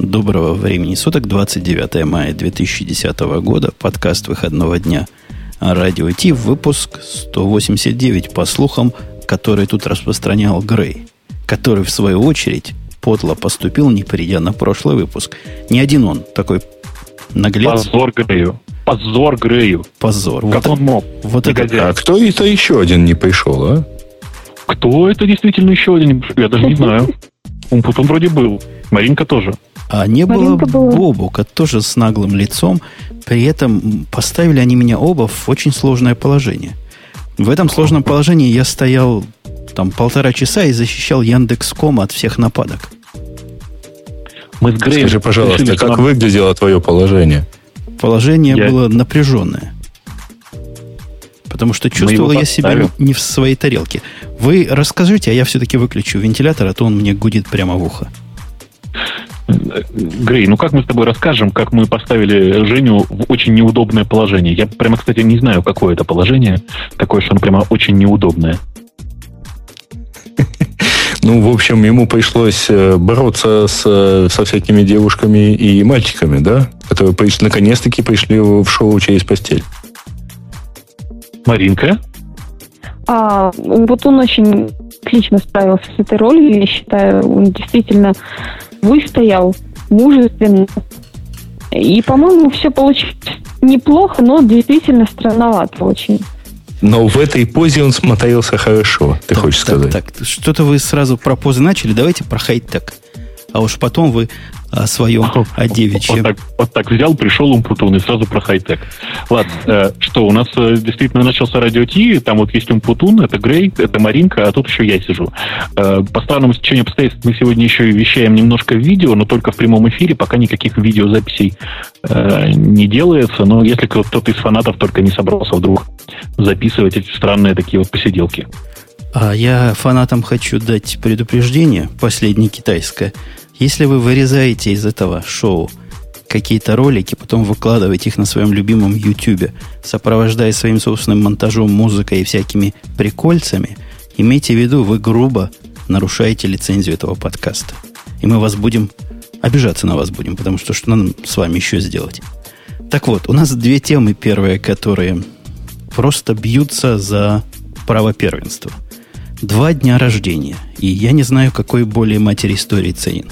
Доброго времени суток, 29 мая 2010 года, подкаст выходного дня Радио Ти, выпуск 189, по слухам, который тут распространял Грей, который, в свою очередь, подло поступил, не придя на прошлый выпуск. Не один он, такой наглец. Позор Грею. Позор Грею. Позор. Как он мог? Вот это... А кто это еще один не пришел, а? Кто это действительно еще один? Я даже не знаю. Он вроде был. Маринка тоже. А не было Бобука, тоже с наглым лицом. При этом поставили они меня оба в очень сложное положение. В этом сложном положении я стоял там 1,5 часа и защищал Яндекс.Ком от всех нападок. Мы с Греем... Скажи, пожалуйста, как выглядело твое положение? Положение было напряженное. Потому что чувствовал я себя не в своей тарелке. Вы расскажите, а я все-таки выключу вентилятор, а то он мне гудит прямо в ухо. Грей, ну как мы с тобой расскажем, как мы поставили Женю в очень неудобное положение? Я прямо, кстати, не знаю, какое это положение. Такое, что оно прямо очень неудобное. Ну, в общем, ему пришлось бороться со всякими девушками и мальчиками, да? Которые наконец-таки пришли в шоу «Через постель». Маринка? Вот он очень отлично справился с этой ролью, я считаю, он действительно выстоял мужественно. И, по-моему, все получилось неплохо, но действительно странновато очень. Но в этой позе он смотрелся хорошо, ты хочешь сказать? Так, что-то вы сразу про позы начали, давайте про хай-тек. А уж потом вы о своем, о девичьем. Вот так взял, пришел Умпутун и сразу про хай-тек. Ладно, что, у нас действительно начался Радио Ти, там вот есть Умпутун, это Грей, это Маринка, а тут еще я сижу. По странному стечению обстоятельств мы сегодня еще и вещаем немножко в видео, но только в прямом эфире, пока никаких видеозаписей не делается, но если кто-то из фанатов только не собрался вдруг записывать эти странные такие вот посиделки. А я фанатам хочу дать предупреждение, последнее китайское. Если вы вырезаете из этого шоу какие-то ролики, потом выкладываете их на своем любимом YouTube, сопровождая своим собственным монтажом, музыкой и всякими прикольцами, имейте в виду, вы грубо нарушаете лицензию этого подкаста. И мы вас будем, обижаться на вас будем, потому что нам с вами еще сделать? Так вот, у нас две темы первые, которые просто бьются за право первенства. 2 дня рождения. И я не знаю, какой более матери истории ценен.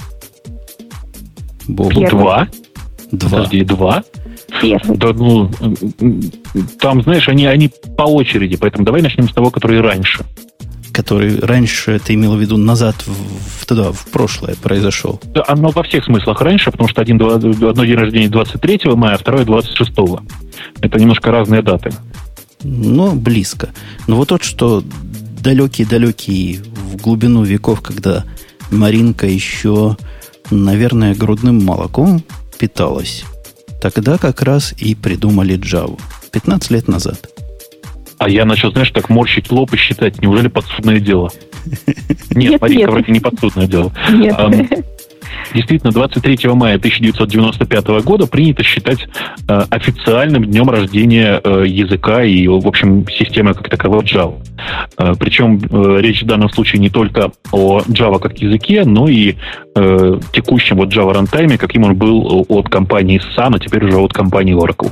Богу. 2? Подожди, 2? Да, ну, там, знаешь, они по очереди, поэтому давай начнем с того, который раньше. Который раньше, ты имел в виду, назад, в прошлое произошел. Да, оно во всех смыслах раньше, потому что одно день рождения 23 мая, а второе 26. Это немножко разные даты. Но близко. Но вот тот, что далекий в глубину веков, когда Маринка еще, наверное, грудным молоком питалась, тогда как раз и придумали Java. 15 лет назад. А я начал, знаешь, так морщить лоб и считать, неужели подсудное дело? Нет, Маринка вроде не подсудное дело. Действительно, 23 мая 1995 года принято считать официальным днем рождения языка и, в общем, системы как таковой Java. Причем речь в данном случае не только о Java как языке, но и текущем вот Java Runtime, каким он был от компании Sun, а теперь уже от компании Oracle.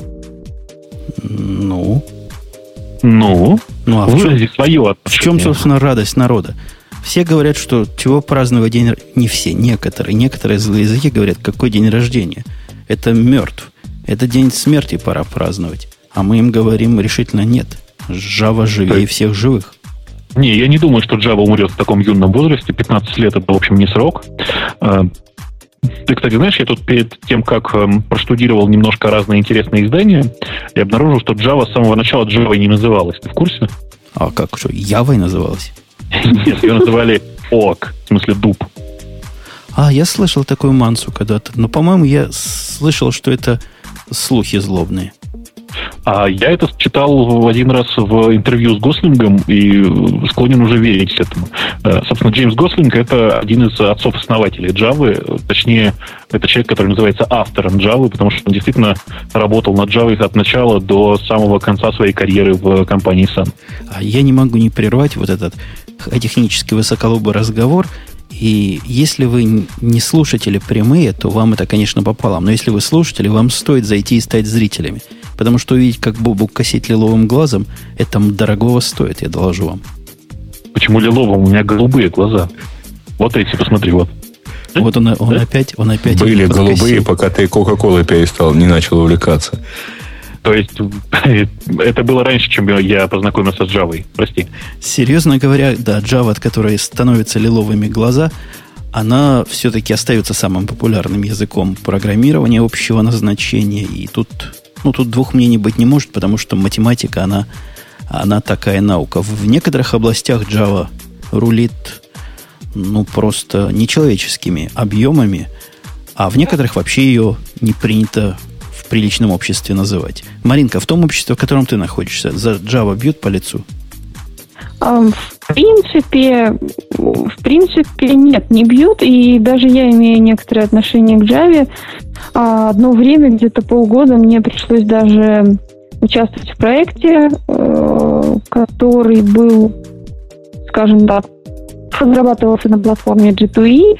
А в чем, собственно, радость народа? Все говорят, что чего праздновать день рождения. Не все, некоторые злые языки говорят, какой день рождения. Это мертв. Это день смерти пора праздновать. А мы им говорим решительно нет. Java живее всех живых. Не, я не думаю, что Java умрет в таком юном возрасте. 15 лет это, в общем, не срок. Ты, кстати, знаешь, я тут перед тем, как проштудировал немножко разные интересные издания, я обнаружил, что Java с самого начала Java не называлась. Ты в курсе? А как, что, Явой называлась? Нет, ее называли ОК, в смысле дуб. Я слышал такую мансу когда-то. Но, по-моему, я слышал, что это слухи злобные. А я это читал один раз в интервью с Гослингом и склонен уже верить этому. Собственно, Джеймс Гослинг — это один из отцов-основателей Java. Точнее, это человек, который называется автором Java, потому что он действительно работал над Java от начала до самого конца своей карьеры в компании Sun. Я не могу не прервать вот этот технически высоколобый разговор И если вы не слушатели прямые, то вам это, конечно, пополам. Но если вы слушатели, вам стоит зайти и стать зрителями. Потому что увидеть, как Бобук косит лиловым глазом, это дорогого стоит, я доложу вам. Почему лиловым? У меня голубые глаза. Вот эти, посмотри, вот. Вот он опять были голубые, пока ты Кока-Колой перестал, не начал увлекаться. То есть, это было раньше, чем я познакомился с Java. Прости. Серьезно говоря, да, Java, от которой становятся лиловыми глаза, она все-таки остается самым популярным языком программирования общего назначения. И тут двух мнений быть не может, потому что математика, она такая наука. В некоторых областях Java рулит, просто нечеловеческими объемами, а в некоторых вообще ее не принято в приличном обществе называть. Маринка, в том обществе, в котором ты находишься, за Java бьют по лицу? В принципе, нет, не бьют. И даже я имею некоторое отношение к Java. Одно время, где-то полгода, мне пришлось даже участвовать в проекте, который был, скажем так, разрабатывался на платформе G2E.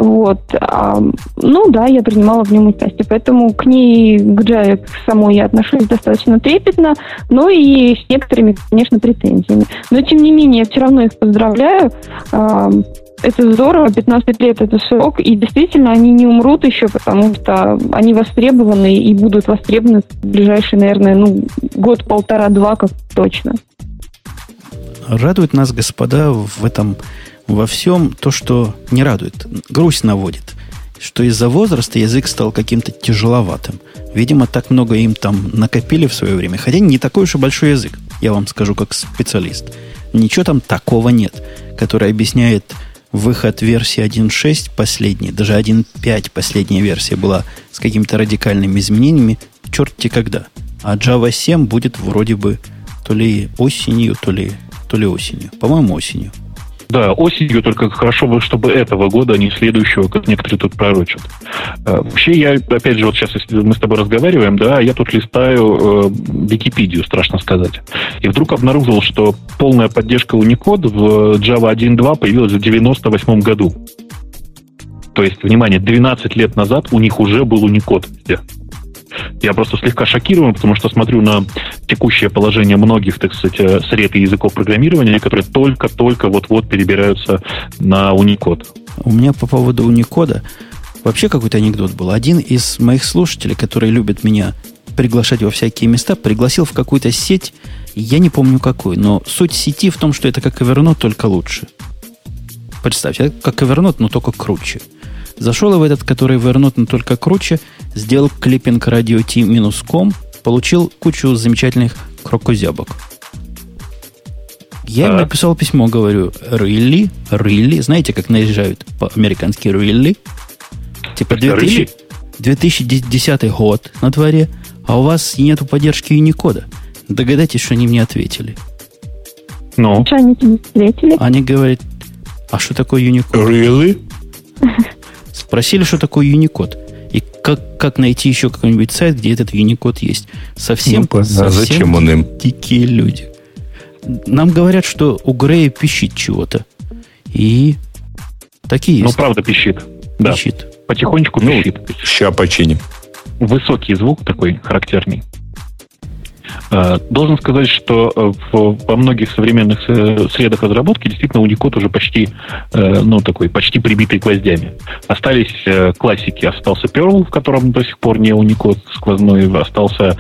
Я принимала в нем участие. Поэтому к Java к самой я отношусь достаточно трепетно, но и с некоторыми, конечно, претензиями. Но, тем не менее, я все равно их поздравляю. Это здорово, 15 лет это срок, и действительно они не умрут еще, потому что они востребованы и будут востребованы в ближайшие, наверное, год, полтора-два, как точно. Радует нас, господа, во всем то, что не радует. Грусть наводит. Что из-за возраста язык стал каким-то тяжеловатым. Видимо, так много им там накопили в свое время. Хотя не такой уж и большой язык, я вам скажу как специалист. Ничего там такого нет, который объясняет выход версии 1.6 последней, даже 1.5 последняя версия была с какими-то радикальными изменениями, черти когда. А Java 7 будет вроде бы то ли осенью, то ли осенью. По-моему, осенью. Да, осенью, только хорошо бы, чтобы этого года, а не следующего, как некоторые тут пророчат. Вообще, я, опять же, вот сейчас, если мы с тобой разговариваем, да, я тут листаю Википедию, страшно сказать. И вдруг обнаружил, что полная поддержка Unicode в Java 1.2 появилась в 1998 году. То есть, внимание, 12 лет назад у них уже был Unicode. Я просто слегка шокирован, потому что смотрю на текущее положение многих, так сказать, сред и языков программирования, которые только-только вот-вот перебираются на Unicode. У меня по поводу Unicode вообще какой-то анекдот был. Один из моих слушателей, которые любят меня приглашать во всякие места, пригласил в какую-то сеть, я не помню какую, но суть сети в том, что это как Evernote, только лучше. Представьте, как Evernote, но только круче. Зашел я в этот, который Evernote, но только круче, сделал клиппинг radio-t-com, получил кучу замечательных крокозябок. Я им написал письмо, говорю, really? Знаете, как наезжают по-американски really? Типа 2010 год на дворе, а у вас нету поддержки Unicode. Догадайтесь, что они мне ответили. Ну? Что они тебе ответили? Они говорят, а что такое Unicode? Really? Спросили, что такое Unicode. И как найти еще какой-нибудь сайт, где этот Unicode есть. Совсем зачем он им? Дикие люди. Нам говорят, что у Грея пищит чего-то. И такие есть. Правда пищит. Да. Пищит. Потихонечку пищит. Ща починим. Высокий звук такой характерный. Должен сказать, что во многих современных средах разработки действительно Unicode уже почти прибитый гвоздями. Остались классики. Остался Perl, в котором до сих пор не Unicode сквозной. Остался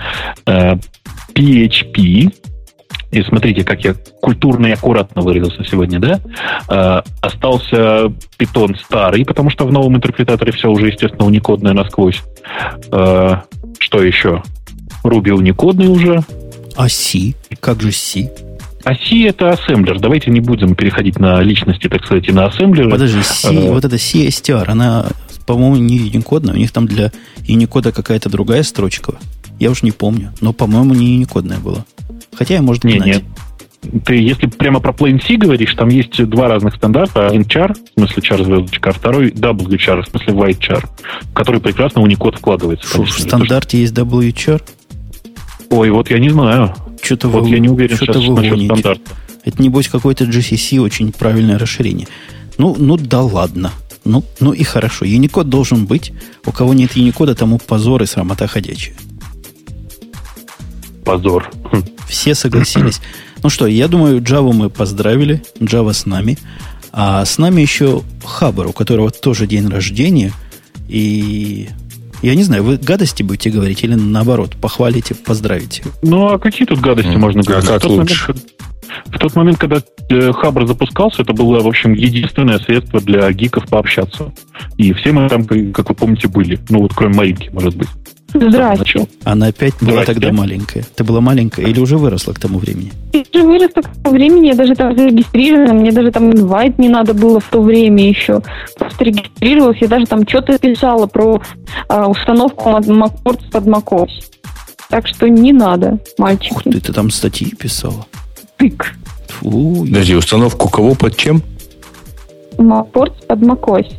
PHP. И смотрите, как я культурно и аккуратно выразился сегодня, да? Остался Python старый, потому что в новом интерпретаторе все уже, естественно, уникодное насквозь. Что еще? Ruby уникодный уже. А C? Как же C? А C это ассемблер. Давайте не будем переходить на личности, так сказать, и на ассемблеры. Подожди, C, вот эта CSTR, она, по-моему, не юникодная. У них там для юникода какая-то другая строчка. Я уж не помню. Но, по-моему, не юникодная была. Хотя я, может, знать. Нет. Ты, если прямо про Plain C говоришь, там есть два разных стандарта. Один char, в смысле char звездочка, а второй WChar, в смысле white char, в который прекрасно Unicode вкладывается. Что, в стандарте есть WChar? Ой, вот я не знаю. Что-то я не уверен что-то сейчас насчет стандарта. Это, небось, какой-то GCC очень правильное расширение. Ну да ладно. Ну и хорошо. Unicode должен быть. У кого нет Unicode, тому позор и срамота ходячая. Позор. Все согласились. Ну что, я думаю, Java мы поздравили. Java с нами. А с нами еще Хабр, у которого тоже день рождения. И я не знаю, вы гадости будете говорить или наоборот, похвалите, поздравите? Ну, а какие тут гадости можно говорить? Как лучше? В тот момент, когда Хабр запускался, это было, в общем, единственное средство для гиков пообщаться. И все мы там, как вы помните, были. Ну, вот кроме Маринки, может быть. Здравствуйте. Она опять была тогда маленькая. Ты была маленькая или уже выросла к тому времени? Я уже выросла к тому времени, я даже там зарегистрирована, мне даже там инвайт не надо было в то время еще. Просто регистрировалась, я даже там что-то писала про установку MacPorts под macOS. Так что не надо, мальчики. Ух ты там статьи писала. Тык. Фу. Подожди, установку кого под чем? MacPorts под macOS.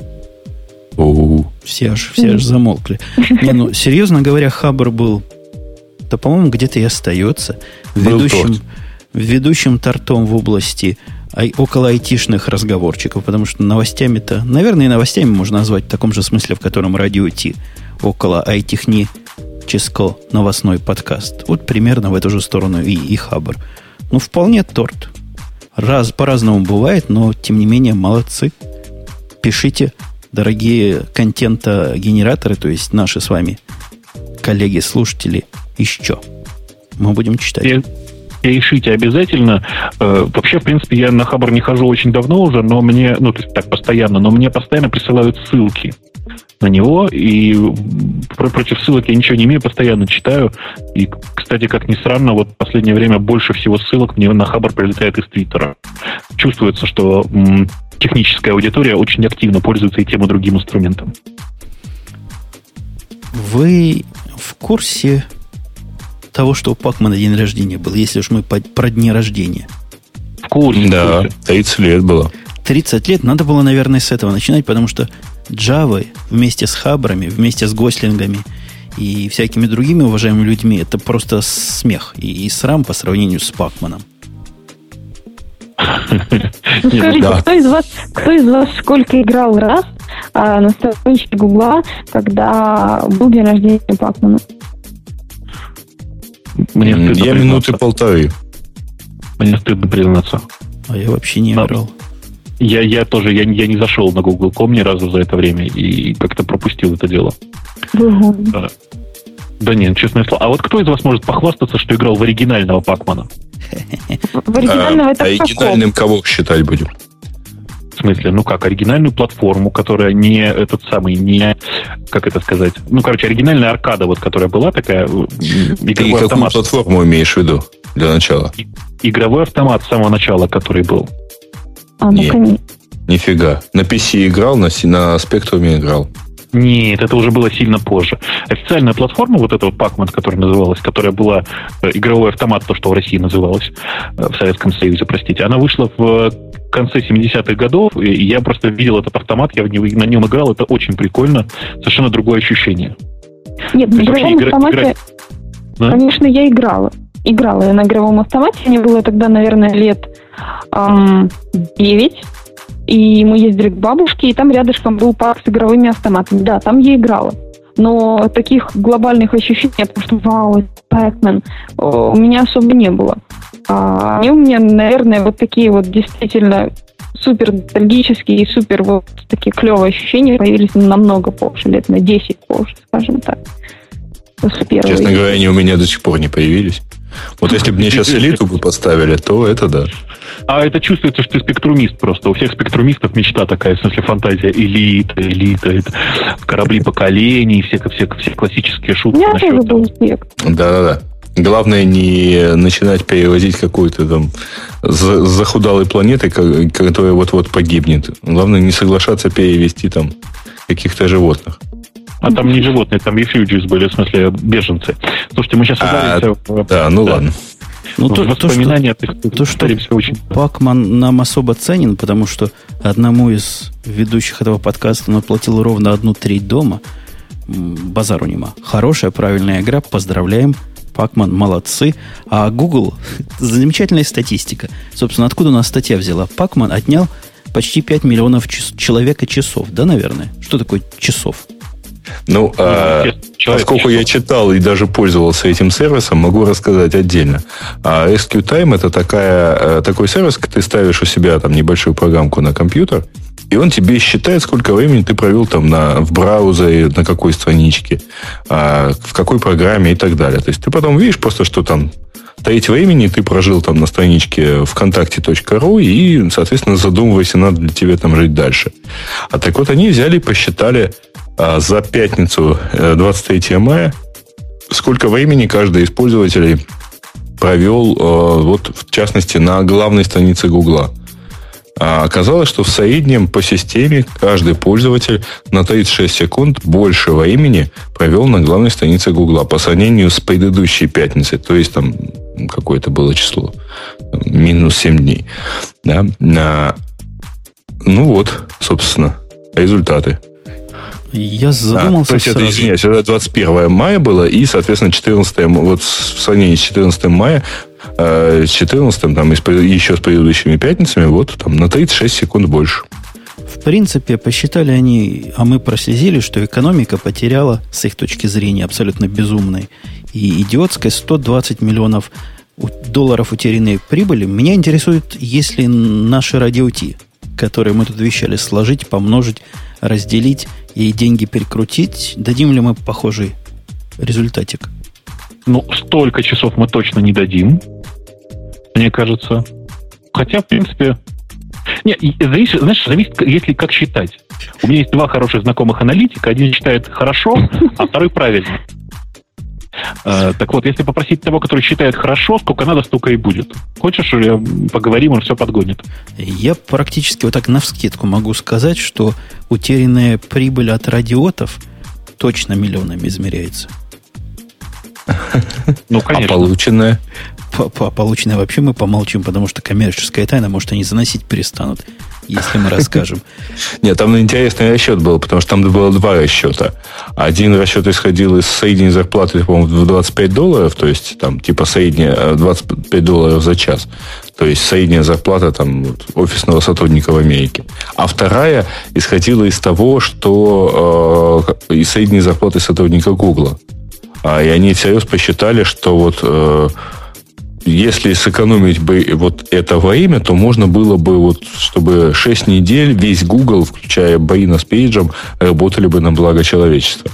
Все аж замолкли. Не, серьезно говоря, Хабр был, да, по-моему, где-то и остается ведущим тортом в области около айтишных разговорчиков, потому что новостями-то, наверное, и новостями можно назвать в таком же смысле, в котором радио Ти, около айтехнического новостной подкаст. Вот примерно в эту же сторону и Хабр. Ну, вполне торт. По-разному бывает, но, тем не менее, молодцы. Пишите, дорогие контента-генераторы, то есть наши с вами коллеги-слушатели, еще. Мы будем читать. Пишите обязательно. Вообще, в принципе, я на Хабр не хожу очень давно уже, но мне, то есть так постоянно, но мне постоянно присылают ссылки на него, и против ссылок я ничего не имею, постоянно читаю. И, кстати, как ни странно, вот в последнее время больше всего ссылок мне на Хабр прилетает из Твиттера. Чувствуется, что техническая аудитория очень активно пользуется и тем, и другим инструментом. Вы в курсе того, что у Пакмана день рождения был, если уж мы про дни рождения? В курсе. Да, 30 лет было. 30 лет, надо было, наверное, с этого начинать, потому что Java вместе с Хабрами, вместе с Гослингами и всякими другими уважаемыми людьми, это просто смех и срам по сравнению с Пакманом. Скажите, кто из вас сколько играл раз на страничке Гугла, когда был день рождения Пакмана? Я минуты полторы. Мне стыдно признаться. А я вообще не играл. Я тоже, я не зашел на Google.com ни разу за это время и как-то пропустил это дело. Да нет, честное слово. А вот кто из вас может похвастаться, что играл в оригинального Пакмана? В оригинального это оригинальным кого считать будем? В смысле, оригинальную платформу, которая не как это сказать, оригинальная аркада, вот, которая была такая, игровой Ты автомат. Какую платформу имеешь в виду для начала? Игровой автомат с самого начала, который был. Нет, нифига. На PC играл, на Spectrum играл. Нет, это уже было сильно позже. Официальная платформа, вот эта вот Pac-Man, которая была игровой автомат, то, что в России называлось, в Советском Союзе, простите, она вышла в конце 70-х годов, и я просто видел этот автомат, я на нем играл, это очень прикольно, совершенно другое ощущение. Нет, на игровом автомате, конечно, я играла. Играла я на игровом автомате, мне было тогда, наверное, лет 9, и мы ездили к бабушке, и там рядышком был парк с игровыми автоматами. Да, там я играла. Но таких глобальных ощущений, потому что вау, Pac-Man, у меня особо не было. И у меня, наверное, вот такие вот действительно супер ностальгические и супер вот такие клевые ощущения появились намного позже, лет на 10 позже, скажем так. После первого. Честно говоря, они у меня до сих пор не появились. Вот если бы мне сейчас элиту бы поставили, то это да. А это чувствуется, что ты спектрумист просто. У всех спектрумистов мечта такая, в смысле фантазия. Элита, это корабли поколений, все классические шутки. Я тоже был спектр. Да. Главное не начинать перевозить какую-то там захудалой планеты, которая вот-вот погибнет. Главное не соглашаться перевести там каких-то животных. А там не животные, там refugees были, в смысле беженцы. Слушайте, мы сейчас ударимся в... Да, ладно. Воспоминания, то, что Пакман нам особо ценен, потому что одному из ведущих этого подкаста он оплатил ровно 1/3 дома. Базару нема. Хорошая, правильная игра. Поздравляем. Пакман, молодцы. А Google, замечательная статистика. Собственно, откуда у нас статья взяла? Пакман отнял почти 5 миллионов человека-часов, да, наверное? Что такое часов? Ну, поскольку я читал и даже пользовался этим сервисом, могу рассказать отдельно. SQTime – это такой сервис, ты ставишь у себя там небольшую программку на компьютер, и он тебе считает, сколько времени ты провел там в браузере, на какой страничке, в какой программе и так далее. То есть ты потом видишь просто, что там треть времени ты прожил там на страничке вконтакте.ру и, соответственно, задумывайся, надо ли тебе там жить дальше. А так вот они взяли и посчитали за пятницу, 23 мая, сколько времени каждый из пользователей провел, вот в частности, на главной странице Гугла. А оказалось, что в среднем по системе каждый пользователь на 36 секунд больше времени провел на главной странице Гугла по сравнению с предыдущей пятницей. То есть там какое-то было число. Минус 7 дней. Да? Ну вот, собственно, результаты. Я задумался. То есть это, извиняюсь, это 21 мая было, и, соответственно, 14 вот в сравнении с 14 мая, 14 там, еще с предыдущими пятницами, вот там на 36 секунд больше. В принципе, посчитали они, а мы прослезили, что экономика потеряла, с их точки зрения, абсолютно безумной и идиотской 120 миллионов долларов утерянной прибыли. Меня интересует, если наши радио Ти, которые мы тут вещали, сложить, помножить, разделить и деньги перекрутить, дадим ли мы похожий результатик? Ну, столько часов мы точно не дадим, мне кажется. Хотя, в принципе... Не, знаешь, зависит, если как считать. У меня есть два хороших знакомых аналитика. Один считает хорошо, а второй правильно. Так вот, если попросить того, который считает хорошо, сколько надо, столько и будет. Хочешь, поговорим, он все подгонит. Я практически вот так навскидку могу сказать, что утерянная прибыль от радиотов точно миллионами измеряется. Ну, конечно. А полученная? Полученное вообще мы помолчим, потому что коммерческая тайна, может, они заносить перестанут, если мы расскажем. Нет, там интересный расчет был, потому что там было два расчета. Один расчет исходил из средней зарплаты, по-моему, в $25, то есть там типа средняя $25 за час. То есть средняя зарплата там офисного сотрудника в Америке. А вторая исходила из того, что из средней зарплаты сотрудника Гугла. И они всерьез посчитали, что вот если сэкономить бы вот это время, то можно было бы, вот, чтобы 6 недель весь Google, включая Боина с Пейджем, работали бы на благо человечества.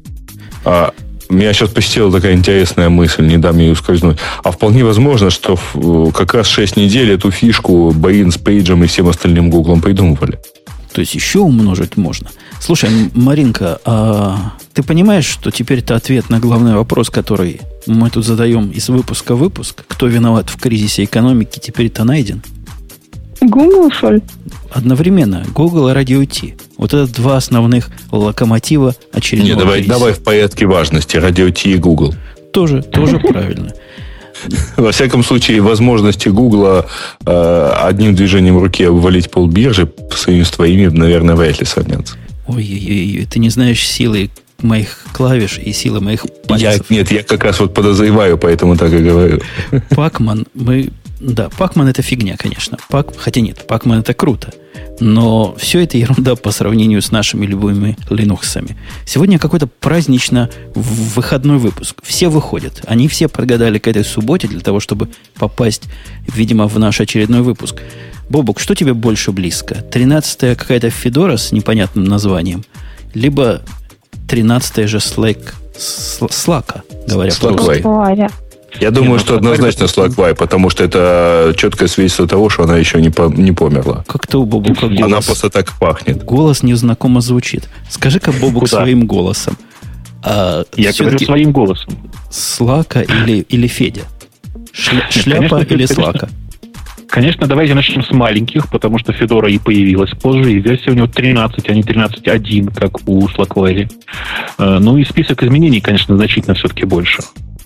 Меня сейчас посетила такая интересная мысль, не дам ей ускользнуть. А вполне возможно, что как раз 6 недель эту фишку Боин с Пейджем и всем остальным Гуглом придумывали. То есть еще умножить можно. Слушай, Маринка, а ты понимаешь, что теперь это ответ на главный вопрос, который мы тут задаем из выпуска в выпуск? Кто виноват в кризисе экономики, теперь-то найден? Google, что ли? Одновременно. Google и Radio T. Вот это два основных локомотива очередного кризиса. Давай в порядке важности. Radio T и Google. Тоже правильно. Во всяком случае, возможности Гугла одним движением руки обвалить полбиржи по сравнению с твоими, наверное, вряд ли сравнятся. Ой, ты не знаешь силы моих клавиш и силы моих пальцев. Я как раз вот подозреваю, поэтому так и говорю. Pacman, Pacman это фигня, конечно. Хотя нет, Pacman это круто. Но все это ерунда по сравнению с нашими любыми Linux-ами. Сегодня какой-то празднично выходной выпуск. Все выходят. Они все прогадали к этой субботе для того, чтобы попасть, видимо, в наш очередной выпуск. Бобук, что тебе больше близко? 13-я какая-то Федора с непонятным названием, либо 13-я же Slack, говоря по-русски. Я думаю, что однозначно Slackware, потому что это четкое свидетельство того, что она еще не померла. Как-то у Бобука голос... Она просто так пахнет. Голос незнакомо звучит. Скажи-ка, Бобук, своим голосом. Я говорю своим голосом. Слака или Федя? Шляпа или Слака? Конечно, давайте начнем с маленьких, потому что Федора и появилась позже, и версия у него 13, а не 13.1, как у Slackware. Ну и список изменений, конечно, значительно все-таки больше.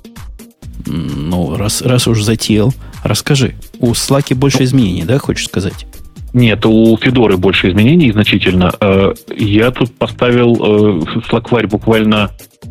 Ну, раз уж затеял, расскажи. У Slack больше изменений, да, хочешь сказать? Нет, у Федоры больше изменений значительно. Я тут поставил Slackware буквально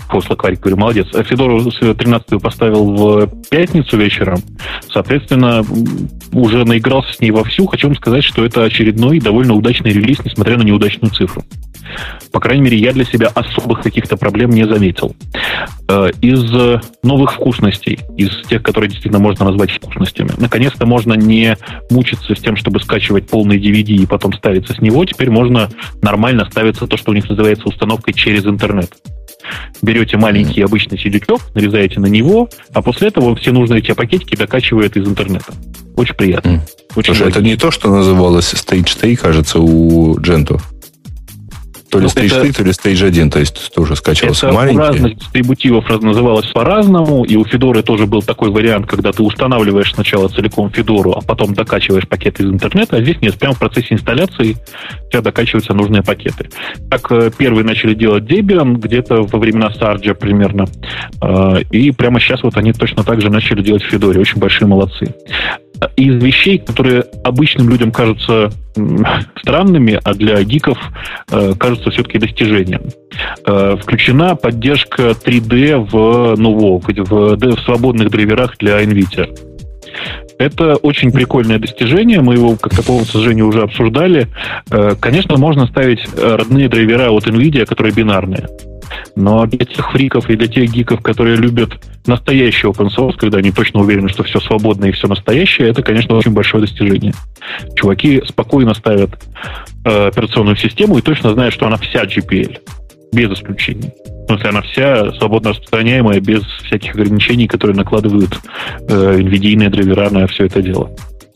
Слакварик, говорю, молодец. Федору 13-ю поставил в пятницу вечером. Соответственно, уже наигрался с ней вовсю. Хочу вам сказать, что это очередной довольно удачный релиз, несмотря на неудачную цифру. По крайней мере, я для себя особых каких-то проблем не заметил. Из новых вкусностей, из тех, которые действительно можно назвать вкусностями, наконец-то можно не мучиться с тем, чтобы скачивать полный DVD и потом ставиться с него. Теперь можно нормально ставиться то, что у них называется установкой через интернет. Берете маленький обычный CD-чок, нарезаете на него, а после этого все нужные тебе пакетики докачивает из интернета. Очень приятно. Очень Слушай, это не то, что называлось Stage 3, кажется, у Gentoo? То ли Stage 3, то ли Stage 1, то есть тоже скачивался маленький. Это у разных дистрибутивов называлось по-разному, и у Федоры тоже был такой вариант, когда ты устанавливаешь сначала целиком Федору, а потом докачиваешь пакеты из интернета, а здесь нет, прямо в процессе инсталляции у тебя докачиваются нужные пакеты. Так первые начали делать Debian где-то во времена Sarge примерно, и прямо сейчас вот они точно так же начали делать в Федоре, очень большие молодцы. Из вещей, которые обычным людям кажутся странными, а для гиков кажутся все-таки достижением. Включена поддержка 3D в свободных драйверах для NVIDIA. Это очень прикольное достижение, мы его, как такого, к сожалению, уже обсуждали. Конечно, можно ставить родные драйвера от NVIDIA, которые бинарные. Но для тех фриков и для тех гиков, которые любят настоящий open source, когда они точно уверены, что все свободно и все настоящее, это, конечно, очень большое достижение. Чуваки спокойно ставят операционную систему и точно знают, что она вся GPL, без исключений. В смысле, она вся свободно распространяемая, без всяких ограничений, которые накладывают NVIDIA-ные драйвера на все это дело.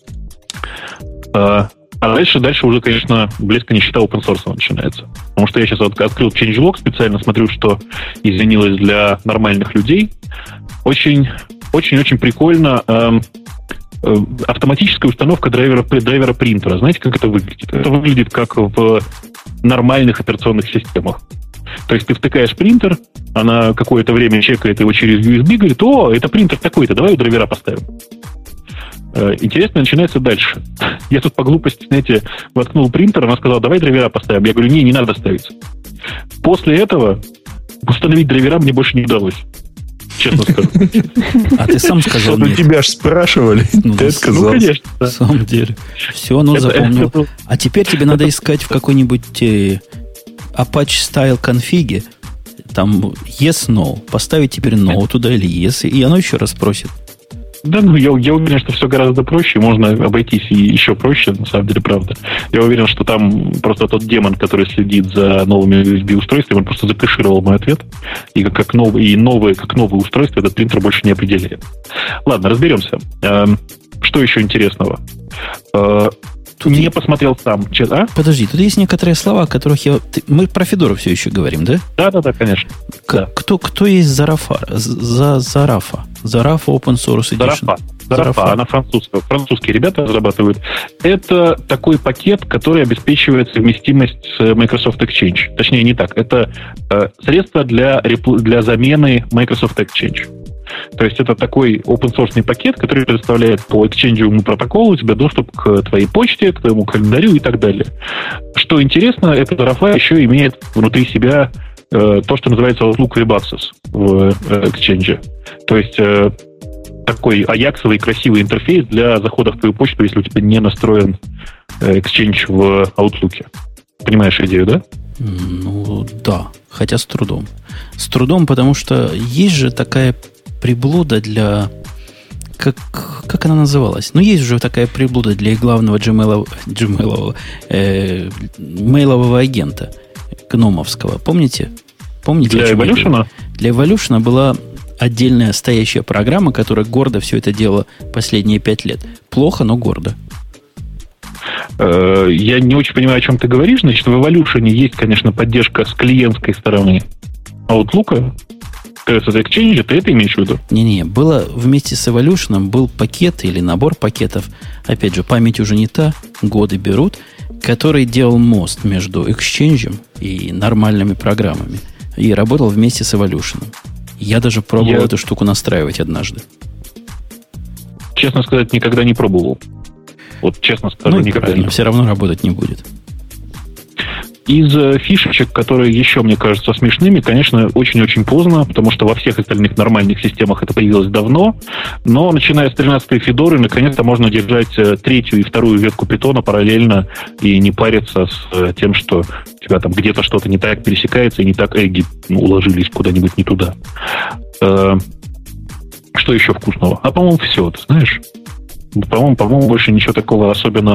А дальше уже, конечно, близко нищета open source начинается. Потому что я сейчас открыл changelog, специально смотрю, что изменилось для нормальных людей. Очень-очень прикольно. Автоматическая установка драйвера принтера. Знаете, как это выглядит? Это выглядит как в нормальных операционных системах. То есть ты втыкаешь принтер, она какое-то время чекает его через USB, говорит: о, это принтер такой-то, давай драйвера поставим. Интересно начинается дальше. Я тут по глупости, знаете, воткнул принтер, она сказала: давай драйвера поставим. Я говорю: не надо ставить. После этого установить драйвера мне больше не удалось. Честно скажу. А ты сам сказал нет. Тебя же спрашивали. Ты сказал. Ну, конечно. На самом деле. Все, запомнил. А теперь тебе надо искать в какой-нибудь Apache Style конфиге там yes, no. Поставить теперь no туда или yes, и оно еще раз просит. Да, я уверен, что все гораздо проще, можно обойтись и еще проще, на самом деле, правда. Я уверен, что там просто тот демон, который следит за новыми USB-устройствами, он просто закэшировал мой ответ, и как новые устройства этот принтер больше не определяет. Ладно, разберемся. Что еще интересного? Тут не посмотрел сам. Подожди, тут есть некоторые слова, которых мы про Федору все еще говорим, да? Да, конечно. Кто есть Зарафа? Зарафа Open Source Edition. Зарафа, она французская. Французские ребята разрабатывают. Это такой пакет, который обеспечивает совместимость с Microsoft Exchange. Точнее, не так. Это средство для замены Microsoft Exchange. То есть это такой open-source пакет, который предоставляет по Exchange протоколу тебе доступ к твоей почте, к твоему календарю и так далее. Что интересно, эта Зарафа еще имеет внутри себя то, что называется Outlook Web Access в Exchange. То есть такой аяксовый красивый интерфейс для захода в твою почту, если у тебя не настроен Exchange в Outlook. Понимаешь идею, да? Ну, да. Хотя с трудом. С трудом, потому что есть же такая приблуда для... Как она называлась? Ну, есть уже такая приблуда для главного мейлового агента гномовского. Помните? Для Evolution? Для Evolution была отдельная стоящая программа, которая гордо все это делала последние 5 лет. Плохо, но гордо. Я не очень понимаю, о чем ты говоришь. Значит, в Evolution есть, конечно, поддержка с клиентской стороны Outlook. Кажется, Exchange, ты это имеешь в виду? Не-не, было вместе с Evolution был пакет или набор пакетов, опять же, память уже не та, годы берут, который делал мост между Exchange и нормальными программами. И работал вместе с Evolution. Я даже пробовал эту штуку настраивать однажды. Честно сказать, никогда не пробовал. Вот честно скажу, никогда не. Все равно работать не будет. Из фишечек, которые еще, мне кажутся, смешными, конечно, очень-очень поздно, потому что во всех остальных нормальных системах это появилось давно, но начиная с 13-й Федоры, наконец-то можно держать третью и вторую ветку Python параллельно и не париться с тем, что у тебя там где-то что-то не так пересекается и не так эги уложились куда-нибудь не туда. Что еще вкусного? А, по-моему, все, ты знаешь? По-моему, больше ничего такого особенно...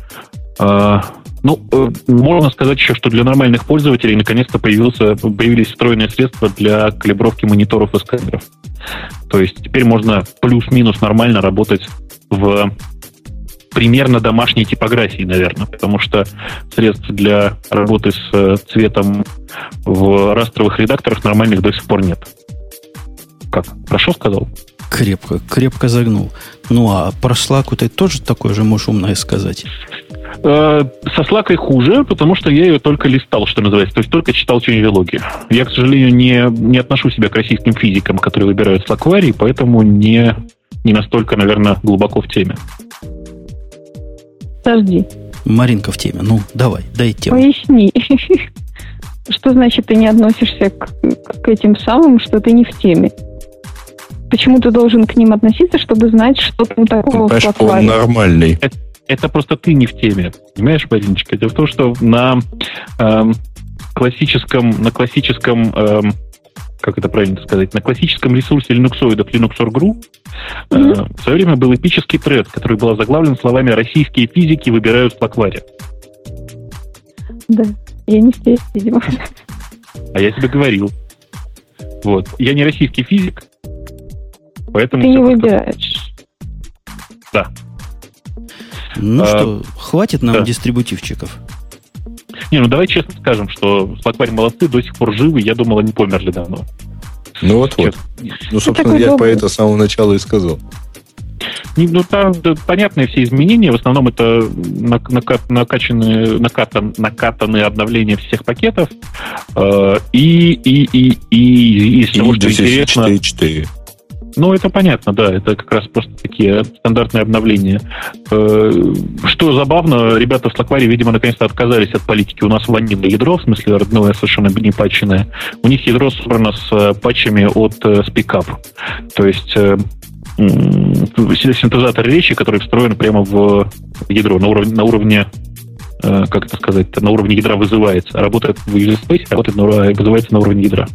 можно сказать еще, что для нормальных пользователей наконец-то появились встроенные средства для калибровки мониторов и сканеров. То есть теперь можно плюс-минус нормально работать в примерно домашней типографии, наверное, потому что средств для работы с цветом в растровых редакторах нормальных до сих пор нет. Как? Хорошо сказал? Крепко загнул. Ну, а про Slack ты тоже такое же можешь умное сказать? Со Slack'ой хуже, потому что я ее только листал, что называется, то есть только читал changelog. Я, к сожалению, не отношу себя к российским физикам, которые выбирают Slack'вари, поэтому не настолько, наверное, глубоко в теме. Подожди. Маринка в теме. Ну, давай, дай тему. Поясни. Что значит ты не относишься к этим самым, что ты не в теме? Почему ты должен к ним относиться, чтобы знать, что там такого в Slack'варе? Он нормальный. Это просто ты не в теме. Понимаешь, Мариночка? Дело в том, что на классическом как это правильно сказать, на классическом ресурсе Linuxoid Linuxorg.ru в свое время был эпический тред, который был озаглавлен словами «Российские физики выбирают в Slack'варе». Да, я не в теме, видимо. А я тебе говорил. Вот. Я не российский физик, поэтому... Ты не выбираешь. Да. Ну что, хватит нам дистрибутивчиков? Давай честно скажем, что Slack'вари молодцы, до сих пор живы, я думал, они померли давно. Ну вот-вот. Ну, собственно, я по это с самого начала и сказал. Там понятные все изменения, в основном это накатанные обновления всех пакетов, и из того, что интересно... 4.4. Ну, это понятно, да, это как раз просто такие стандартные обновления. Что забавно, ребята в Slack'вари, видимо, наконец-то отказались от политики. У нас ванильное ядро, в смысле родное, совершенно не патченное. У них ядро собрано с патчами от SpeakUp. То есть синтезатор речи, который встроен прямо в ядро на уровне как это сказать, на уровне ядра вызывается. Работает в user space, вызывается на уровне ядра.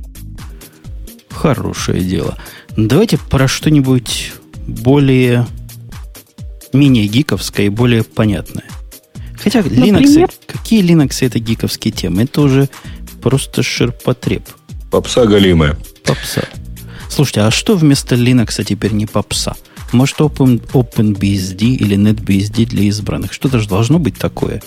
Хорошее дело. Давайте про что-нибудь более менее гиковское и более понятное. Хотя Linux, какие Linux это гиковские темы? Это уже просто ширпотреб. Попса голимая. Попса. Слушайте, а что вместо Linux теперь не попса? Может, OpenBSD или NetBSD для избранных? Что-то же должно быть такое.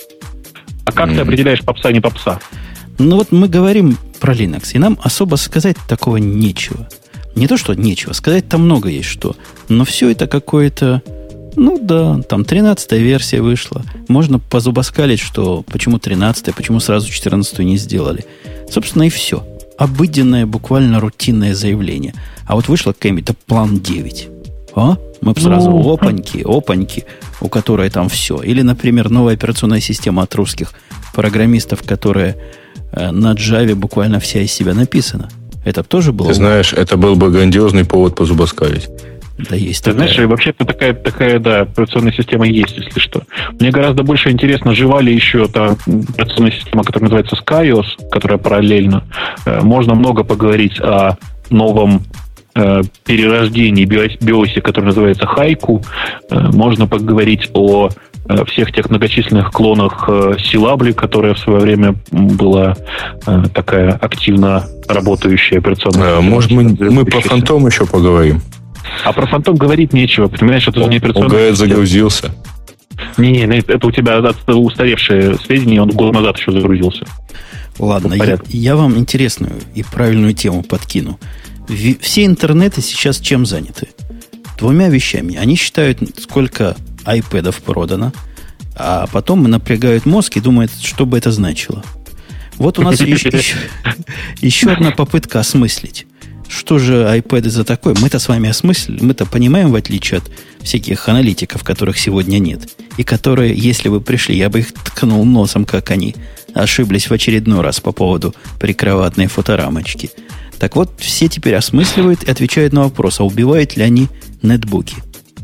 А как ты определяешь попса, не попса? Ну вот мы говорим про Linux, и нам особо сказать такого нечего. Не то, что нечего, сказать там много есть что. Но все это какое-то... Ну да, там 13-я версия вышла. Можно позубоскалить, что почему 13-я, почему сразу 14-ю не сделали. Собственно, и все. Обыденное, буквально рутинное заявление. А вот вышла какая-то план 9. Мы бы сразу опаньки, у которой там все. Или, например, новая операционная система от русских программистов, которая на Java буквально вся из себя написана. Это тоже было... Ты знаешь, это был бы грандиозный повод позубоскалить. Да, есть такая. Ты знаешь, вообще-то такая, да, операционная система есть, если что. Мне гораздо больше интересно, жива ли еще та операционная система, которая называется Skyos, которая параллельно. Можно много поговорить о новом перерождении биосе, который называется Haiku. Можно поговорить о всех тех многочисленных клонах Syllably, которая в свое время была такая активно работающая операционная система. Может, мы про Phantom еще поговорим? А про Phantom говорить нечего. Понимаешь, это же не операционная система. ОГС загрузился. Не, это у тебя устаревшие сведения, он год назад еще загрузился. Ладно, я вам интересную и правильную тему подкину. Все интернеты сейчас чем заняты? Двумя вещами. Они считают, сколько iPad'ов продано, а потом напрягают мозг и думают, что бы это значило. Вот у нас еще одна попытка осмыслить, что же iPad за такое? Мы-то с вами осмыслили, мы-то понимаем, в отличие от всяких аналитиков, которых сегодня нет, и которые, если бы пришли, я бы их ткнул носом, как они ошиблись в очередной раз по поводу прикроватной фоторамочки. Так вот, все теперь осмысливают и отвечают на вопрос, а убивают ли они нетбуки?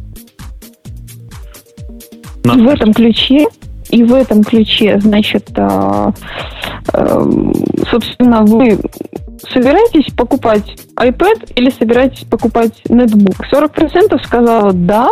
И в этом ключе, значит, собственно, вы собираетесь покупать iPad или собираетесь покупать нетбук? 40% сказала «да».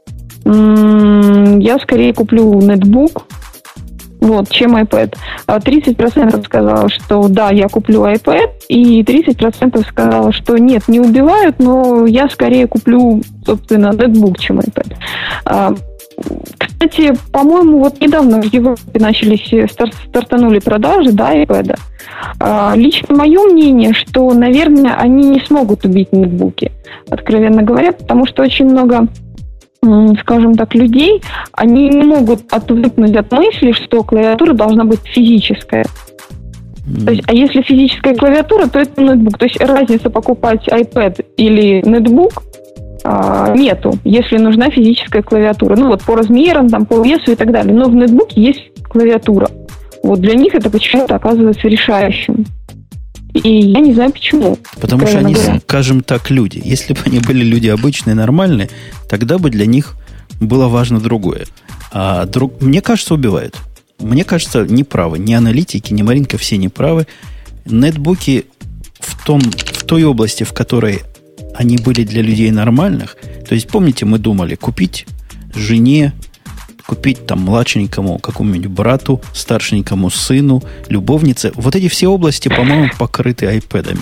Я скорее куплю нетбук, чем iPad. 30% сказала, что «да, я куплю iPad», и 30% сказала, что «нет, не убивают, но я скорее куплю, собственно, нетбук, чем iPad». Кстати, по-моему, недавно в Европе стартанули продажи, iPad. Лично мое мнение, что, наверное, они не смогут убить нетбуки, откровенно говоря, потому что очень много, скажем так, людей, они не могут отвыкнуть от мысли, что клавиатура должна быть физическая. То есть, а если физическая клавиатура, то это нетбук. То есть разница покупать iPad или нетбук нету, если нужна физическая клавиатура. По размерам, по весу и так далее. Но в нетбуке есть клавиатура. Для них это почему-то оказывается решающим. И я не знаю почему. Потому что они, скажем так, люди. Если бы они были люди обычные, нормальные, тогда бы для них было важно другое. Мне кажется, убивают. Мне кажется, неправы. Ни аналитики, ни Маринка, все неправы. Нетбуки в той области, в которой они были для людей нормальных. То есть, помните, мы думали купить жене, купить младшенькому какому-нибудь брату, старшенькому сыну, любовнице. Вот эти все области, по-моему, покрыты айпэдами.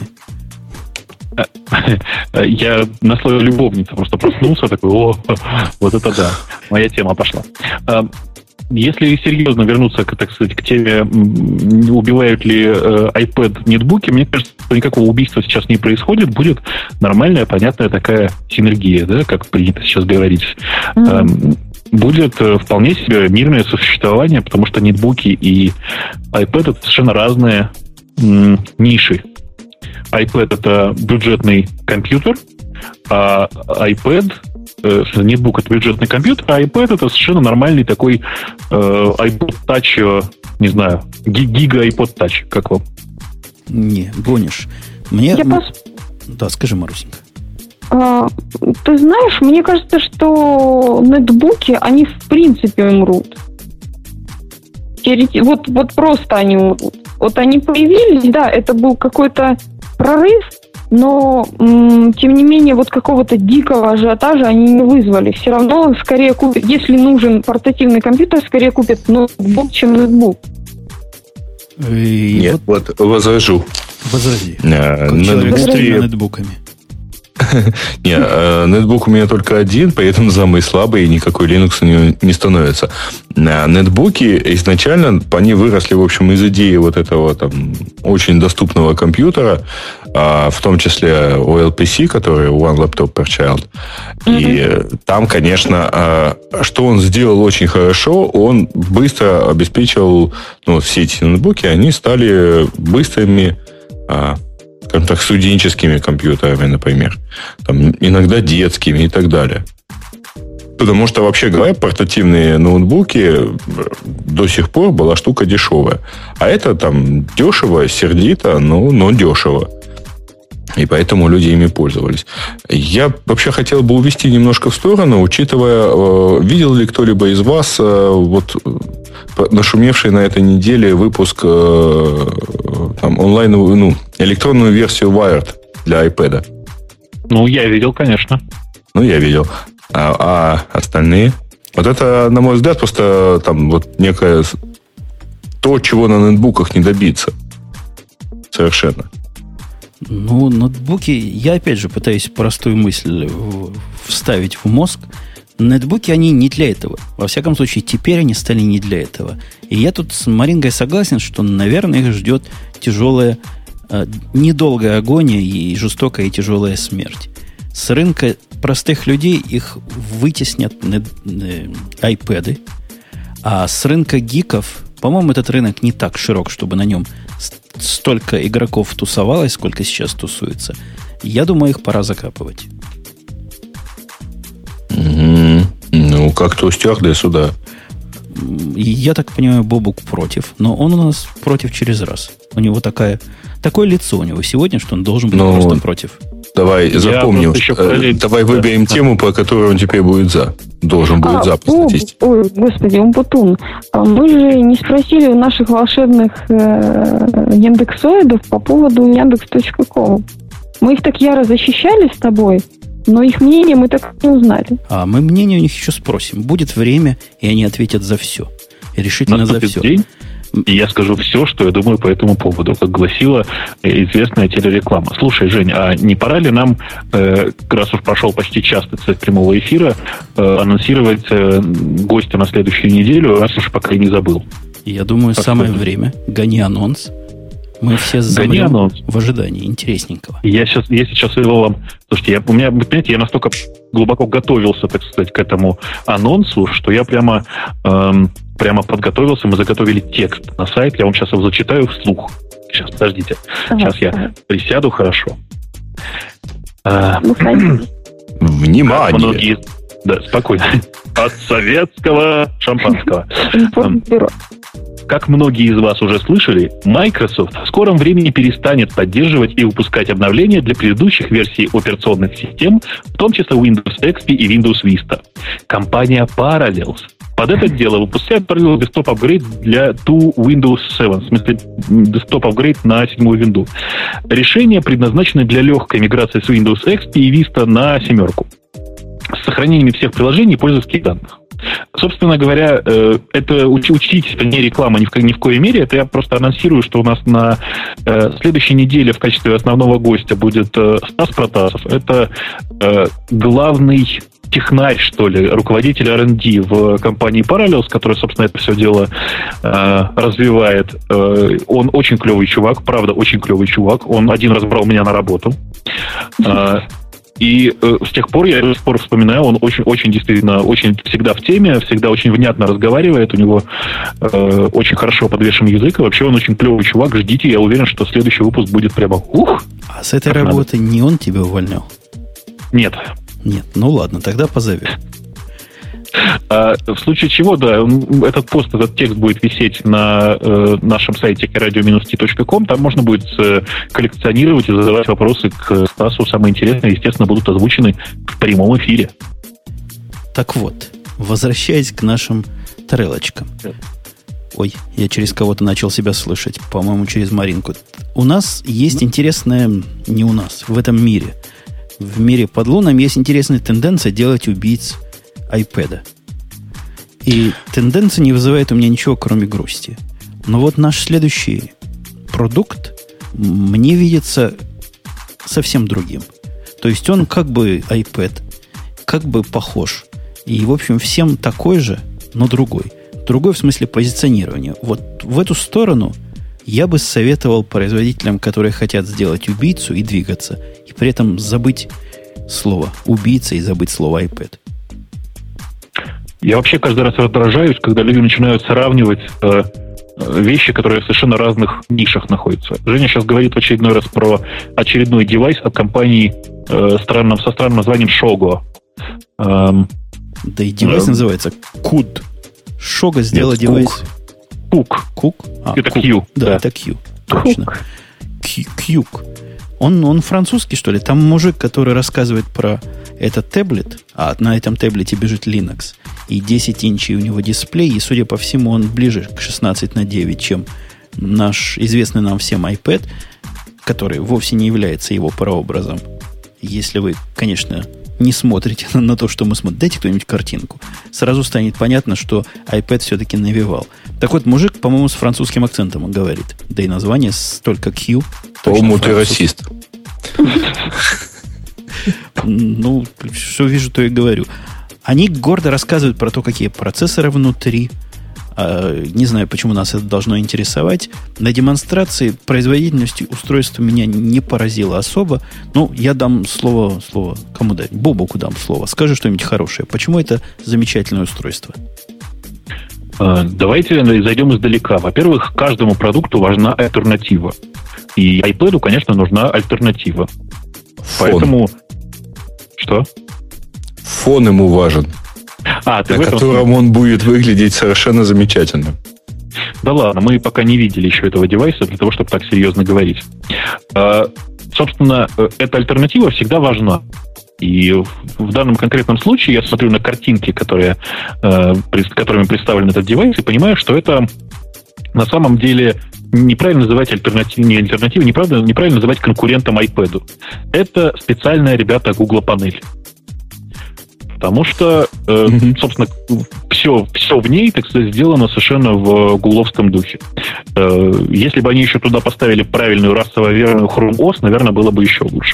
Я на слове любовница просто проснулся, такой, вот это да, моя тема пошла. Если серьезно вернуться, так сказать, к теме, убивают ли iPad нетбуки, мне кажется, что никакого убийства сейчас не происходит. Будет нормальная, понятная такая синергия, да, как принято сейчас говорить. Будет вполне себе мирное сосуществование, потому что нетбуки и iPad — это совершенно разные ниши. iPad — это бюджетный компьютер, а iPad... Нетбук — это бюджетный компьютер, а iPad — это совершенно нормальный такой iPod Touch, не знаю, гига iPod Touch. Как вам? Не, гонишь. Да, скажи, Марусенька. Ты знаешь, мне кажется, что нетбуки, они в принципе умрут. Вот просто они умрут. Они появились, да, это был какой-то прорыв, но, тем не менее, какого-то дикого ажиотажа они не вызвали. Все равно скорее купят, если нужен портативный компьютер, скорее купят ноутбук, чем нетбук. Нет, возражу. Возрази. Человек с тремя нетбуками. Не, нетбук у меня только один, поэтому самый слабый, и никакой Linux у него не становится. Нетбуки изначально, они выросли, в общем, из идеи этого очень доступного компьютера, в том числе OLPC, который One Laptop Per Child. И там, конечно, что он сделал очень хорошо, он быстро обеспечил, все эти нетбуки, они стали быстрыми, скажем так, студенческими компьютерами, например. Иногда детскими и так далее. Потому что, вообще говоря, портативные ноутбуки до сих пор была штука дешевая. А это дешево, сердито, но дешево. И поэтому люди ими пользовались. Я вообще хотел бы увести немножко в сторону, учитывая, видел ли кто-либо из вас нашумевший на этой неделе выпуск онлайновую, электронную версию Wired для iPad? Я видел, конечно. Я видел. А остальные? Это, на мой взгляд, просто некое то, чего на нетбуках не добиться. Совершенно. Ноутбуки, я опять же пытаюсь простую мысль вставить в мозг. Нетбуки, они не для этого. Во всяком случае, теперь они стали не для этого. И я тут с Маринкой согласен, что, наверное, их ждет тяжелая, недолгая агония и жестокая и тяжелая смерть. С рынка простых людей их вытеснят iPad'ы, а с рынка гиков, по-моему, этот рынок не так широк, чтобы на нем столько игроков тусовалось, сколько сейчас тусуется. Я думаю, их пора закапывать. Ну, как-то стюардессу, сюда. Я так понимаю, Бобук против, но он у нас против через раз. У него такое лицо у него сегодня, что он должен быть просто против. Давай запомним. Давай выберем тему, по которой он теперь будет за. Должен будет за по статистике. Ой, господи, Умпутун. Мы же не спросили у наших волшебных яндексоидов по поводу Яндекс.ком. Мы их так яро защищали с тобой, но их мнение мы так и не узнали. А мы мнение у них еще спросим. Будет время, и они ответят за все. Решительно за все. День, и я скажу все, что я думаю по этому поводу, как гласила известная телереклама. Слушай, Жень, а не пора ли нам, раз уж прошел почти час прямого эфира, анонсировать гостя на следующую неделю, раз уж пока и не забыл? Я думаю, самое время. Гони анонс. Мы все замрем в ожидании интересненького. Я сейчас его вам... Слушайте, я настолько глубоко готовился, так сказать, к этому анонсу, что я прямо подготовился. Мы заготовили текст на сайт. Я вам сейчас его зачитаю вслух. Сейчас, подождите. Сейчас я присяду хорошо. Внимание! Да, спокойно. От советского шампанского. Как многие из вас уже слышали, Microsoft в скором времени перестанет поддерживать и выпускать обновления для предыдущих версий операционных систем, в том числе Windows XP и Windows Vista. Компания Parallels под это дело выпускает Parallels Desktop Upgrade для Windows 7, в смысле Desktop Upgrade на 7-ю винду. Решение предназначено для легкой миграции с Windows XP и Vista на 7-ку. С сохранением всех приложений и пользовательских данных. Собственно говоря, это учтите, это не реклама ни в коей мере, это я просто анонсирую, что у нас на следующей неделе в качестве основного гостя будет Стас Протасов. Это главный технарь, что ли, руководитель R&D в компании Parallels, который, собственно, это все дело развивает. Он очень клевый чувак, правда, очень клевый чувак. Он один раз брал меня на работу. И с тех пор я до сих пор вспоминаю, он очень действительно, очень всегда в теме, всегда очень внятно разговаривает, у него очень хорошо подвешен язык, и вообще он очень клевый чувак, ждите, я уверен, что следующий выпуск будет прямо ух! А с этой работы не он тебя увольнял? Нет. Нет, ну ладно, тогда позови. В случае чего, да, этот пост, этот текст будет висеть на нашем сайте radio-t.com. Там можно будет коллекционировать и задавать вопросы к Стасу. Самые интересные, естественно, будут озвучены в прямом эфире. Так вот, возвращаясь к нашим тарелочкам. Ой, я через кого-то начал себя слышать, по-моему, через Маринку. У нас есть интересная, не у нас, в этом мире. В мире под луном есть интересная тенденция делать убийц iPad. И тенденция не вызывает у меня ничего, кроме грусти. Но вот наш следующий продукт мне видится совсем другим. То есть он как бы iPad, как бы похож. И, в общем, всем такой же, но другой. Другой в смысле позиционирования. Вот в эту сторону я бы советовал производителям, которые хотят сделать убийцу и двигаться, и при этом забыть слово убийца и забыть слово iPad. Я вообще каждый раз раздражаюсь, когда люди начинают сравнивать вещи, которые в совершенно разных нишах находятся. Женя сейчас говорит в очередной раз про очередной девайс от компании со странным названием Shogo. Да и девайс называется CUD. Shogo сделал девайс. Cook. Это Cook. Q. Да, это Q. Точно. Quk. Он французский, что ли? Там мужик, который рассказывает про этот таблет, а на этом таблете бежит Linux, и 10 инчей у него дисплей, и, судя по всему, он ближе к 16:9, чем наш известный нам всем iPad, который вовсе не является его прообразом. Если вы, конечно, не смотрите на то, что мы смотрим. Дайте кто-нибудь картинку. Сразу станет понятно, что iPad все-таки навевал. Так вот, мужик, по-моему, с французским акцентом он говорит. Да и название столько Q. По-моему, ты расист. Ну, что вижу, то и говорю. Они гордо рассказывают про то, какие процессоры внутри. Не знаю, почему нас это должно интересовать. На демонстрации производительности устройства меня не поразило особо. Ну, я дам слово кому дать? Бобуку дам слово. Скажи что-нибудь хорошее. Почему это замечательное устройство? Давайте зайдем издалека. Во-первых, каждому продукту важна альтернатива. И iPad, конечно, нужна альтернатива. Поэтому... Что? Фон ему важен. На котором он будет выглядеть совершенно замечательно. Да ладно, мы пока не видели еще этого девайса для того, чтобы так серьезно говорить. Собственно, эта альтернатива всегда важна. И в данном конкретном случае я смотрю на картинки, которыми представлен этот девайс, и понимаю, что это на самом деле неправильно называть альтернативой, неправильно называть конкурентом iPad. Это специальная, ребята, Google панель. Потому что, собственно, все в ней, так сказать, сделано совершенно в гугловском духе. Если бы они еще туда поставили правильную расово верную Chrome OS, наверное, было бы еще лучше.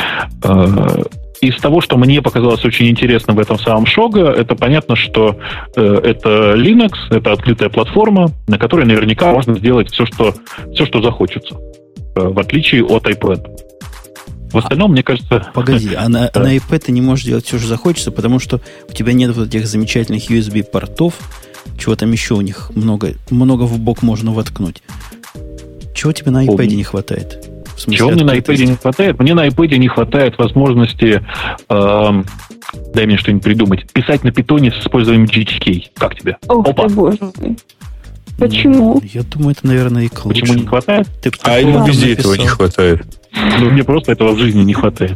Из того, что мне показалось очень интересным в этом самом Shogo, это понятно, что это Linux, это открытая платформа, на которой наверняка можно сделать все, что захочется, в отличие от iPad. В остальном, мне кажется... Погоди, на iPad ты не можешь делать все, что захочется, потому что у тебя нет вот этих замечательных USB-портов, чего там еще у них много в бок можно воткнуть. Чего тебе на iPad не хватает? Чего мне на iPad не хватает? Мне на iPad не хватает возможности, дай мне что-нибудь придумать, писать на питоне с использованием GTK. Как тебе? Опа! Боже мой. Почему? Я думаю, это, наверное, и к лучшему. Почему не хватает? Ему везде этого не хватает. Мне просто этого в жизни не хватает.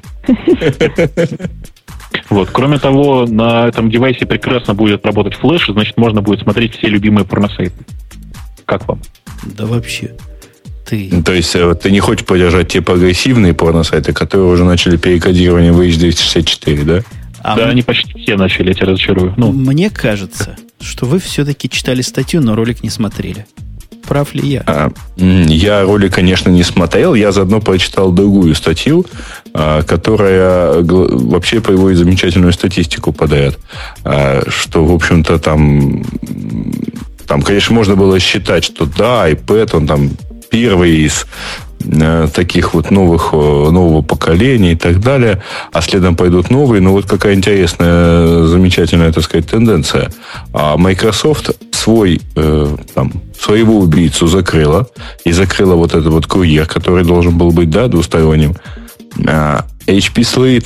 Вот. Кроме того, на этом девайсе прекрасно будет работать флеш, значит, можно будет смотреть все любимые порносайты. Как вам? Да вообще. То есть ты не хочешь поддержать те прогрессивные порносайты, которые уже начали перекодирование в H264, да? Да, они почти все начали, я тебя разочарую. Мне кажется, что вы все-таки читали статью, но ролик не смотрели. Прав ли я? Я ролик, конечно, не смотрел. Я заодно прочитал другую статью, которая вообще приводит замечательную статистику подряд. Что, в общем-то, там, конечно, можно было считать, что да, iPad, он там первый из таких вот нового поколения и так далее, а следом пойдут новые. Но вот какая интересная, замечательная, так сказать, тенденция. А Microsoft своего убийцу закрыла, и закрыла вот этот вот курьер, который должен был быть, да, двусторонним. HP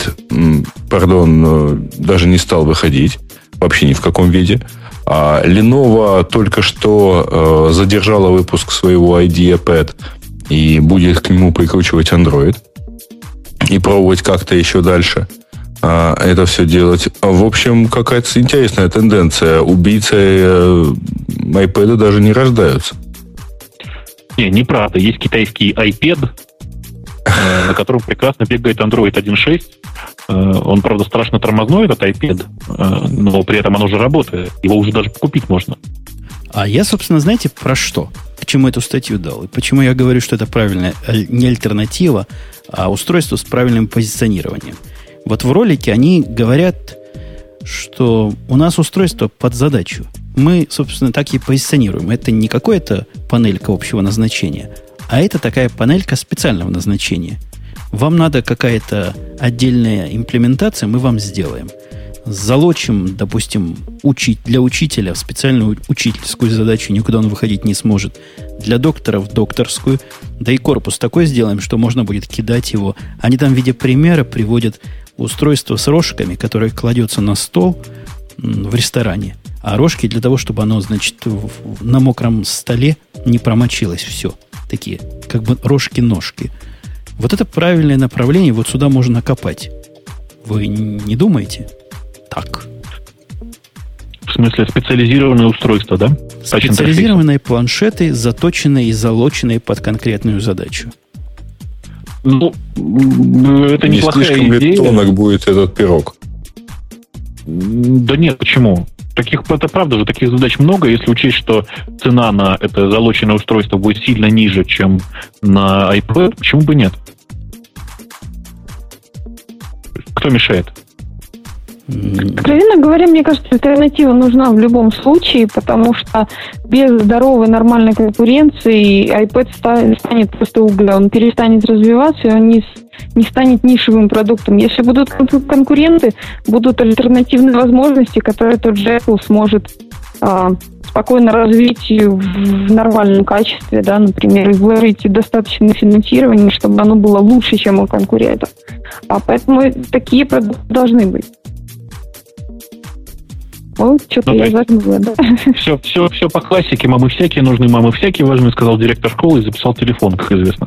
Slate, даже не стал выходить, вообще ни в каком виде. А Lenovo только что задержала выпуск своего IdeaPad и будет к нему прикручивать Android и пробовать как-то еще дальше это все делать. В общем, какая-то интересная тенденция. Убийцы iPad даже не рождаются. Неправда. Есть китайский iPad, на котором прекрасно бегает Android 1.6. Он, правда, страшно тормозной, этот iPad, но при этом он уже работает. Его уже даже купить можно. А я, собственно, знаете, про что? Почему эту статью дал? И почему я говорю, что это правильная, не альтернатива, а устройство с правильным позиционированием. Вот в ролике они говорят, что у нас устройство под задачу. Мы, собственно, так и позиционируем. Это не какая-то панелька общего назначения, а это такая панелька специального назначения. Вам надо какая-то отдельная имплементация, мы вам сделаем. Залочим, допустим, для учителя специальную учительскую задачу, никуда он выходить не сможет. Для доктора в докторскую. Да и корпус такой сделаем, что можно будет кидать его. Они там в виде примера приводят устройство с рожками, которое кладется на стол в ресторане. А рожки для того, чтобы оно, значит, на мокром столе не промочилось все. Такие, как бы рожки-ножки. Вот это правильное направление, вот сюда можно копать. Вы не думаете? Так. В смысле, специализированное устройство, да? Специализированные планшеты, заточенные и залоченные под конкретную задачу. Это неплохая идея. Не слишком ли тонок будет этот пирог? Да нет, почему? Это правда же, таких задач много, если учесть, что цена на это залоченное устройство будет сильно ниже, чем на iPad, почему бы нет? Кто мешает? Откровенно говоря, мне кажется, альтернатива нужна в любом случае, потому что без здоровой нормальной конкуренции iPad станет просто угля. Он перестанет развиваться, и он не станет нишевым продуктом. Если будут конкуренты, будут альтернативные возможности, которые тот же Apple сможет спокойно развить в нормальном качестве, да, например, и вложить достаточно финансирования, чтобы оно было лучше, чем у конкурентов. А поэтому такие продукты должны быть. Вот, что-то я загнула, да. Все по классике. Мамы всякие нужны, мамы всякие важны, сказал директор школы и записал телефон, как известно.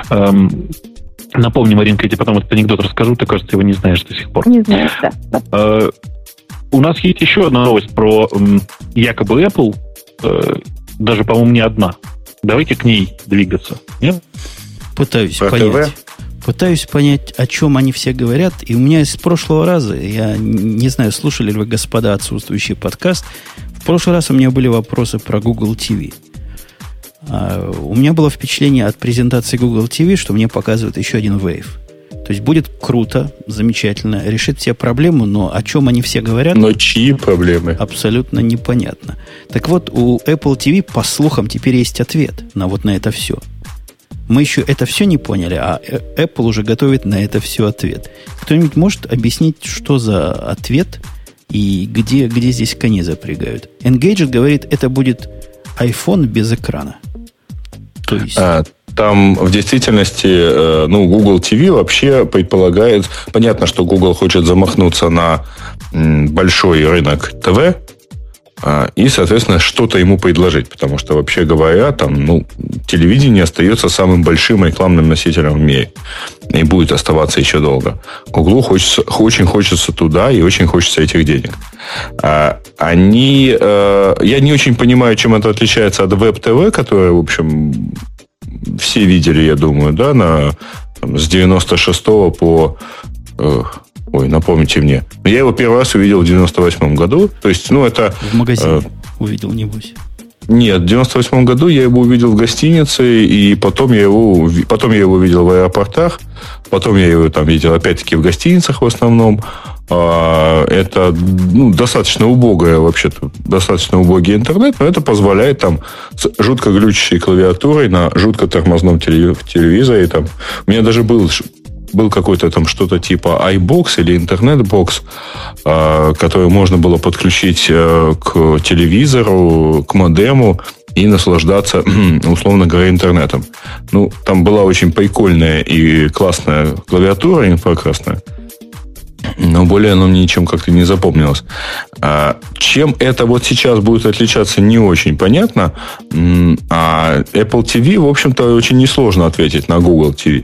Напомни, Маринка, я тебе потом этот анекдот расскажу, ты, кажется, его не знаешь до сих пор. Не знаю, да. У нас есть еще одна новость про якобы Apple, даже, по-моему, не одна. Давайте к ней двигаться. Нет? Пытаюсь понять, о чем они все говорят. И у меня с прошлого раза, я не знаю, слушали ли вы, господа, отсутствующий подкаст, в прошлый раз у меня были вопросы про Google TV. У меня было впечатление от презентации Google TV, что мне показывают еще один Wave. То есть будет круто, замечательно, решит все проблемы, но о чем они все говорят... Но чьи проблемы? Абсолютно непонятно. Так вот, у Apple TV, по слухам, теперь есть ответ на это все. Мы еще это все не поняли, а Apple уже готовит на это все ответ. Кто-нибудь может объяснить, что за ответ и где здесь кони запрягают? Engadget говорит, это будет iPhone без экрана. То есть... Там в действительности, Google TV вообще предполагает... Понятно, что Google хочет замахнуться на большой рынок ТВ и, соответственно, что-то ему предложить. Потому что, вообще говоря, телевидение остается самым большим рекламным носителем в мире. И будет оставаться еще долго. Гуглу очень хочется туда и очень хочется этих денег. Я не очень понимаю, чем это отличается от Web-TV, которое, в общем... Все видели, я думаю, да, с 96-го по... напомните мне. Я его первый раз увидел в 98-м году. То есть, это... В магазине увидел, небось. Нет, в 98-м году я его увидел в гостинице, и потом я его видел в аэропортах, потом я его там видел опять-таки в гостиницах в основном. Это достаточно убогое, вообще-то, достаточно убогий интернет, но это позволяет там с жутко глючащей клавиатурой на жутко тормозном телевизоре. Там, у меня даже был какой-то там что-то типа iBox или интернет-бокс, который можно было подключить к телевизору, к модему и наслаждаться, условно говоря, интернетом. Там была очень прикольная и классная клавиатура инфракрасная, но более оно мне ничем как-то не запомнилось. Чем это вот сейчас будет отличаться, не очень понятно. А Apple TV, в общем-то, очень несложно ответить на Google TV.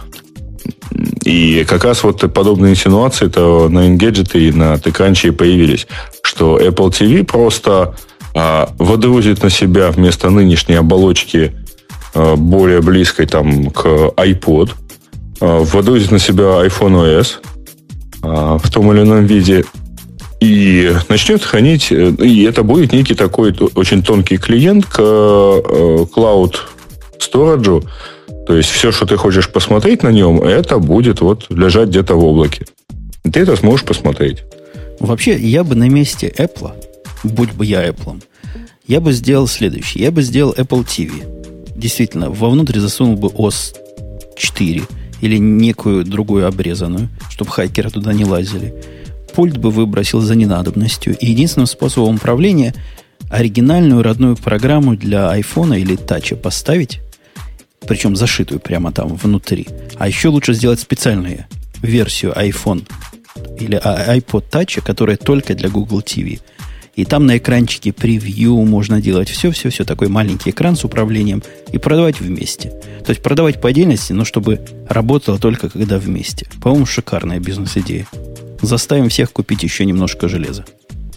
И как раз подобные инсинуации-то на Engadget и на TechCrunch появились, что Apple TV просто водрузит на себя вместо нынешней оболочки более близкой там к iPod, водрузит на себя iPhone OS в том или ином виде и начнет хранить, и это будет некий такой очень тонкий клиент к Cloud Storage. То есть все, что ты хочешь посмотреть на нем, это будет лежать где-то в облаке. И ты это сможешь посмотреть. Вообще, я бы на месте Apple, будь бы я Apple, я бы сделал следующее. Я бы сделал Apple TV. Действительно, вовнутрь засунул бы OS 4 или некую другую обрезанную, чтобы хакеры туда не лазили. Пульт бы выбросил за ненадобностью. И единственным способом управления оригинальную родную программу для айфона или тача поставить, причем зашитую прямо там внутри. А еще лучше сделать специальную версию iPhone или iPod Touch, которая только для Google TV. И там на экранчике превью можно делать все. Такой маленький экран с управлением и продавать вместе. То есть продавать по отдельности, но чтобы работало только когда вместе. По-моему, шикарная бизнес-идея. Заставим всех купить еще немножко железа.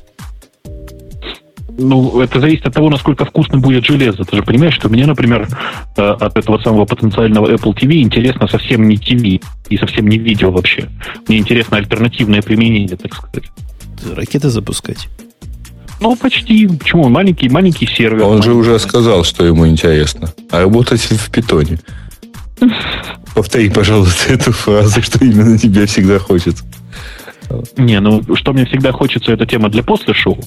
Это зависит от того, насколько вкусно будет железо. Ты же понимаешь, что мне, например, от этого самого потенциального Apple TV интересно совсем не TV и совсем не видео вообще. Мне интересно альтернативное применение, так сказать. Ракеты запускать? Почти. Почему? Маленький сервер. Он же уже сказал, что ему интересно. А работать в питоне. Повтори, пожалуйста, эту фразу, что именно тебе всегда хочется. Не, ну, что мне всегда хочется, это тема для после шоу.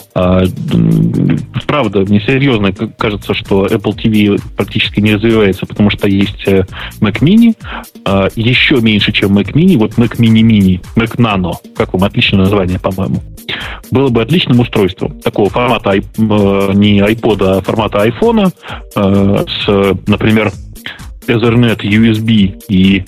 Правда, мне серьезно кажется, что Apple TV практически не развивается, потому что есть Mac Mini, еще меньше, чем Mac Mini, вот Mac Mini Mini, Mac Nano, как вам, отличное название, по-моему. Было бы отличным устройством такого формата, не iPod, а формата iPhone, с, например, Ethernet, USB и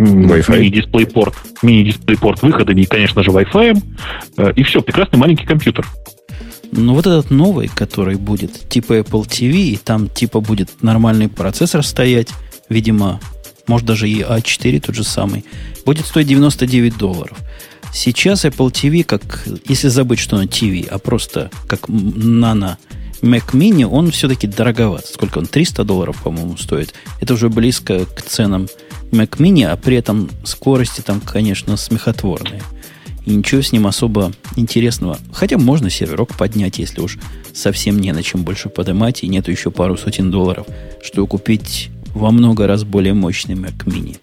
мини-дисплей-порт выходами и, конечно же, Wi-Fi. И все, прекрасный маленький компьютер. Ну, вот этот новый, который будет типа Apple TV, и там типа будет нормальный процессор стоять, видимо, может даже и A4 тот же самый, будет стоить $99. Сейчас Apple TV, как, если забыть, что он TV, а просто как нано Mac Mini, он все-таки дороговат. Сколько он? $300, по-моему, стоит. Это уже близко к ценам Mac Mini, а при этом скорости там, конечно, смехотворные. И ничего с ним особо интересного. Хотя можно серверок поднять, если уж совсем не на чем больше поднимать, и нету еще пару сотен долларов, чтобы купить во много раз более мощный Mac Mini.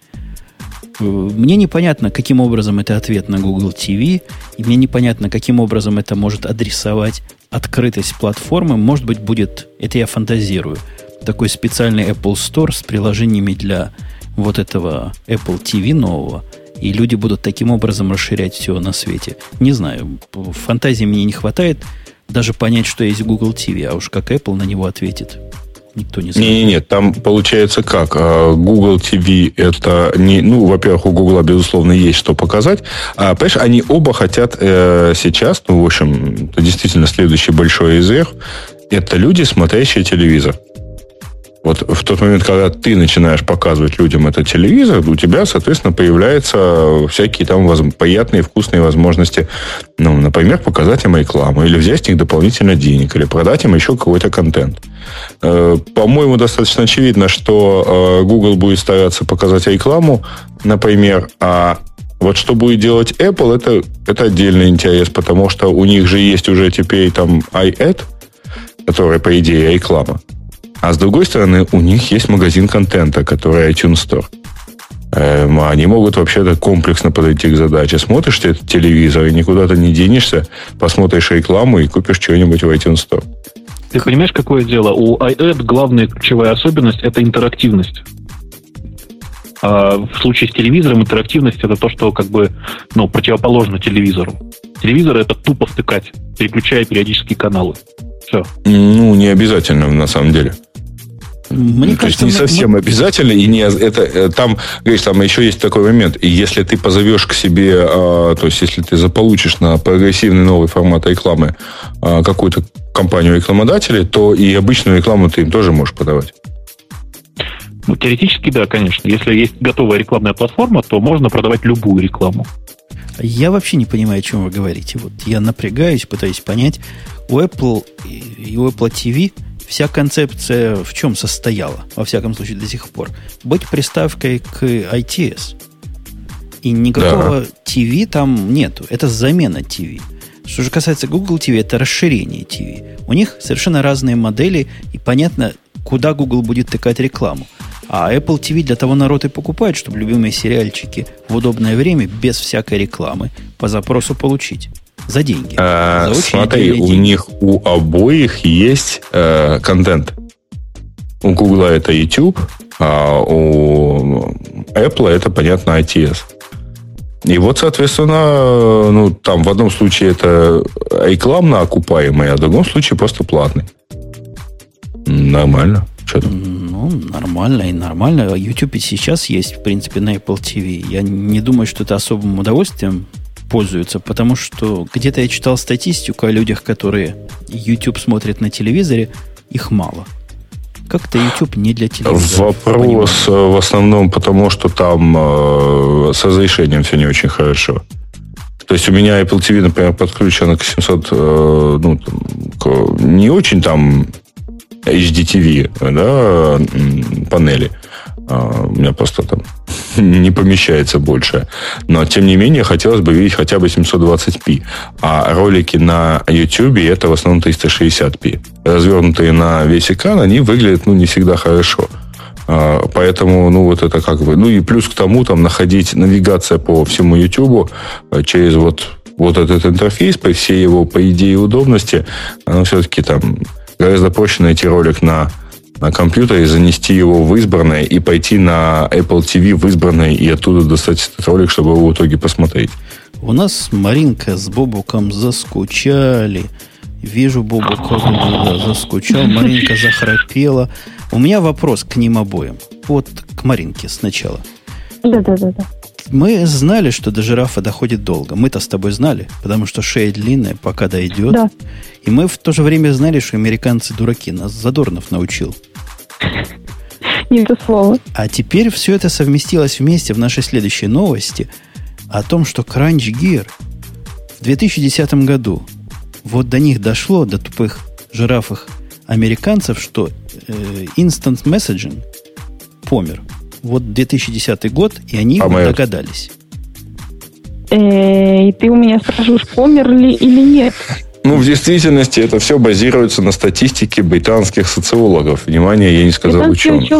Мне непонятно, каким образом это ответ на Google TV, и мне непонятно, каким образом это может адресовать открытость платформы. Может быть, будет, это я фантазирую, такой специальный Apple Store с приложениями для вот этого Apple TV нового, и люди будут таким образом расширять все на свете. Не знаю, фантазии мне не хватает даже понять, что есть Google TV, а уж как Apple на него ответит, никто не знает. Нет, там получается как? Google TV это не... Ну, во-первых, у Google, безусловно, есть что показать. Понимаешь, они оба хотят сейчас, ну, в общем, это действительно следующий большой из их, это люди, смотрящие телевизор. Вот в тот момент, когда ты начинаешь показывать людям этот телевизор, у тебя, соответственно, появляются всякие там приятные, вкусные возможности, ну, например, показать им рекламу, или взять с них дополнительно денег, или продать им еще какой-то контент. По-моему, достаточно очевидно, что Google будет стараться показать рекламу, например, а вот что будет делать Apple, это отдельный интерес, потому что у них же есть уже теперь там iAd, который, по идее, реклама. А с другой стороны, у них есть магазин контента, который iTunes Store. Они могут вообще-то комплексно подойти к задаче. Смотришь ты этот телевизор, и никуда ты не денешься, посмотришь рекламу и купишь что-нибудь в iTunes Store. Ты понимаешь, какое дело? У iAd главная ключевая особенность – это интерактивность. А в случае с телевизором интерактивность – это то, что как бы, ну, противоположно телевизору. Телевизор – это тупо втыкать, переключая периодические каналы. Все. Ну, не обязательно, на самом деле. Мне кажется, не совсем обязательно, и не это там, говоришь, там еще есть такой момент. И если ты позовешь к себе, то есть если ты заполучишь на прогрессивный новый формат рекламы какую-то компанию рекламодателей, то и обычную рекламу ты им тоже можешь подавать. Ну, теоретически, да, конечно. Если есть готовая рекламная платформа, то можно продавать любую рекламу. Я вообще не понимаю, о чем вы говорите. Вот я напрягаюсь, пытаюсь понять. У Apple и у Apple TV вся концепция в чем состояла, во всяком случае, до сих пор? Быть приставкой к ITS. И никакого TV там нету. Это замена TV. Что же касается Google TV, это расширение TV. У них совершенно разные модели, и понятно, куда Google будет тыкать рекламу. А Apple TV для того народ и покупает, чтобы любимые сериальчики в удобное время, без всякой рекламы, по запросу получить. За деньги. Смотри, у них у обоих есть контент. У Google это YouTube, а у Apple это, понятно, ITS. И вот, соответственно, ну, там в одном случае это рекламно окупаемый, а в другом случае просто платный. Нормально. Что там? Ну, нормально и нормально. YouTube и сейчас есть, в принципе, на Apple TV. Я не думаю, что это особым удовольствием пользуются, потому что где-то я читал статистику о людях, которые YouTube смотрят на телевизоре, их мало. Как-то YouTube не для телевизора. Вопрос в основном потому, что там с разрешением все не очень хорошо. То есть у меня Apple TV, например, подключена к 700, ну, там, не очень там HDTV, да, панели. У меня просто там не помещается больше. Но, тем не менее, хотелось бы видеть хотя бы 720p. А ролики на YouTube это в основном 360p. Развернутые на весь экран, они выглядят, ну, не всегда хорошо. Поэтому, вот это как бы... и плюс к тому, там, находить навигация по всему YouTube через вот этот интерфейс, при всей его, по идее, удобности, оно все-таки там гораздо проще найти ролик на компьютере, занести его в избранное и пойти на Apple TV в избранное и оттуда достать этот ролик, чтобы его в итоге посмотреть. У нас Маринка с Бобуком заскучали. Вижу, Бобук заскучал, Маринка захрапела. У меня вопрос к ним обоим. Вот к Маринке сначала. Да. Мы знали, что до жирафа доходит долго. Мы-то с тобой знали, потому что шея длинная, пока дойдет. Да. И мы в то же время знали, что американцы дураки. Нас Задорнов научил. Не то слово. А теперь все это совместилось вместе в нашей следующей новости о том, что Crunch Gear в 2010 году вот до них дошло, до тупых жирафых американцев, что Instant Messaging помер. Вот 2010 год, и они догадались. И ты у меня спрашиваешь, помер ли или нет? В действительности это все базируется на статистике британских социологов. Внимание, я не сказал ученых.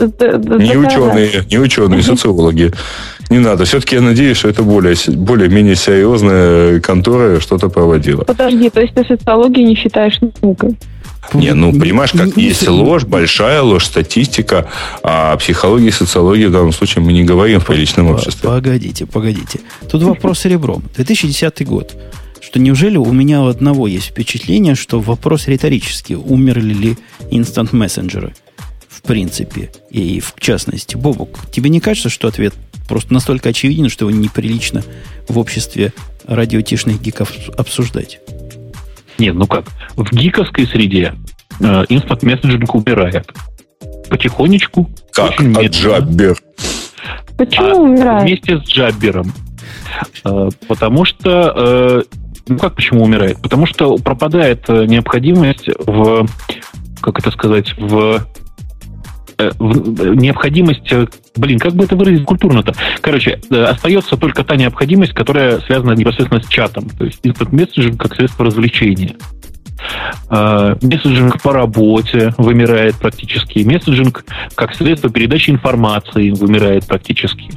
Не ученые, социологи. Не надо. Все-таки я надеюсь, что это более-менее серьезная контора что-то проводила. Подожди, то есть ты социологию не считаешь наукой? Понимаешь, как есть ложь, большая ложь, статистика, а о психологии и социологии в данном случае мы не говорим в приличном обществе. Погодите. Тут вопрос ребром. 2010 год. Что неужели у меня у одного есть впечатление, что вопрос риторический. Умерли ли инстант мессенджеры? В принципе. И в частности. Бобук, тебе не кажется, что ответ просто настолько очевиден, что его неприлично в обществе радиотишных гиков обсуждать? Нет, как? В гиковской среде инстант мессенджинг умирает. Потихонечку. Как от Джаббер. Почему умирает? Вместе с Джаббером. Потому что... почему умирает? Потому что пропадает необходимость в необходимость... как бы это выразить культурно-то? Остается только та необходимость, которая связана непосредственно с чатом. То есть инстант-месседжинг как средство развлечения. Месседжинг по работе вымирает практически. Месседжинг как средство передачи информации вымирает практически.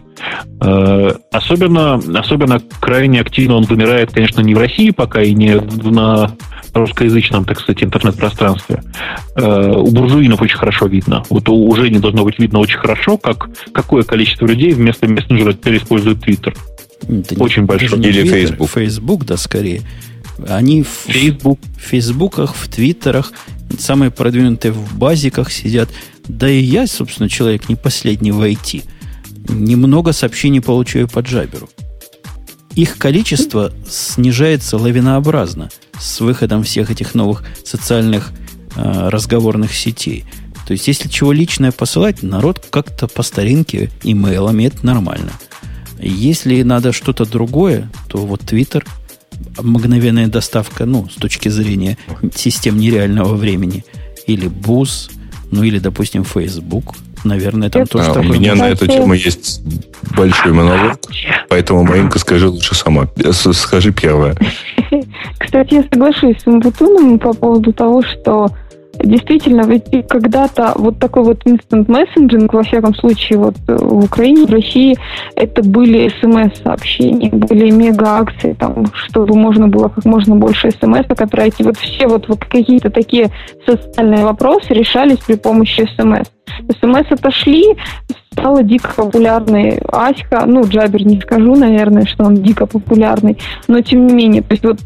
Особенно крайне активно он вымирает, конечно, не в России пока и не на русскоязычном, так сказать, интернет-пространстве. У буржуинов очень хорошо видно. Вот уже не должно быть видно очень хорошо, какое количество людей вместо мессенджера теперь используют Twitter. Очень большое. Или Facebook. Facebook, да, скорее. Они в Фейсбуках, в Твиттерах, самые продвинутые в базиках сидят. Да и я, собственно, человек не последний в IT. Немного сообщений получаю по Джаберу. Их количество снижается лавинообразно с выходом всех этих новых социальных разговорных сетей. То есть, если чего личное посылать, народ как-то по старинке имейлами, это нормально. Если надо что-то другое, то вот Твиттер, мгновенная доставка, с точки зрения систем нереального времени, или Буз, или, допустим, Facebook, наверное, там тоже такое. У меня на эту тему есть большой монолог, поэтому, Маринка, скажи лучше сама. Скажи первое. Кстати, я соглашусь с Умбутуном по поводу того, что действительно, ведь когда-то вот такой вот instant мессенджинг, во всяком случае, вот в Украине, в России, это были смс-сообщения, были мега-акции, там, чтобы можно было как можно больше смс отправить. И вот все вот какие-то такие социальные вопросы решались при помощи смс. СМС отошли, стала дико популярной Аська. Джабер не скажу, наверное, что он дико популярный, но тем не менее, то есть вот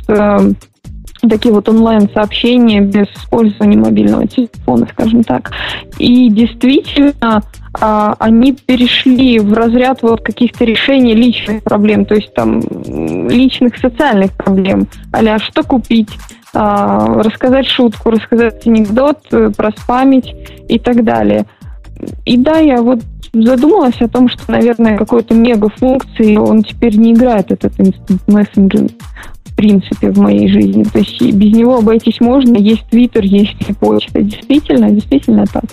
такие вот онлайн-сообщения без использования мобильного телефона, скажем так. И действительно, они перешли в разряд вот каких-то решений личных проблем, то есть там личных социальных проблем. А-ля, что купить, рассказать шутку, рассказать анекдот, проспамить и так далее. И да, я вот задумалась о том, что, наверное, какой-то мега-функции он теперь не играет, этот instant messaging, в принципе, в моей жизни. То есть без него обойтись можно. Есть Твиттер, есть почта. Действительно так.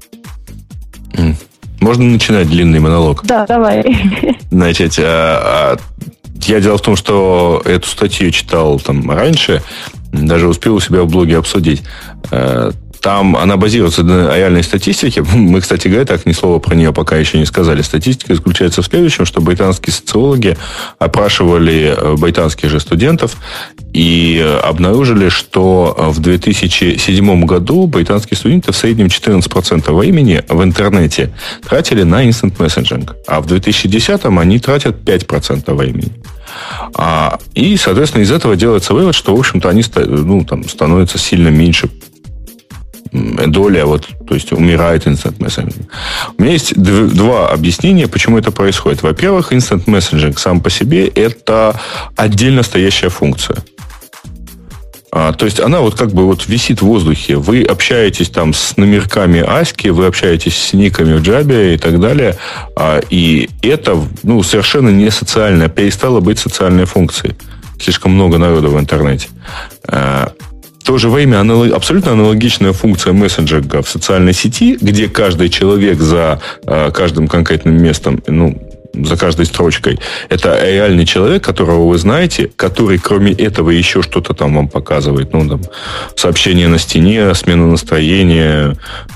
Можно начинать длинный монолог? Да, давай. Значит, дело в том, что эту статью читал там раньше, даже успел у себя в блоге обсудить. Там она базируется на реальной статистике. Мы, кстати говоря, так ни слова про нее пока еще не сказали. Статистика заключается в следующем, что британские социологи опрашивали британских же студентов и обнаружили, что в 2007 году британские студенты в среднем 14% времени в интернете тратили на instant messaging, а в 2010 они тратят 5% времени. И, соответственно, из этого делается вывод, что, в общем-то, они становятся сильно меньше доля, то есть умирает instant messaging. У меня есть два объяснения, почему это происходит. Во-первых, instant messaging сам по себе это отдельно стоящая функция. То есть она висит в воздухе. Вы общаетесь там с номерками Аськи, вы общаетесь с никами в Jabber и так далее. И это совершенно не социально, перестало быть социальной функцией. Слишком много народа в интернете. В то же время абсолютно аналогичная функция мессенджера в социальной сети, где каждый человек за каждым конкретным местом, за каждой строчкой, это реальный человек, которого вы знаете, который, кроме этого, еще что-то там вам показывает. Сообщение на стене, смену настроения,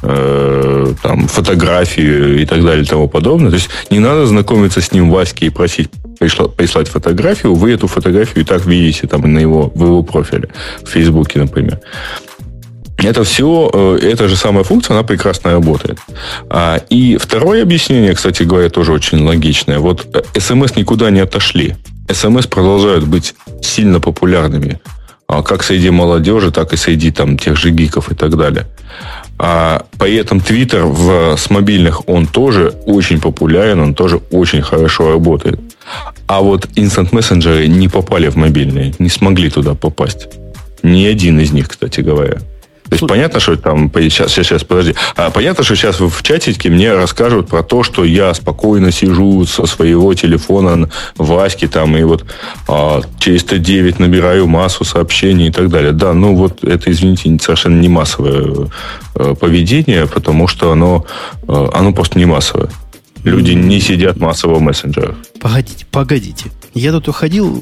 фотографию и так далее и тому подобное. То есть не надо знакомиться с ним в Аське и просить прислать фотографию. Вы эту фотографию и так видите в его профиле в Фейсбуке, например. Это все, эта же самая функция, она прекрасно работает. И второе объяснение, кстати говоря, тоже очень логичное. СМС никуда не отошли. СМС продолжают быть сильно популярными. Как среди молодежи, так и среди тех же гиков и так далее. При этом Twitter с мобильных, он тоже очень популярен, он тоже очень хорошо работает. А instant мессенджеры не попали в мобильные, не смогли туда попасть. Ни один из них, кстати говоря. То есть понятно, что сейчас, подожди. Понятно, что сейчас в чатике мне расскажут про то, что я спокойно сижу со своего телефона в Аське и через Т9 набираю массу сообщений и так далее. Да, это, извините, совершенно не массовое поведение, потому что оно просто не массовое. Люди не сидят массово в мессенджерах. Погодите. Я тут уходил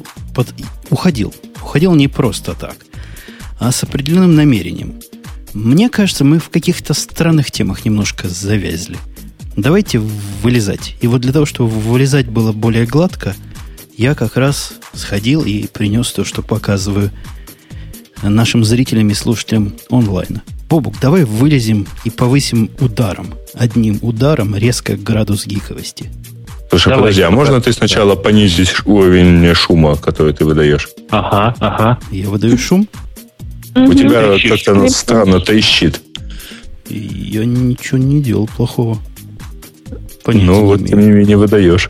не просто так, а с определенным намерением. Мне кажется, мы в каких-то странных темах немножко завязли. Давайте вылезать. И для того, чтобы вылезать было более гладко, я как раз сходил и принес то, что показываю нашим зрителям и слушателям онлайна. Бобук, давай вылезем и повысим ударом. Одним ударом резко градус гиковости. Слушай, подожди, а можно ты сначала понизишь уровень шума, который ты выдаешь? Ага. Я выдаю шум? У тебя как-то странно трещит. Я ничего не делал плохого. Тем не менее выдаешь.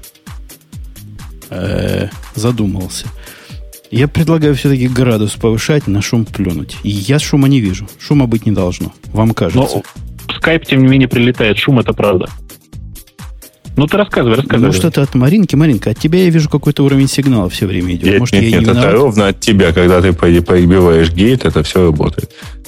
Задумался. Я предлагаю все-таки градус повышать, на шум плюнуть. И я шума не вижу. Шума быть не должно. Вам кажется. Но в скайп, тем не менее, прилетает шум, это правда. Ты рассказывай. Может, это от Маринки? Маринка, от тебя я вижу какой-то уровень сигнала все время идет. Может, нет, это ровно от тебя. Когда ты перебиваешь гейт, это все работает.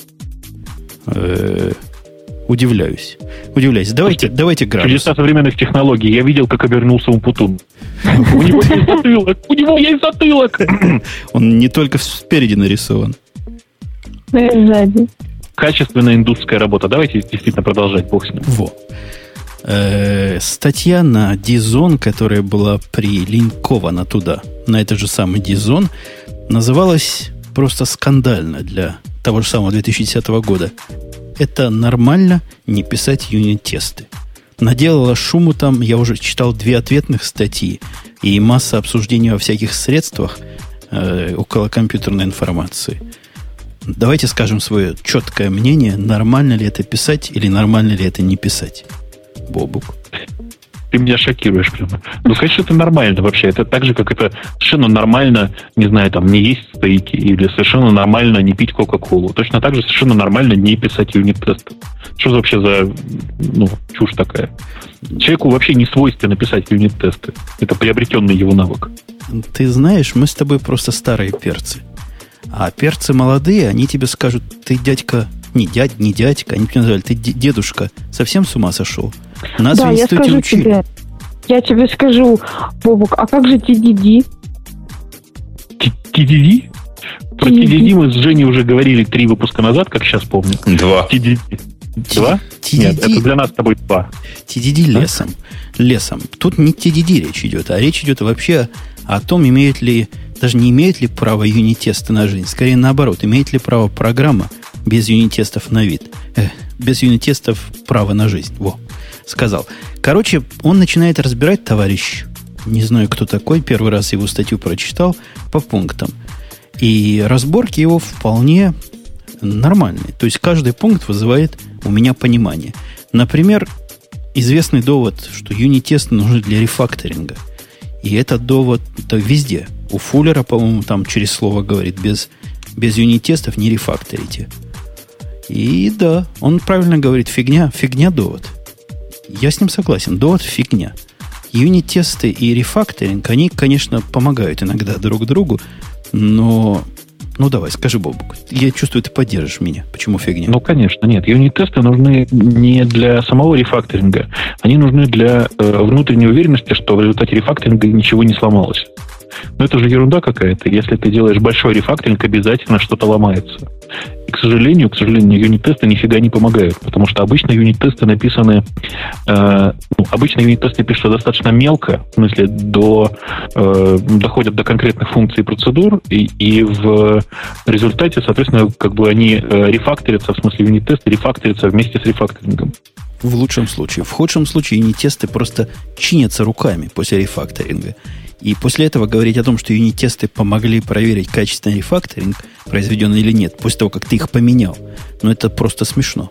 Удивляюсь. Давайте градус. Чудеса современных технологий. Я видел, как обернулся Умпутун. У него есть затылок! Он не только спереди нарисован. Сзади. Качественная индусская работа. Давайте действительно продолжать, бог с ним. Статья на Dizon, которая была прилинкована туда, на этот же самый Dizon, называлась просто скандально для того же самого 2010 года. Это нормально не писать юнит-тесты. Наделала шуму там, я уже читал 2 ответных статьи и масса обсуждений во всяких средствах около компьютерной информации. Давайте скажем свое четкое мнение, нормально ли это писать или нормально ли это не писать. Бобук. Ты меня шокируешь прямо. Конечно, это нормально вообще. Это так же, как это совершенно нормально, не знаю, не есть стейки, или совершенно нормально не пить Кока-Колу. Точно так же совершенно нормально не писать юнит-тесты. Что вообще за чушь такая? Человеку вообще не свойственно писать юнит-тесты. Это приобретенный его навык. Ты знаешь, мы с тобой просто старые перцы. А перцы молодые, они тебе скажут, ты дядька... Не дядька, они тебя назвали, ты дедушка, совсем с ума сошел? Нас в институте учили. Я тебе скажу, Бобук, а как же TDD? TDD? Про TDD мы с Женей уже говорили 3 выпуска назад, как сейчас помню. 2. TDD. 2? Нет, это для нас с тобой 2. TDD лесом. Тут не TDD речь идет, а речь идет вообще о том, даже не имеет ли право юнит-тесты на жизнь. Скорее наоборот, имеет ли право программа без юнит-тестов на вид. Без юнит-тестов право на жизнь. Сказал. Короче, он начинает разбирать, товарищ, не знаю, кто такой, первый раз его статью прочитал, по пунктам. И разборки его вполне нормальные. То есть каждый пункт вызывает у меня понимание. Например, известный довод, что юнит-тесты нужны для рефакторинга. И этот довод-то везде. У Фуллера, по-моему, там через слово говорит, без юнит-тестов не рефакторите. И да, он правильно говорит, фигня довод. Я с ним согласен, довод фигня. Юнит-тесты и рефакторинг, они, конечно, помогают иногда друг другу, но... Ну, давай, скажи, Бобук. Я чувствую, ты поддержишь меня. Почему фигня? Ну, конечно, нет. Юнит-тесты нужны не для самого рефакторинга. Они нужны для внутренней уверенности, что в результате рефакторинга ничего не сломалось. Но это же ерунда какая-то. Если ты делаешь большой рефакторинг, обязательно что-то ломается. И, к сожалению, юнит-тесты нифига не помогают. Потому что обычно юнит-тесты написаны... обычно юнит-тесты пишутся достаточно мелко. В смысле, доходят до конкретных функций и процедур. И в результате, соответственно, как бы они рефакторятся, в смысле юнит-тесты рефакторятся вместе с рефакторингом. В лучшем случае. В худшем случае юнит-тесты просто чинятся руками после рефакторинга. И после этого говорить о том, что юнит-тесты помогли проверить качественный рефакторинг, произведенный или нет, после того, как ты их поменял, это просто смешно.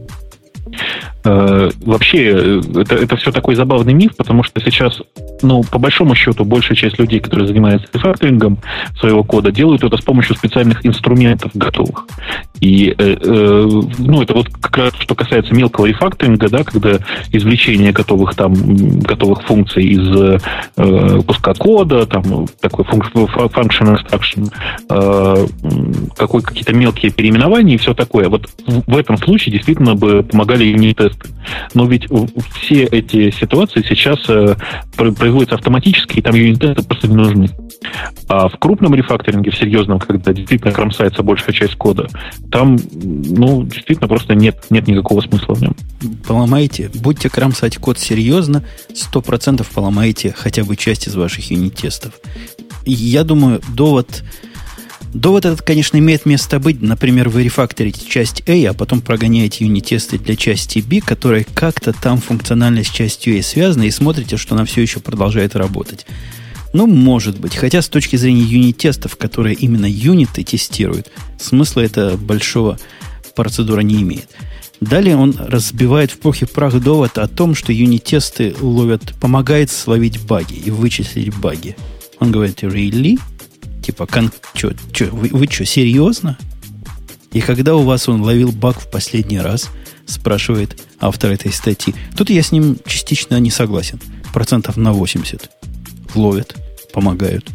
Вообще, это все такой забавный миф, потому что сейчас, по большому счету, большая часть людей, которые занимаются рефакторингом своего кода, делают это с помощью специальных инструментов готовых. И, это вот как раз что касается мелкого рефакторинга, да, когда извлечение готовых функций из куска кода, там, такой function instruction, какие-то мелкие переименования и все такое. Вот в этом случае действительно бы помогали юнит-тесты. Но ведь все эти ситуации сейчас производятся автоматически, и там юнит-тесты просто не нужны. А в крупном рефакторинге, в серьезном, когда действительно кромсается большая часть кода, там, действительно просто нет никакого смысла в нем. Поломаете, будьте кромсать код серьезно, 100% поломаете хотя бы часть из ваших юнит-тестов. Я думаю, довод этот, конечно, имеет место быть. Например, вы рефакторите часть A, а потом прогоняете юнит-тесты для части B, которая как-то там функционально с частью A связана, и смотрите, что она все еще продолжает работать. Может быть. Хотя с точки зрения юнит-тестов, которые именно юниты тестируют, смысла это большого процедура не имеет. Далее он разбивает в пух и прах довод о том, что юнит-тесты помогают словить баги и вычислить баги. Он говорит, really? Типа, вы что, серьезно? И когда у вас он ловил баг в последний раз, спрашивает автор этой статьи, тут я с ним частично не согласен. 80% ловят, помогают.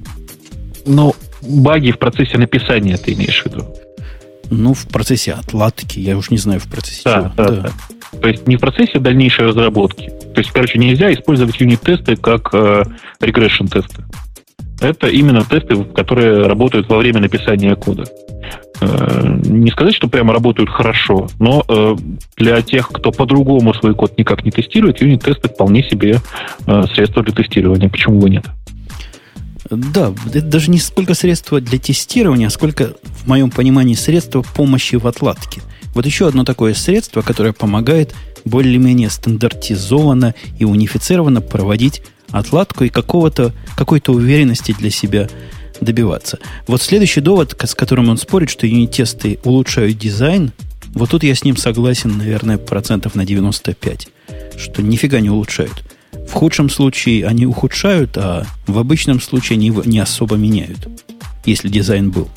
Баги в процессе написания ты имеешь в виду? В процессе отладки, я уж не знаю, в процессе чего. Да. То есть не в процессе дальнейшей разработки. То есть, нельзя использовать юнит-тесты как регрессион-тесты. Это именно тесты, которые работают во время написания кода. Не сказать, что прямо работают хорошо, но для тех, кто по-другому свой код никак не тестирует, юнит-тесты вполне себе средство для тестирования. Почему бы нет? Да, это даже не сколько средства для тестирования, сколько, в моем понимании, средства помощи в отладке. Вот еще одно такое средство, которое помогает более-менее стандартизованно и унифицированно проводить отладку и какой-то уверенности для себя добиваться. Вот следующий довод, с которым он спорит, что юнит-тесты улучшают дизайн, вот тут я с ним согласен, наверное, 95%, что нифига не улучшают. В худшем случае они ухудшают, а в обычном случае они не особо меняют, если дизайн был.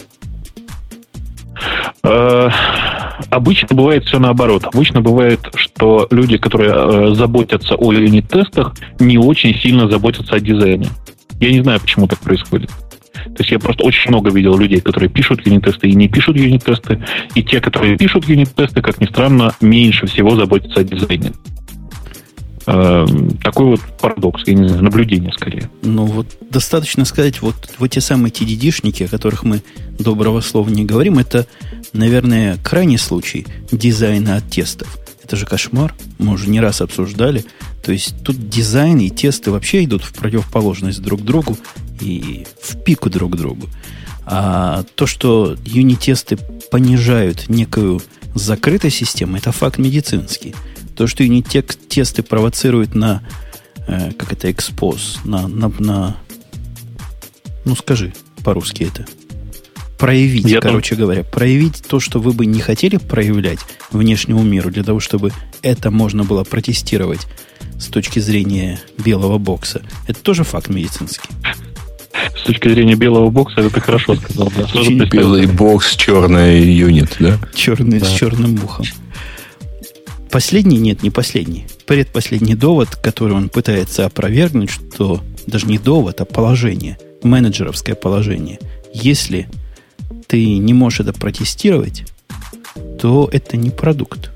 Обычно бывает все наоборот. Обычно бывает, что люди, которые заботятся о юнит-тестах, не очень сильно заботятся о дизайне. Я не знаю, почему так происходит. То есть я просто очень много видел людей, которые пишут юнит-тесты и не пишут юнит-тесты. И те, которые пишут юнит-тесты, как ни странно, меньше всего заботятся о дизайне. такой вот парадокс, я не знаю, наблюдение скорее. Ну вот достаточно сказать, вот те самые TDD-шники, о которых мы доброго слова не говорим, это, наверное, крайний случай дизайна от тестов. Это же кошмар, мы уже не раз обсуждали. То есть тут дизайн и тесты вообще идут в противоположность друг другу и в пику друг другу. А то, что юнит-тесты понижают некую закрытую систему, это факт медицинский. То, что юнит-тесты провоцируют на, как это, экспоз, ну скажи по-русски это. Проявить, говоря, проявить то, что вы бы не хотели проявлять внешнему миру, для того, чтобы это можно было протестировать с точки зрения белого бокса. Это тоже факт медицинский. С точки зрения белого бокса, это ты хорошо сказал. Да. Белый бокс, черный юнит, да? Черный, да. С черным мухом. Последний, нет, не последний. Предпоследний довод, который он пытается опровергнуть, что даже не довод, а положение, менеджеровское положение. Если ты не можешь это протестировать, то это не продукт.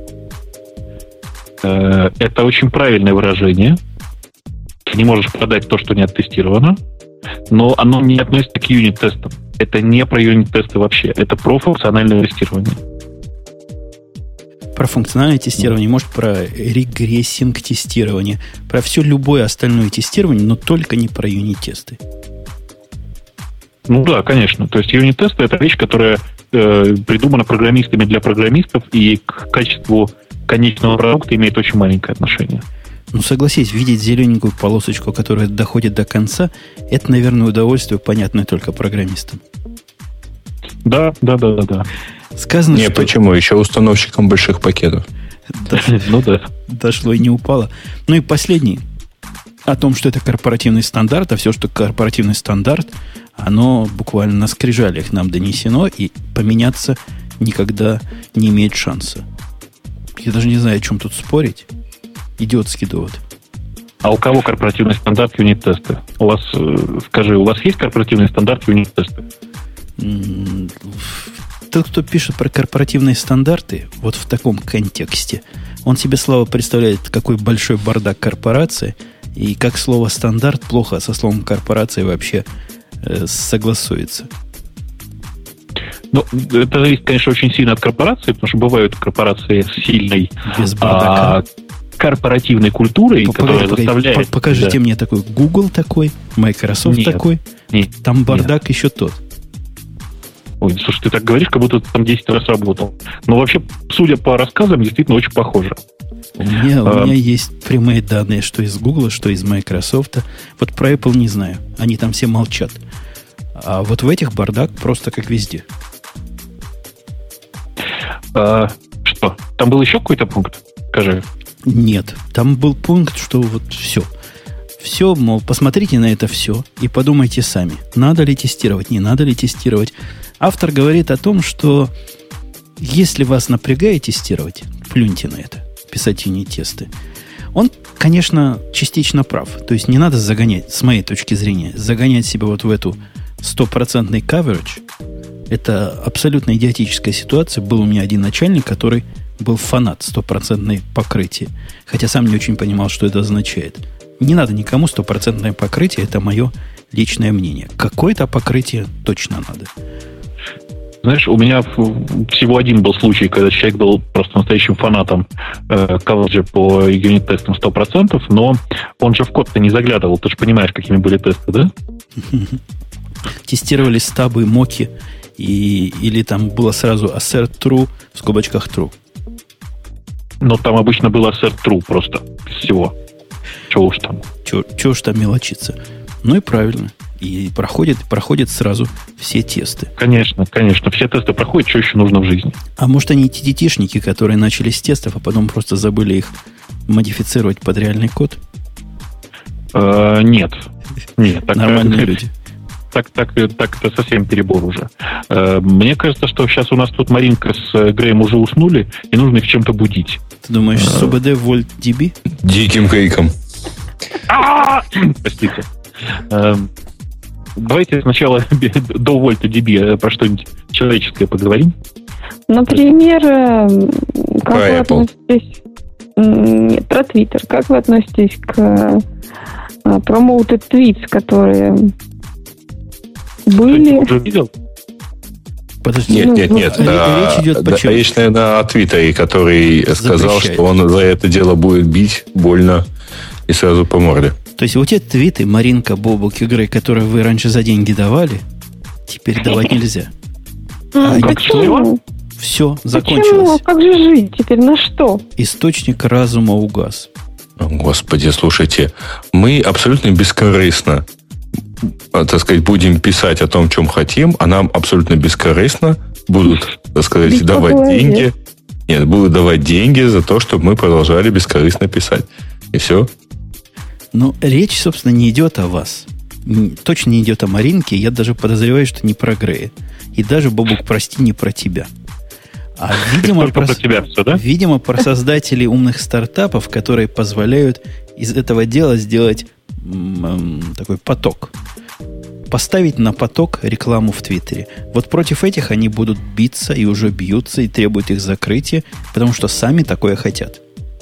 Это очень правильное выражение. Ты не можешь продать то, что не оттестировано, но оно не относится к юнит-тестам. Это не про юнит-тесты вообще. Это про функциональное тестирование. Про функциональное тестирование, может, про регрессинг-тестирование, про все любое остальное тестирование, но только не про юнит-тесты. Ну да, конечно. То есть юнит-тесты — это вещь, которая придумана программистами для программистов, и к качеству конечного продукта имеет очень маленькое отношение. Ну, согласись, видеть зелененькую полосочку, которая доходит до конца, это, наверное, удовольствие, понятное только программистам. Да. Сказано, не, почему? Еще установщикам больших пакетов. Ну да. Дошло и не упало. Ну и последний. О том, что это корпоративный стандарт, а все, что корпоративный стандарт, оно буквально на скрижалях нам донесено, и поменяться никогда не имеет шанса. Я даже не знаю, о чем тут спорить. Идиотский довод. А у кого корпоративный стандарт юнит-тесты? У вас, скажи, у вас есть корпоративный стандарт юнит-тесты? Тот, кто пишет про корпоративные стандарты, вот в таком контексте, он себе, Слава, представляет, какой большой бардак корпорации, и как слово «стандарт» плохо со словом «корпорация» вообще согласуется. Ну, это зависит, конечно, очень сильно от корпорации, потому что бывают корпорации с сильной корпоративной культурой, которая заставляет... Покажите мне такой Google такой, Microsoft такой. Там бардак еще тот. Ой, слушай, ты так говоришь, как будто ты там 10 раз работал. Но вообще, судя по рассказам, действительно очень похоже. У меня есть прямые данные, что из Google, что из Microsoft. Вот про Apple не знаю. Они там все молчат. А вот в этих бардак просто как везде. Что? Там был еще какой-то пункт? Скажи. Нет. Там был пункт, что вот все. Все, мол, посмотрите на это все и подумайте сами. Надо ли тестировать, не надо ли тестировать. Автор говорит о том, что если вас напрягает тестировать, плюньте на это, писать юнит-тесты. Он, конечно, частично прав. То есть не надо загонять, с моей точки зрения, загонять себя вот в эту 100% coverage. Это абсолютно идиотическая ситуация. Был у меня один начальник, который был фанат 100% покрытия. Хотя сам не очень понимал, что это означает. Не надо никому 100% покрытие, это мое личное мнение. Какое-то покрытие точно надо. Знаешь, у меня всего один был случай, когда человек был просто настоящим фанатом колледжа по юнит-тестам 100%, но он же в код-то не заглядывал. Ты же понимаешь, какими были тесты, да? Тестировали стабы, моки, или там было сразу assert true в скобочках true. Но там обычно было assert true просто, без всего. Чего уж там. Чего уж там мелочиться. Ну и правильно. И проходят сразу все тесты. Конечно. Все тесты проходят, что еще нужно в жизни. А может, они TDD-шники, которые начали с тестов, а потом просто забыли их модифицировать под реальный код? Нет. Нормальные люди. Так это совсем перебор уже. Мне кажется, что сейчас у нас тут Маринка с Греем уже уснули, и нужно их чем-то будить. Ты думаешь, с ОБД Volt DB? Диким криком. Простите. Давайте сначала до Volt DB про что-нибудь человеческое поговорим. Например, как вы относитесь про Twitter. Как вы относитесь к promoted tweets, которые были... Ты уже видел? Подожди. Нет. Речь идет по чему? Речь, наверное, о Твиттере, который сказал, что он за это дело будет бить больно и сразу по морде. То есть вот те твиты, Маринка, Бобук и Грей, которые вы раньше за деньги давали, теперь давать нельзя. Почему? Все, закончилось. Почему? Как же жить теперь? На что? Источник разума угас. Господи, слушайте, мы абсолютно бескорыстно, так сказать, будем писать о том, чем хотим, а нам абсолютно бескорыстно будут, так сказать, Бить давать по голове. деньги. Нет, будут давать деньги за то, чтобы мы продолжали бескорыстно писать. И все. Но речь, собственно, не идет о вас. Точно не идет о Маринке. Я даже подозреваю, что не про Грея. И даже, Бобук, прости, не про тебя. А, видимо, Только про тебя все, да? Видимо, про создателей умных стартапов, которые позволяют из этого дела сделать такой поток. Поставить на поток рекламу в Твиттере. Вот против этих они будут биться и уже бьются и требуют их закрытия, потому что сами такое хотят.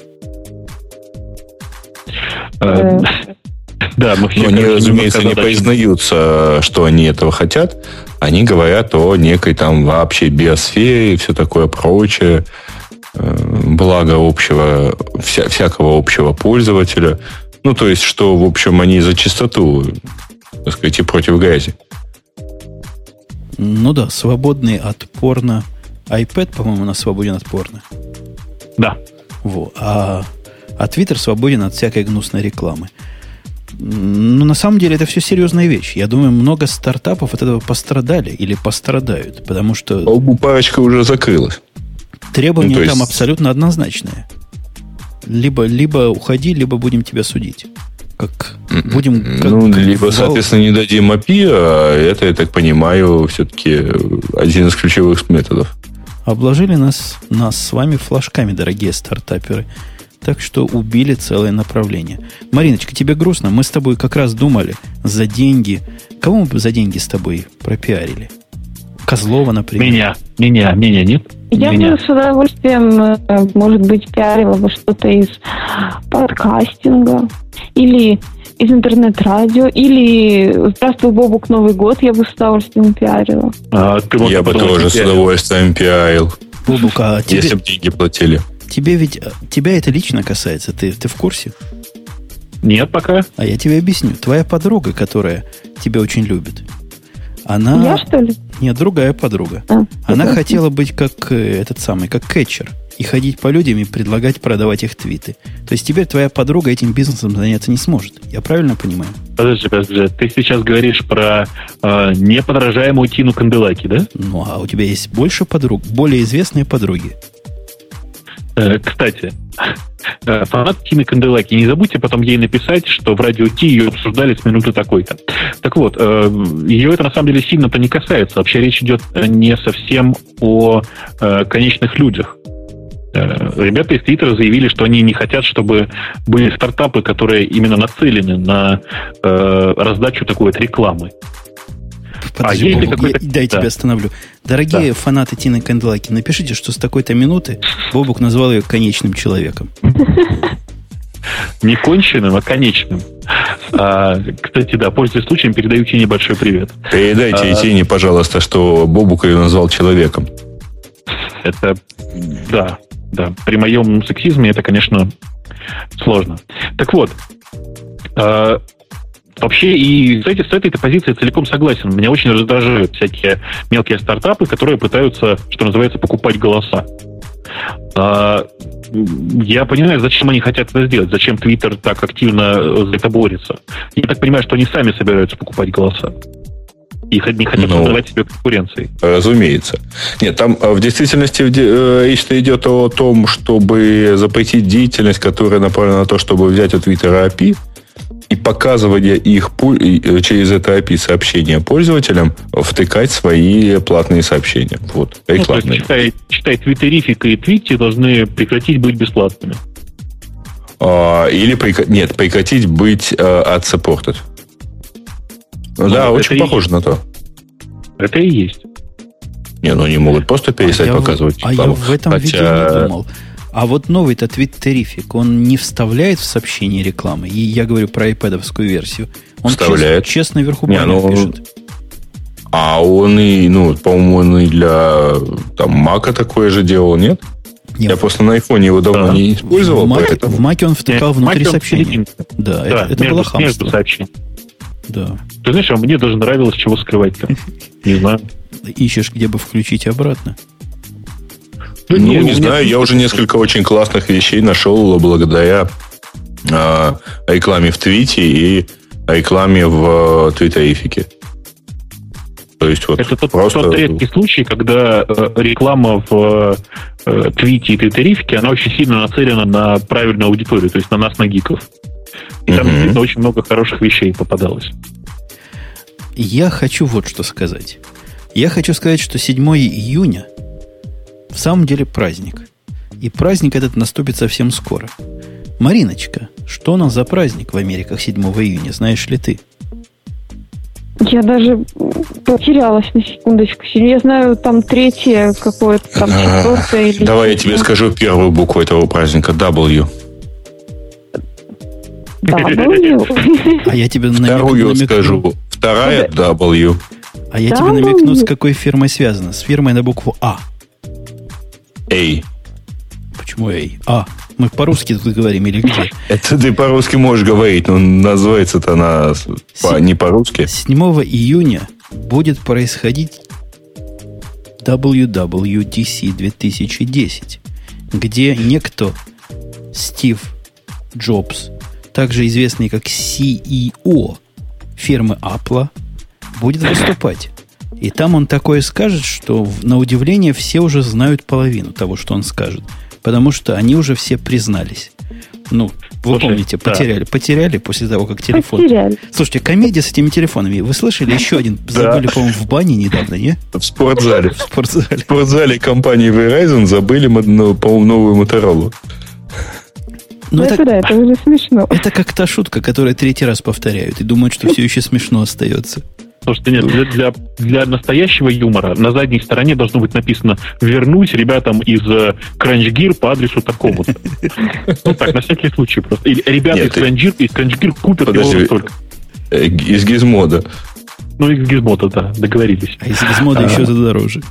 Да, мы все, Но они, разумеется, не признаются, что они этого хотят. Они говорят о некой там вообще биосфере и все такое прочее. Благо общего, всякого общего пользователя. Ну, то есть, что, в общем, они за чистоту, так сказать, и против грязи. Ну да, свободный от порно. iPad, по-моему, у нас свободен от порно. Да. Во. А Twitter свободен от всякой гнусной рекламы. Ну, на самом деле, это все серьезная вещь. Я думаю, много стартапов от этого пострадали или пострадают, потому что... Парочка уже закрылась. Требования Ну, там есть... абсолютно однозначные. Либо уходи, либо будем тебя судить. Как будем... Либо, соответственно, не дадим API, а это, я так понимаю, все-таки один из ключевых методов. Обложили нас с вами флажками, дорогие стартаперы. Так что убили целое направление. Мариночка, тебе грустно? Мы с тобой как раз думали за деньги. Кого мы бы за деньги с тобой пропиарили? Козлова, например. Меня нет. Я бы с удовольствием, может быть, пиарила бы что-то из подкастинга или из интернет-радио, или «Здравствуй, Бобук, Новый год» я бы с удовольствием пиарила. Я бы тоже с удовольствием пиарил. Бобук, а тебе... Если бы деньги платили. Тебя это лично касается. Ты в курсе? Нет пока. А я тебе объясню. Твоя подруга, которая тебя очень любит, она... Я, что ли? Нет, другая подруга. Она хотела быть как как кетчер. И ходить по людям и предлагать продавать их твиты. То есть теперь твоя подруга этим бизнесом заняться не сможет. Я правильно понимаю? Подожди. Ты сейчас говоришь про неподражаемую Тину Канделаки, да? Ну, а у тебя есть больше подруг, более известные подруги. Кстати, фанат Тины Канделаки, не забудьте потом ей написать, что в радио Ти ее обсуждали с минуты такой-то. Так вот, ее это на самом деле сильно-то не касается. Вообще речь идет не совсем о конечных людях. Ребята из Твиттера заявили, что они не хотят, чтобы были стартапы, которые именно нацелены на раздачу такой вот рекламы. Подожди, Бобук, дай тебя остановлю. Дорогие фанаты Тины Канделаки, напишите, что с такой-то минуты Бобук назвал ее конечным человеком. Не конченным, а конечным. Кстати, да, пользуясь случаем, передаю Тине большой привет. Передайте Тине, пожалуйста, что Бобук ее назвал человеком. Это, да. При моем сексизме это, конечно, сложно. Так вот, вообще и с этой позицией целиком согласен. Меня очень раздражают всякие мелкие стартапы, которые пытаются, что называется, покупать голоса. Я понимаю, зачем они хотят это сделать, зачем Twitter так активно за это борется. Я так понимаю, что они сами собираются покупать голоса. И не хотят создавать себе конкуренции. Разумеется. Нет, там в действительности речь-то идет о том, чтобы запретить деятельность, которая направлена на то, чтобы взять у Твиттера API и, показывая их через это API сообщения пользователям, втыкать свои платные сообщения. Вот, рекламные. Ну, то есть, считай, твиттерифика и твитти должны прекратить быть бесплатными. Или прекратить быть ad-supported. Да, очень похоже на то. Это и есть. Не, они могут просто перестать показывать рекламу. Я в этом видео не думал. А вот новый-то твит-тарифик, он не вставляет в сообщение рекламы? И я говорю про iPad-овскую версию. Он вставляет. Честно вверху пишет. А он и, по-моему, он и для Мака такое же делал, нет? Я просто на айфоне его давно не использовал. В Маке он втыкал внутри сообщения. Да, это было хамство. Между сообщений. Да. Ты знаешь, а мне даже нравилось, чего скрывать-то. Не знаю. Ищешь, где бы включить обратно? Не знаю, я уже несколько очень классных вещей нашел благодаря рекламе в Твите и рекламе в Твиттерифике. То есть вот это тот редкий случай, когда реклама в Твите и Твиттерифике, она очень сильно нацелена на правильную аудиторию, то есть на нас, на гиков. И там действительно очень много хороших вещей попадалось. Я хочу вот что сказать. Я хочу сказать, что 7 июня в самом деле праздник. И праздник этот наступит совсем скоро. Мариночка, что у нас за праздник в Америках 7 июня, знаешь ли ты? Я даже потерялась на секундочку. Я знаю, там 3-е какое-то, там 4-е. Или давай я тебе скажу первую букву этого праздника. W. W? А я тебе вторую скажу. Вторая W. А я тебе намекну, с какой фирмой связано. С фирмой на букву А. A. Почему A? А. Мы по-русски тут говорим или где? Это ты по-русски можешь говорить, но называется-то она не по-русски. 7 июня будет происходить WWDC 2010, где некто Стив Джобс, также известный как CEO фирмы Apple, будет выступать. И там он такое скажет, что на удивление все уже знают половину того, что он скажет. Потому что они уже все признались. Вы помните, потеряли после того, как телефон... Потеряли. Слушайте, комедия с этими телефонами. Вы слышали? Еще один забыли, по-моему, в бане недавно, не? В спортзале. В спортзале компании Verizon забыли, по-моему, новую Motorola. Это уже смешно. Это как та шутка, которую 3-й раз повторяют и думают, что все еще смешно остается. Слушайте, нет, для настоящего юмора на задней стороне должно быть написано «Вернуть ребятам из CrunchGear по адресу такому-то». Так, на всякий случай просто. Или ребята из CrunchGear купят его только. Из Gizmodo. Из Gizmodo, да, договорились. А из Gizmodo еще задороже.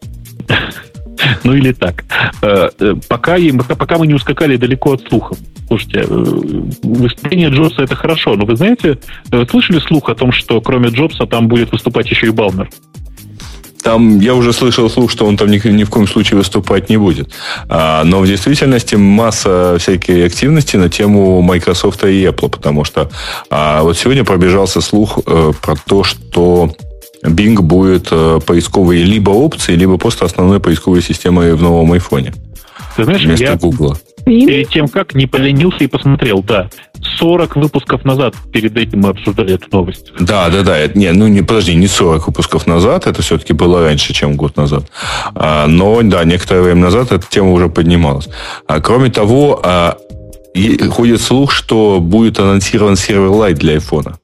Или так. Пока мы не ускакали далеко от слухов. Слушайте, выступление Джобса это хорошо, но вы знаете, слышали слух о том, что кроме Джобса там будет выступать еще и Балмер? Там я уже слышал слух, что он там ни в коем случае выступать не будет. Но в действительности масса всякой активности на тему Microsoft и Apple, потому что вот сегодня пробежался слух про то, что Bing будет поисковой либо опцией, либо просто основной поисковой системой в новом айфоне. Ты знаешь, вместо Google. Перед тем, как не поленился и посмотрел, 40 выпусков назад перед этим мы обсуждали эту новость. Да. Не 40 выпусков назад, это все-таки было раньше, чем год назад. Но, некоторое время назад эта тема уже поднималась. Кроме того, ходит слух, что будет анонсирован Silverlight для айфона.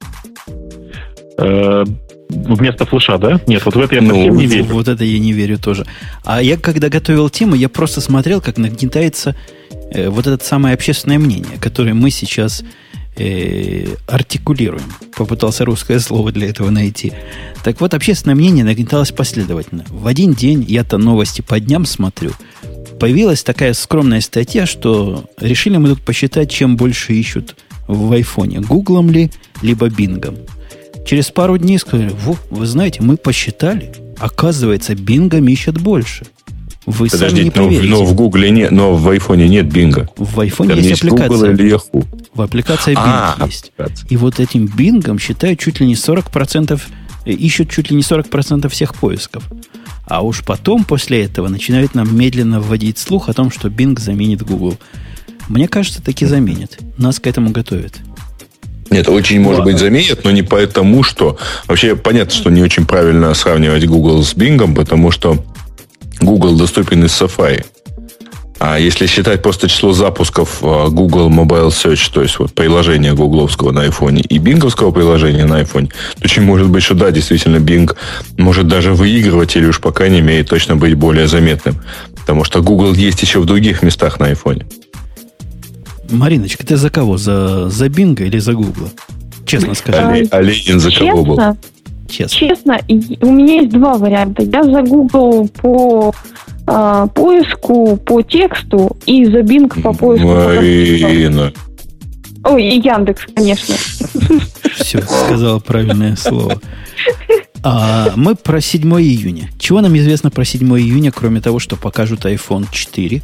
Вместо флеша, да? Нет, вот в это я совсем не верю. Вот это я не верю тоже. А я, когда готовил тему, я просто смотрел, как нагнетается вот это самое общественное мнение, которое мы сейчас артикулируем. Попытался русское слово для этого найти. Так вот, общественное мнение нагнеталось последовательно. В один день, я-то новости по дням смотрю, появилась такая скромная статья, что решили мы тут посчитать, чем больше ищут в айфоне. Гуглом ли, либо Бингом. Через пару дней сказали, вы знаете, мы посчитали. Оказывается, Бингом ищет больше. Вы сами не поверите. Но в Гугле нет, но в айфоне нет Бинга. В айфоне есть аппликация. В аппликации Bing есть. И вот этим Бингом считают чуть ли не 40%, ищут чуть ли не 40% всех поисков. А уж потом, после этого, начинают нам медленно вводить слух о том, что Bing заменит Google. Мне кажется, таки заменит. Нас к этому готовят. Нет, очень, может быть, заменят, но не потому, что... Вообще, понятно, что не очень правильно сравнивать Google с Bing, потому что Google доступен из Safari. А если считать просто число запусков Google Mobile Search, то есть вот приложения гугловского на айфоне и бинговского приложения на айфоне, то очень может быть, что действительно Bing может даже выигрывать или уж по крайней мере точно быть более заметным. Потому что Google есть еще в других местах на айфоне. Мариночка, ты за кого? За Бинга или за Гугла? Честно скажи. Ленин за кого был? Честно, у меня есть два варианта. Я за Google по поиску, по тексту, и за Bing по поиску. Марина. Ой, и Яндекс, конечно. Все, сказала правильное слово. Мы про 7 июня. Чего нам известно про 7 июня, кроме того, что покажут iPhone 4?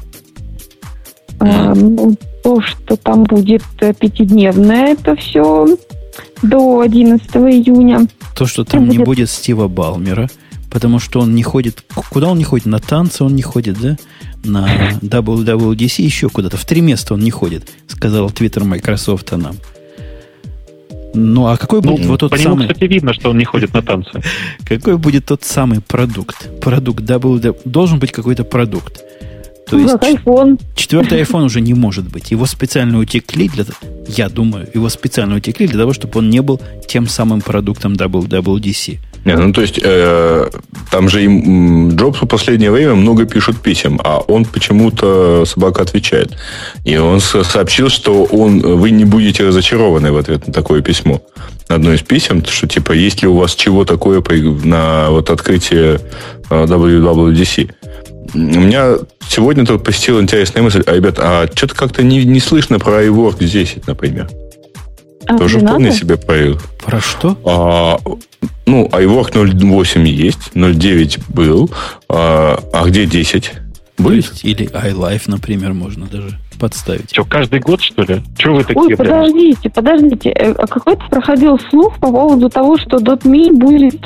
То, что там будет пятидневное, это все до 11 июня. То, что там не будет Стива Балмера, потому что он не ходит... Куда он не ходит? На танцы он не ходит, да? На WWDC еще куда-то. В 3 места он не ходит, сказал Твиттер Microsoft нам. Ну, а какой будет вот тот по самый... нему, кстати, видно, что он не ходит на танцы. Какой будет тот самый продукт? Продукт WWDC. Должен быть какой-то продукт. То есть iPhone. 4-й iPhone уже не может быть. Его специально утекли я думаю, его специально утекли для того, чтобы он не был тем самым продуктом WWDC. То есть там же Джобсу в последнее время много пишут писем, а он почему-то, собака, отвечает. И он сообщил, что вы не будете разочарованы в ответ на такое письмо. Одно из писем, что типа, есть ли у вас чего такое на открытие WWDC. У меня сегодня тут посетила интересная мысль. Ребят, что-то как-то не слышно про iWork 10, например. Тоже вполне себе проект. Про что? iWork 0.8 есть, 0.9 был. А где 10? Будет? Или iLife, например, можно даже подставить. Что, каждый год, что ли? Что вы такие? Ой, подождите. Какой-то проходил слух по поводу того, что .me будет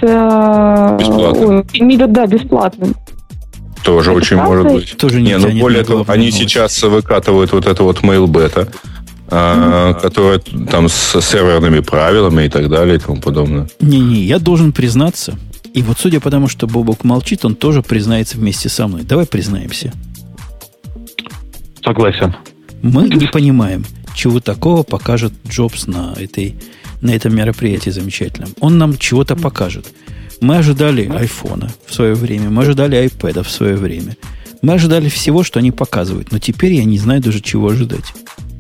бесплатным. Тоже очень может быть. Тоже не более того, они сейчас выкатывают вот это вот Mail Beta, которая там с серверными правилами и так далее и тому подобное. Не, я должен признаться, и вот судя по тому, что Бобок молчит, он тоже признается вместе со мной. Давай признаемся. Согласен. Мы не понимаем, чего такого покажет Джобс на этом мероприятии замечательном. Он нам чего-то покажет. Мы ожидали айфона в свое время, мы ожидали айпэда в свое время. Мы ожидали всего, что они показывают. Но теперь я не знаю даже, чего ожидать.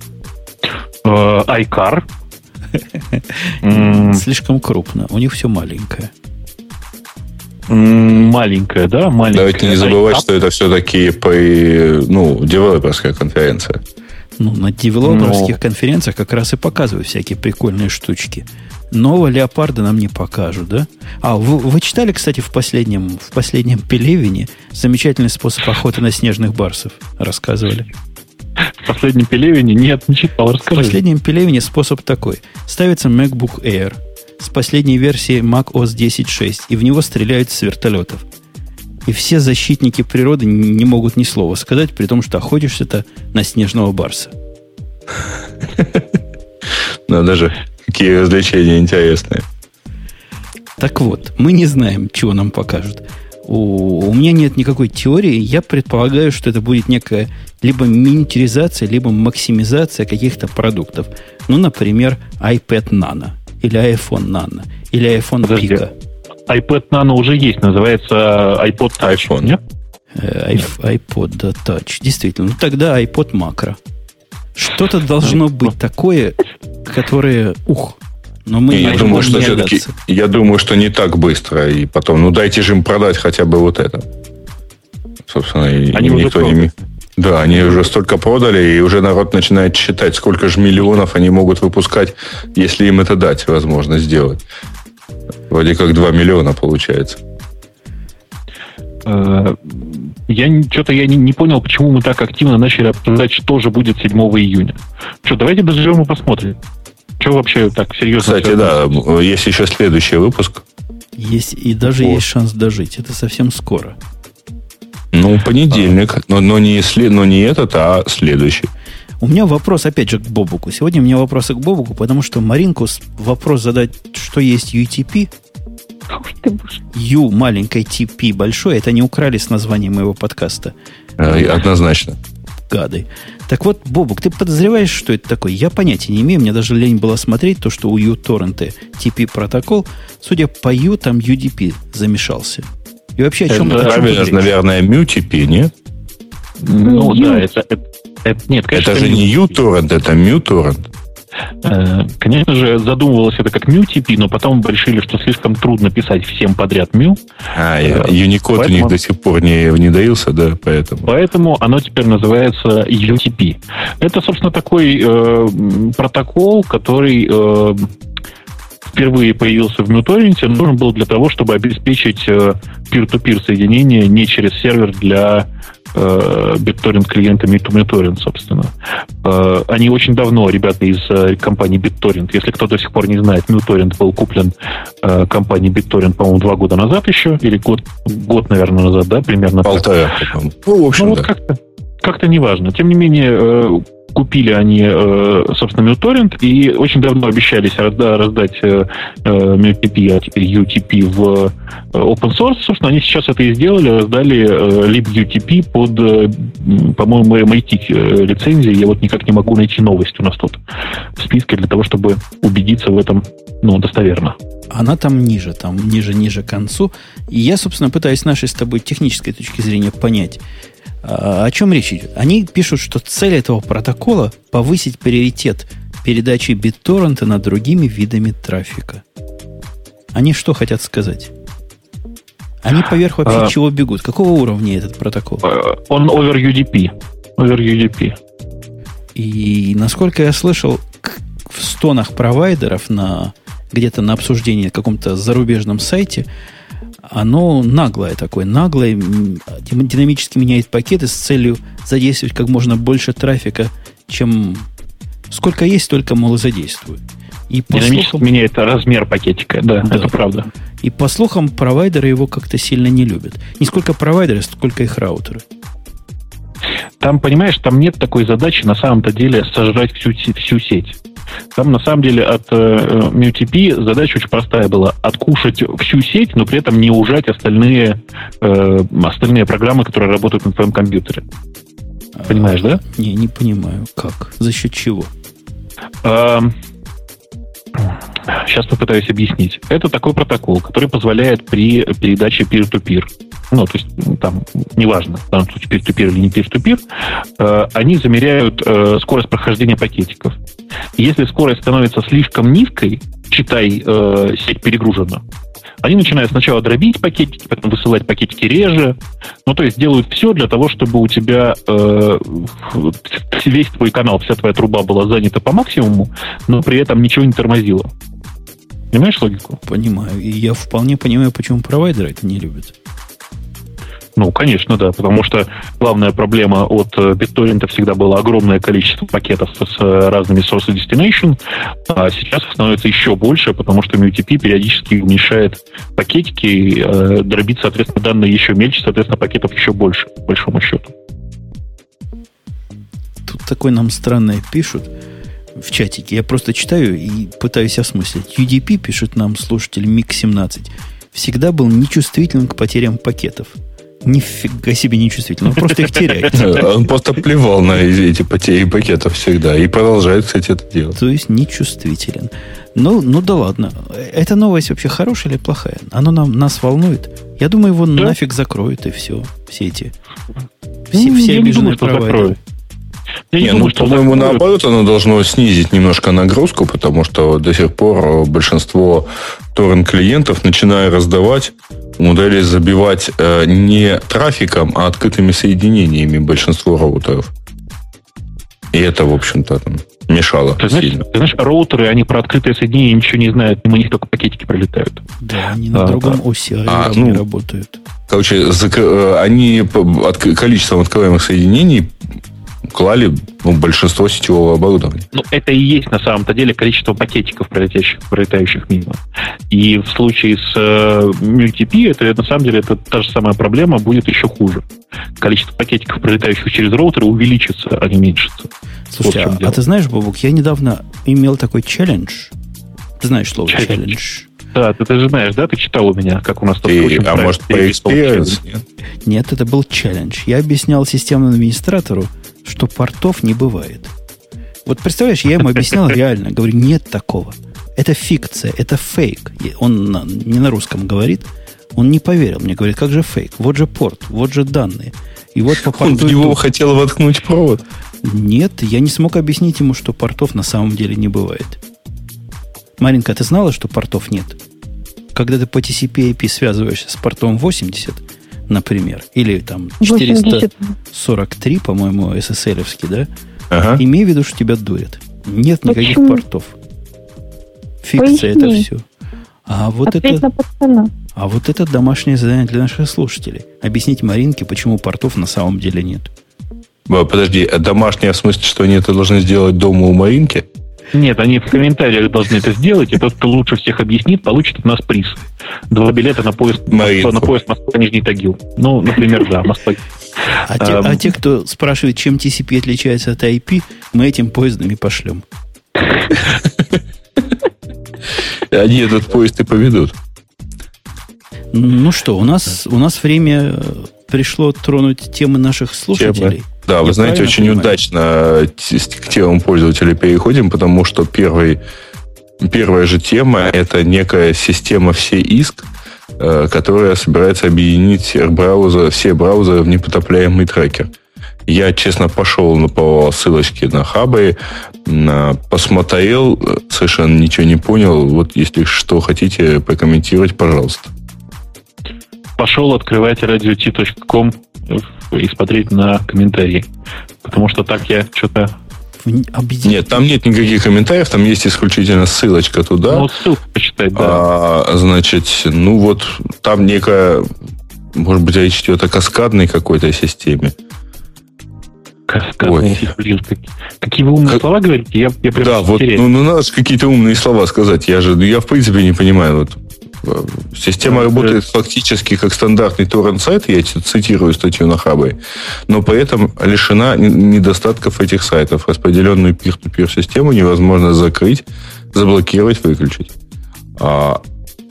iCar. Слишком крупно. У них все маленькое. Маленькая, да? Маленькая. Давайте не забывать, что это все-таки девелоперская конференция. На девелоперских конференциях как раз и показывают всякие прикольные штучки. Нового леопарда нам не покажут, да? Вы читали, кстати, в последнем Пелевине замечательный способ охоты на снежных барсов? Рассказывали. В последнем Пелевине? Нет, не читал, расскажи. В последнем Пелевине способ такой. Ставится MacBook Air с последней версии macOS 10.6, и в него стреляют с вертолетов. И все защитники природы не могут ни слова сказать, при том, что охотишься-то на снежного барса. Надо же. Какие развлечения интересные. Так вот, мы не знаем, чего нам покажут. У меня нет никакой теории. Я предполагаю, что это будет некая либо миниатюризация, либо максимизация каких-то продуктов. Например, iPad Nano, или iPhone Nano, или iPhone Pico. iPad Nano уже есть, называется iPod Touch, нет? iPod Touch, действительно. Тогда iPod Macro. Что-то должно быть такое, которое... Но мы я думаю, что все-таки, я думаю, что не так быстро. И потом, дайте же им продать хотя бы вот это. Собственно, они никто не... Да, они уже столько продали, и уже народ начинает считать, сколько же миллионов они могут выпускать, если им это дать возможность сделать. Вроде как 2 миллиона получается. Я не понял, почему мы так активно начали обсуждать, что же будет 7 июня. Давайте доживем и посмотрим. Что вообще так серьезно? Кстати, да, есть еще следующий выпуск. Есть, и даже есть шанс дожить. Это совсем скоро. Понедельник. Но не этот, а следующий. У меня вопрос, опять же, к Бобуку. Сегодня у меня вопросы к Бобуку, потому что Маринку вопрос задать, что есть UTP. U маленькой TP большой, это не украли с названием моего подкаста. Однозначно. Гады. Так вот, Бобук, ты подозреваешь, что это такое? Я понятия не имею, мне даже лень было смотреть то, что у U-торрента TP протокол, судя по U, там UDP замешался. И вообще, о чем правильно, наверное, MuTP, нет? Ну, да, это нет, конечно. Это же не uTorrent, это MuTorrent. Конечно же, задумывалось это как MuTP, но потом решили, что слишком трудно писать всем подряд Mu. Unicode у них до сих пор не внедрился, да, поэтому. Поэтому оно теперь называется UTP. Это, собственно, такой протокол, который впервые появился в MuTorrent, нужен был для того, чтобы обеспечить peer-to-peer соединение не через сервер для BitTorrent клиента MuTorrent, собственно. Они очень давно, ребята из компании BitTorrent, если кто до сих пор не знает, MuTorrent был куплен компанией BitTorrent, по-моему, 2 года назад еще, или год, наверное, назад, да, примерно. Полтора. Ну, в общем, вот как-то неважно. Тем не менее, купили они, собственно, MuTorrent и очень давно обещались раздать MuTP, а теперь UTP в open source. Собственно, они сейчас это и сделали, раздали libUTP под, по-моему, MIT лицензией. Я вот никак не могу найти новость у нас тут в списке для того, чтобы убедиться в этом, достоверно. Она там ниже к концу. И я, собственно, пытаюсь с нашей с тобой технической точки зрения понять, о чем речь идет. Они пишут, что цель этого протокола – повысить приоритет передачи BitTorrent над другими видами трафика. Они что хотят сказать? Они поверх вообще чего бегут? Какого уровня этот протокол? Он over UDP. И насколько я слышал, в стонах провайдеров где-то на обсуждении на каком-то зарубежном сайте оно наглое, динамически меняет пакеты с целью задействовать как можно больше трафика, чем сколько есть, столько, мол, и задействует. И динамически меняет размер пакетика, да, это правда. И по слухам, провайдеры его как-то сильно не любят. Не сколько провайдеры, сколько их раутеры. Там, понимаешь, там нет такой задачи на самом-то деле сожрать всю сеть. Там, на самом деле, от MuTP задача очень простая была. Откушать всю сеть, но при этом не ужать остальные программы, которые работают на твоем компьютере. Понимаешь, да? Не понимаю. Как? За счет чего? Сейчас попытаюсь объяснить. Это такой протокол, который позволяет при передаче peer-to-peer, то есть там, неважно, в данном случае peer-to-peer или не peer-to-peer, они замеряют скорость прохождения пакетиков. И если скорость становится слишком низкой, читай, сеть перегружена, они начинают сначала дробить пакетики, потом высылать пакетики реже. То есть делают все для того, чтобы у тебя весь твой канал, вся твоя труба была занята по максимуму, но при этом ничего не тормозило. Понимаешь логику? Понимаю. И я вполне понимаю, почему провайдеры это не любят. Конечно, да, потому что главная проблема от BitTorrent всегда было огромное количество пакетов с разными source и destination, а сейчас становится еще больше, потому что MuTP периодически уменьшает пакетики и дробит, соответственно, данные еще мельче, соответственно, пакетов еще больше, по большому счету. Тут такое нам странное пишут в чатике. Я просто читаю и пытаюсь осмыслить. UDP, пишет нам слушатель MiG-17, всегда был нечувствителен к потерям пакетов. Нифига себе нечувствительно. Он просто их теряет. Он просто плевал на эти потери пакетов всегда. И продолжает, кстати, это делать. То есть нечувствителен. Ну да ладно. Эта новость вообще хорошая или плохая? Оно нас волнует? Я думаю, его нафиг закроют и все. Все эти... Все обиженные провайдеры. По-моему, наоборот, оно должно снизить немножко нагрузку, потому что до сих пор большинство торрент-клиентов, начиная раздавать, умудрялись забивать не трафиком, а открытыми соединениями большинство роутеров. И это, в общем-то, мешало сильно. Ты знаешь, роутеры, они про открытые соединения ничего не знают, мимо них только пакетики пролетают. Да, они на другом OCR не работают. Короче, они количеством открываемых соединений клали большинство сетевого оборудования. Это и есть на самом-то деле количество пакетиков, пролетающих мимо. И в случае с MuTP, это на самом деле это та же самая проблема, будет еще хуже. Количество пакетиков, пролетающих через роутеры, увеличится, а не уменьшится. Слушай, а ты знаешь, Бобук, я недавно имел такой челлендж. Ты знаешь слово челлендж? Да, ты же знаешь, да? Ты читал у меня, как у нас тут очень правильно. А может, по experience? Нет, это был челлендж. Я объяснял системному администратору, что портов не бывает. Вот представляешь, я ему объяснял реально. Говорю, нет такого. Это фикция, это фейк. Он не на русском говорит. Он не поверил. Мне говорит, как же фейк? Вот же порт, вот же данные. И вот по порту... Он в него хотел воткнуть провод? Нет, я не смог объяснить ему, что портов на самом деле не бывает. Маринка, ты знала, что портов нет? Когда ты по TCP/IP связываешься с портом 80, например, или там 443, по-моему, SSL-овский, да? Ага. Имей в виду, что тебя дурят. Нет никаких портов. Фикция это все. А вот это домашнее задание для наших слушателей. Объяснить Маринке, почему портов на самом деле нет. Подожди, а домашнее в смысле, что они это должны сделать дома у Маринки? Нет, они в комментариях должны это сделать, и тот, кто лучше всех объяснит, получит от нас приз. 2 билета на поезд Москва-Нижний Тагил. Ну, например, да, Москва. А те, кто спрашивает, чем TCP отличается от IP, мы этим поездом и пошлем. Они этот поезд и поведут. Ну что, у нас время пришло тронуть темы наших слушателей. Да, вы знаете, очень удачно к темам пользователей переходим, потому что первая же тема – это некая система всеиск, которая собирается объединить все браузеры в непотопляемый трекер. Я, честно, пошел по ссылочке на Хабре, посмотрел, совершенно ничего не понял. Вот если что хотите прокомментировать, пожалуйста. Пошел открывать radio.t.com и смотреть на комментарии. Потому что так я что-то... Нет, там нет никаких комментариев, там есть исключительно ссылочка туда. Ну, вот ссылку почитать, да. Значит, ну вот там некая, может быть, речь идет о каскадной какой-то системе. Каскадная система. Какие вы умные слова говорите? Я прям да, вот, надо же какие-то умные слова сказать. Я в принципе не понимаю. Вот. Система работает фактически как стандартный торрент-сайт, я цитирую статью на Хабре, но при этом лишена недостатков этих сайтов. Распределенную peer-to-peer систему невозможно закрыть, заблокировать, выключить. То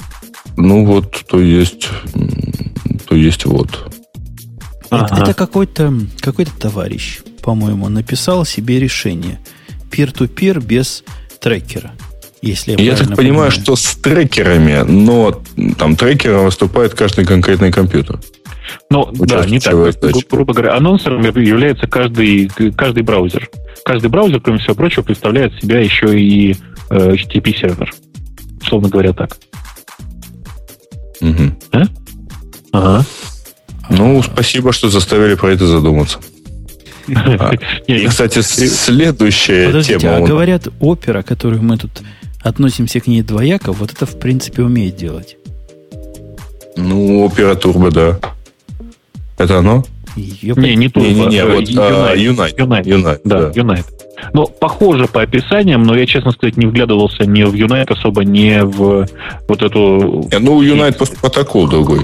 есть вот. Это какой-то товарищ, по-моему, написал себе решение. Peer-to-peer без трекера. Если я так понимаю, что с трекерами, но там трекером выступает каждый конкретный компьютер. Ну, да, не так. Грубо говоря, анонсером является каждый браузер. Каждый браузер, кроме всего прочего, представляет себя еще и HTTP-сервер. Условно говоря, так. Угу. Ага. Ну, спасибо, что заставили про это задуматься. И, кстати, следующая тема... говорят, опера, которую мы тут относимся к ней двояко, вот это, в принципе, умеет делать. Ну, Opera Turbo, да. Это оно? Не Turbo. Не, вот Unite. Да, Unite. Ну, похоже по описаниям, но я, честно сказать, не вглядывался ни в Unite особо, ни в вот эту... Ну, у Unite просто протокол другой.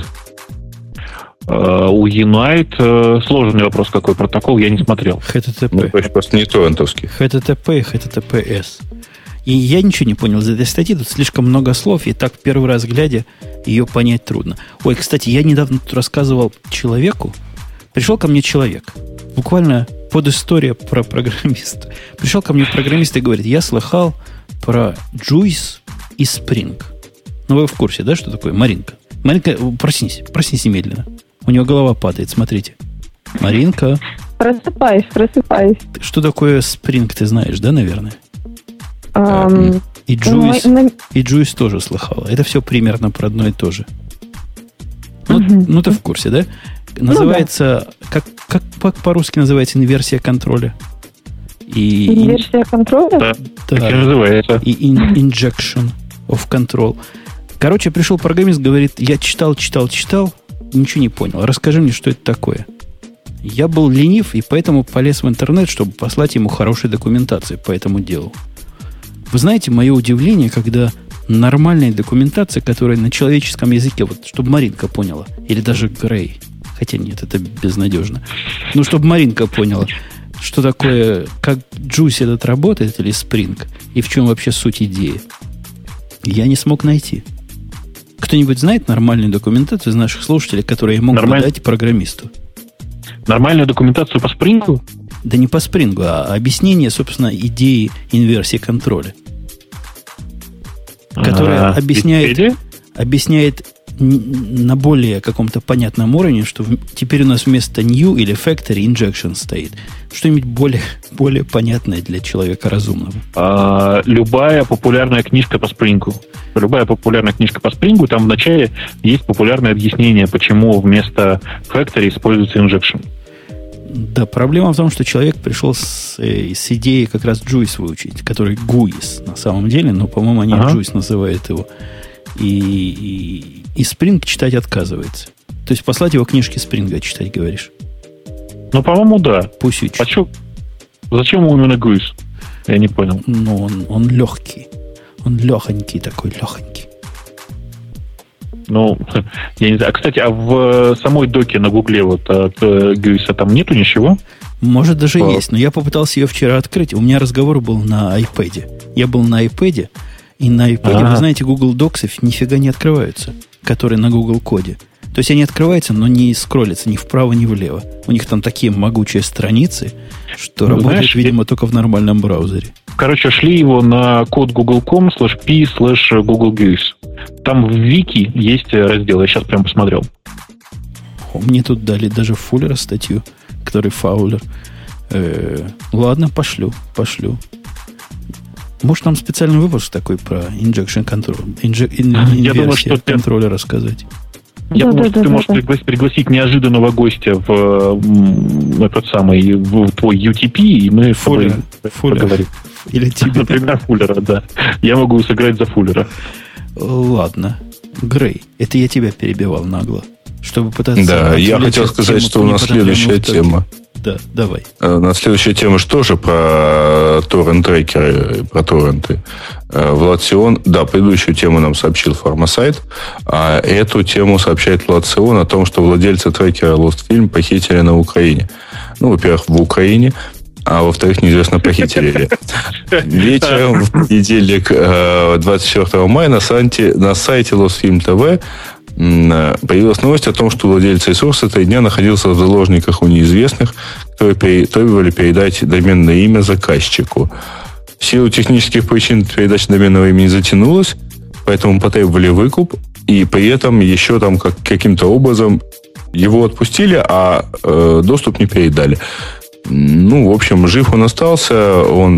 У Unite сложный вопрос, какой протокол, я не смотрел. HTTP. Ну, то есть просто не торрентовский. HTTP и HTTPS. И я ничего не понял из этой статьи. Тут слишком много слов, и так в первый раз глядя ее понять трудно. Ой, кстати, я недавно тут рассказывал человеку. Пришел ко мне человек. Буквально подистория про программиста. Пришел ко мне программист и говорит, я слыхал про Juice и Spring. Ну, вы в курсе, да, что такое? Маринка, проснись немедленно. У него голова падает, смотрите. Маринка. Просыпаюсь. Что такое Spring, ты знаешь, да, наверное? И Juice тоже слыхала. Это все примерно про одно и то же. Ну, ты в курсе, да? Называется, как по-русски называется инверсия контроля? Инверсия контроля? Да, так и называется. И injection of control. Короче, пришел программист, говорит, я читал, ничего не понял. Расскажи мне, что это такое. Я был ленив, и поэтому полез в интернет, чтобы послать ему хорошей документации по этому делу. Вы знаете, мое удивление, когда нормальная документация, которая на человеческом языке, вот, чтобы Маринка поняла, или даже Грей, хотя нет, это безнадежно, но чтобы Маринка поняла, что такое, как Juice этот работает, или Spring, и в чем вообще суть идеи, я не смог найти. Кто-нибудь знает нормальную документацию из наших слушателей, которую я мог бы дать программисту? Нормальную документацию по Spring? Да не по Spring, а объяснение, собственно, идеи инверсии контроля. Которая объясняет на более каком-то понятном уровне, что теперь у нас вместо new или factory injection стоит. Что-нибудь более понятное для человека разумного. Любая популярная книжка по Спрингу. Там вначале есть популярное объяснение, почему вместо factory используется injection. Да, проблема в том, что человек пришел с идеей как раз Juice выучить, который GUIS на самом деле, но, по-моему, они Juice называют его. И Spring читать отказывается. То есть послать его книжки Спринга читать, говоришь? Ну, по-моему, да. Пусть учит. Зачем ему именно GUIS? Я не понял. Ну, он легкий. Он легонький такой, легонький. Ну, я не знаю. Кстати, а в самой доке на Гугле вот от GUIS там нету ничего? Может, даже есть. Но я попытался ее вчера открыть. У меня разговор был на iPad. Я был на iPad, и на iPad, вы знаете, Google Docs нифига не открываются, которые на Google коде. То есть они открываются, но не скроллятся ни вправо, ни влево. У них там такие могучие страницы, что работают, видимо, только в нормальном браузере. Короче, шли его на код google.com/p/googleguis. Там в вики есть раздел, я сейчас прям посмотрел. Мне тут дали даже Фуллера статью, который фаулер. Ладно, пошлю. Может, там специальный выпуск такой про injection control, инверсию контроля рассказать. Я думаю, что ты можешь пригласить неожиданного гостя в твой UTP, и мы Фуллера поговорим. Или тебе. Например, Фуллера, да. Я могу сыграть за Фуллера. Ладно. Грей, это я тебя перебивал нагло, чтобы пытаться... Да, я хотел сказать, что у нас следующая тема. Да, давай. У нас следующая тема же тоже про торрент-трекеры, про торренты. Влад Сион, да, предыдущую тему нам сообщил Pharmasite, а эту тему сообщает Влад Сион о том, что владельцы трекера Lostfilm похитили на Украине. Ну, во-первых, в Украине, а во-вторых, неизвестно, похитили ли. Вечером в понедельник, 24 мая, на сайте Lostfilm TV появилась новость о том, что владелец ресурса 3 дня находился в заложниках у неизвестных, которые требовали передать доменное имя заказчику. В силу технических причин передача доменного имени затянулась, поэтому потребовали выкуп, и при этом еще там каким-то образом его отпустили, а доступ не передали. Ну, в общем, жив он остался, он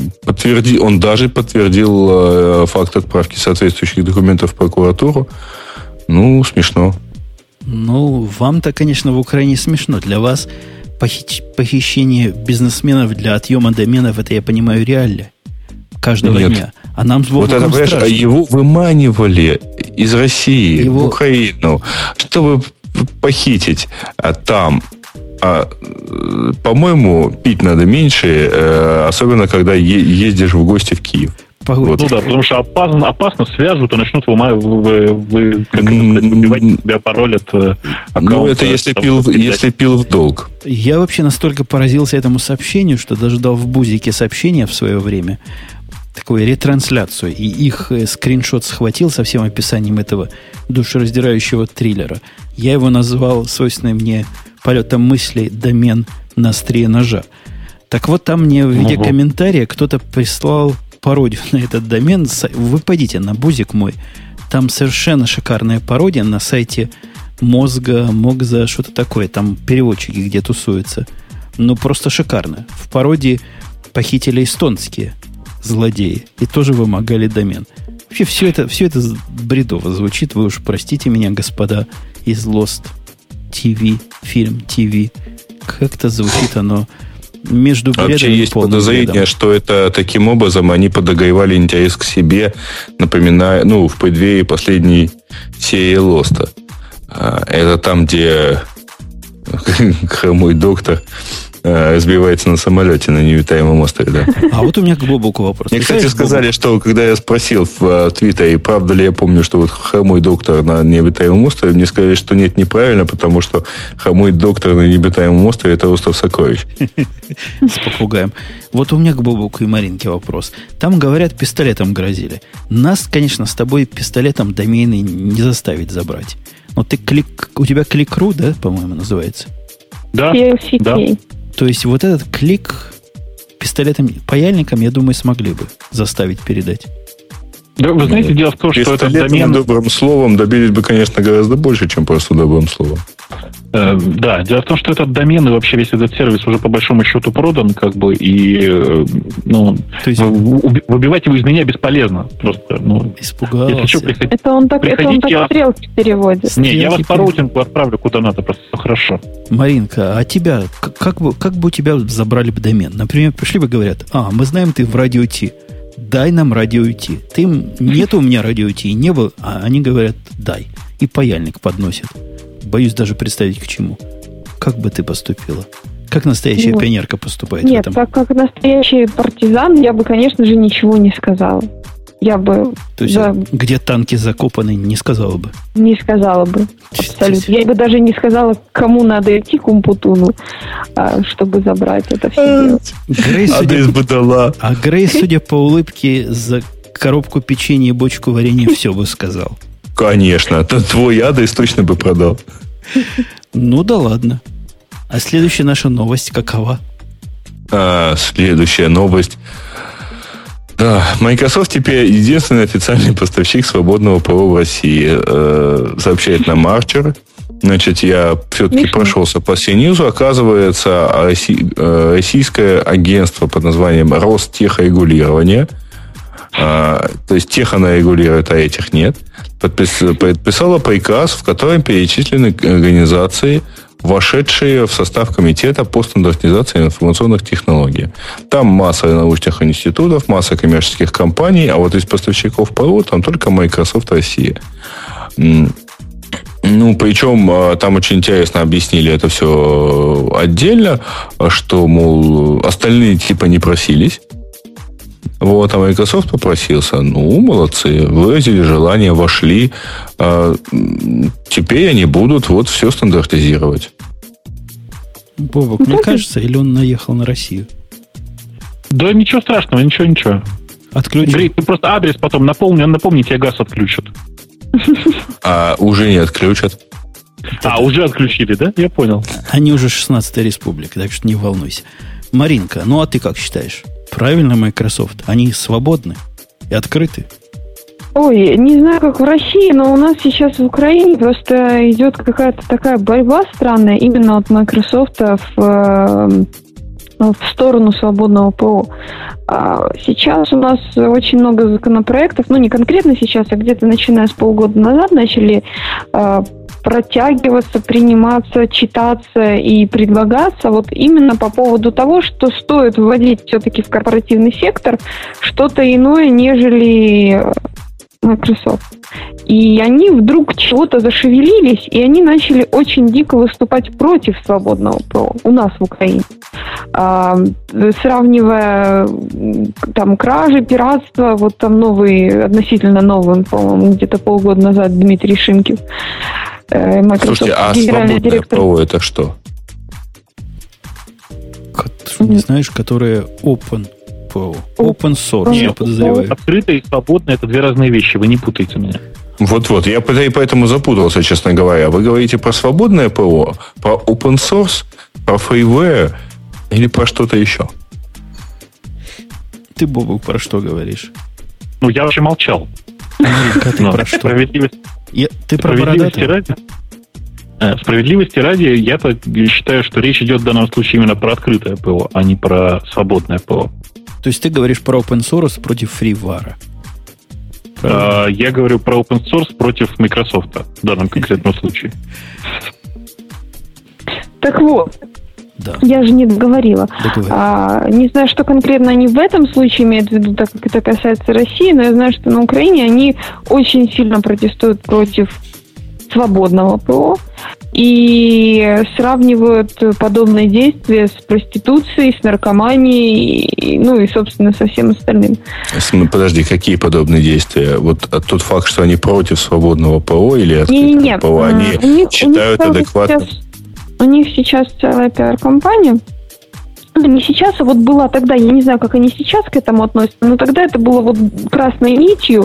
даже подтвердил факт отправки соответствующих документов в прокуратуру. Ну, смешно. Ну, вам-то, конечно, в Украине смешно. Для вас похищение бизнесменов для отъема доменов, это, я понимаю, реально. Каждого дня. А нам с Богом вот это, страшно. Его выманивали из России в Украину, чтобы похитить там. По-моему, пить надо меньше, особенно когда ездишь в гости в Киев. Вот. Ну да, потому что опасно свяжут и начнут выбивать тебя пароль от аккаунта. Ну, это если пил в долг. Я вообще настолько поразился этому сообщению, что даже дал в Бузике сообщение в свое время, такую ретрансляцию, и их скриншот схватил со всем описанием этого душераздирающего триллера. Я его назвал свойственным мне полетом мысли домен на острие ножа. Так вот, там мне в виде комментария кто-то прислал пародию на этот домен. Вы пойдите на Бузик мой. Там совершенно шикарная пародия на сайте Могза, что-то такое. Там переводчики где тусуются. Ну, просто шикарно. В пародии похитили эстонские злодеи. И тоже вымогали домен. Вообще, все это бредово звучит. Вы уж простите меня, господа из Lost TV, фильм TV. Как-то звучит оно... Между вообще есть подозрение, что это таким образом они подогревали интерес к себе, напоминая, в преддверии последней серии Лоста. Это там, где хромой доктор разбивается на самолете на необитаемом острове, да. А вот у меня к Бобуку вопрос. Мне, кстати, сказали, что когда я спросил в Твиттере, правда ли я помню, что вот хромой доктор на необитаемом острове, мне сказали, что нет, неправильно, потому что хромой доктор на необитаемом острове — это остров сокровищ. С попугаем. Вот у меня к Бобуку и Маринке вопрос. Там, говорят, пистолетом грозили. Нас, конечно, с тобой пистолетом домены не заставить забрать. Но у тебя клик.ру, да, по-моему, называется? Да. То есть вот этот клик пистолетом, паяльником, я думаю, смогли бы заставить передать. Да, вы знаете, дело в том, что этот домен... добрым словом добились бы, конечно, гораздо больше, чем просто добрым словом. Да, дело в том, что этот домен и вообще весь этот сервис уже по большому счету продан, как бы, и есть... выбивать его из меня бесполезно. Просто, испугался. Если что, это он так стрелки переводит. Не, я вас по роутингу отправлю куда надо, просто все хорошо. Маринка, а тебя, как бы у тебя забрали бы домен? Например, пришли бы и говорят, мы знаем, ты в радио Ти. Дай нам радио Ти. Нет у меня радио Ти, не было, а они говорят, дай. И паяльник подносят. Боюсь даже представить, к чему. Как бы ты поступила? Как настоящая пионерка поступает в этом? Нет, как настоящий партизан, я бы, конечно же, ничего не сказала. Я бы... То есть, где танки закопаны, не сказала бы? Не сказала бы, абсолютно. Я бы даже не сказала, кому надо идти к Умпутуну, чтобы забрать это все. Грейс, судя по улыбке, за коробку печенья и бочку варенья все бы сказал. Конечно, твой адрес точно бы продал. Ну да ладно. А следующая наша новость какова? Следующая новость. Да, Microsoft теперь единственный официальный поставщик свободного ПО в России, сообщает нам Archer. Значит, я все-таки прошелся по CNews. Оказывается, российское агентство под названием Ростехрегулирование, то есть тех она регулирует, а этих нет, подписала приказ, в котором перечислены организации, вошедшие в состав комитета по стандартизации информационных технологий. Там масса научных институтов, масса коммерческих компаний, а вот из поставщиков ПО там только Microsoft Россия. Причем там очень интересно объяснили это все отдельно, что, мол, остальные типа не просились. Вот, а Microsoft попросился. Молодцы, выразили желание, вошли. Теперь они будут все стандартизировать. Бобок, мне кажется, или он наехал на Россию? Да ничего страшного, ничего. Отключим. Грей, ты просто адрес потом напомни, тебе газ отключат. А уже не отключат. Уже отключили, да? Я понял. Они уже 16-я республика, так что не волнуйся. Маринка, а ты как считаешь? Правильно, Microsoft? Они свободны и открыты? Ой, не знаю, как в России, но у нас сейчас в Украине просто идет какая-то такая борьба странная именно от Microsoft в сторону свободного ПО. Сейчас у нас очень много законопроектов, не конкретно сейчас, а где-то начиная с полгода назад начали протягиваться, приниматься, читаться и предлагаться именно по поводу того, что стоит вводить все-таки в корпоративный сектор что-то иное, нежели Microsoft. И они вдруг чего-то зашевелились, и они начали очень дико выступать против свободного ПО у нас в Украине. Сравнивая кражи, пиратство, относительно новый, по-моему, где-то полгода назад Дмитрий Шимкев, Microsoft, слушайте, а свободное ПО это что? Не знаешь, которое open ПО. Open source, я подозреваю. Открытое и свободное — это две разные вещи, вы не путайте меня. Вот, я поэтому запутался, честно говоря. Вы говорите про свободное ПО, про open source, про freeware или про что-то еще? Ты, Бобок, про что говоришь? Я вообще молчал. Ты про что? Ты про бородатого? Справедливости ради, я-то считаю, что речь идет в данном случае именно про открытое ПО, а не про свободное ПО. То есть ты говоришь про open source против фривара? Я говорю про open source против Microsoft в данном конкретном случае. Так вот, я же не договорила. Не знаю, что конкретно они в этом случае имеют в виду, так как это касается России, но я знаю, что на Украине они очень сильно протестуют против свободного ПО и сравнивают подобные действия с проституцией, с наркоманией, и, собственно, со всем остальным. Подожди, какие подобные действия? Тот факт, что они против свободного ПО или открытого ПО, они считают адекватным? У них сейчас целая пиар-компания. Не сейчас, а была тогда, я не знаю, как они сейчас к этому относятся, но тогда это было красной нитью,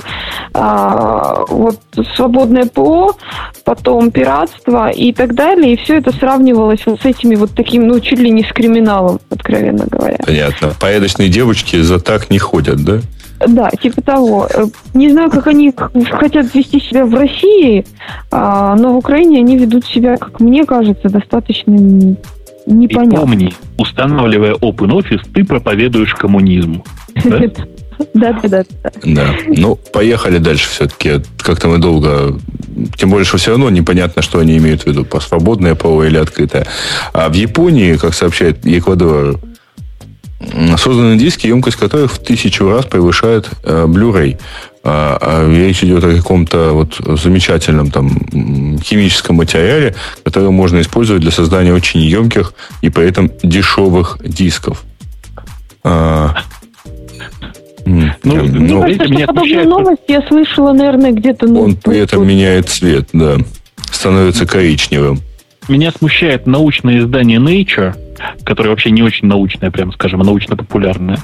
свободное ПО, потом пиратство и так далее, и все это сравнивалось с этими таким, чуть ли не с криминалом, откровенно говоря. Понятно. Порядочные девочки за так не ходят, да? Да, типа того. Не знаю, как они хотят вести себя в России, но в Украине они ведут себя, как мне кажется, достаточно непонятно. И помни, устанавливая OpenOffice, ты проповедуешь коммунизм. Да? Да. Ну, поехали дальше все-таки. Как-то мы долго... Тем более, что все равно непонятно, что они имеют в виду. Свободное ПО или открытое. А в Японии, как сообщает Эквадор, созданы диски, емкость которых в 1000 раз превышает Blu-ray. Речь идет о каком-то вот замечательном там химическом материале, который можно использовать для создания очень емких и при этом дешевых дисков. Мне кажется, что подобную новость я слышала, наверное, где-то... Он при этом меняет цвет, да. Становится коричневым. Меня смущает научное издание Nature, которое вообще не очень научное, прямо скажем, а научно-популярное.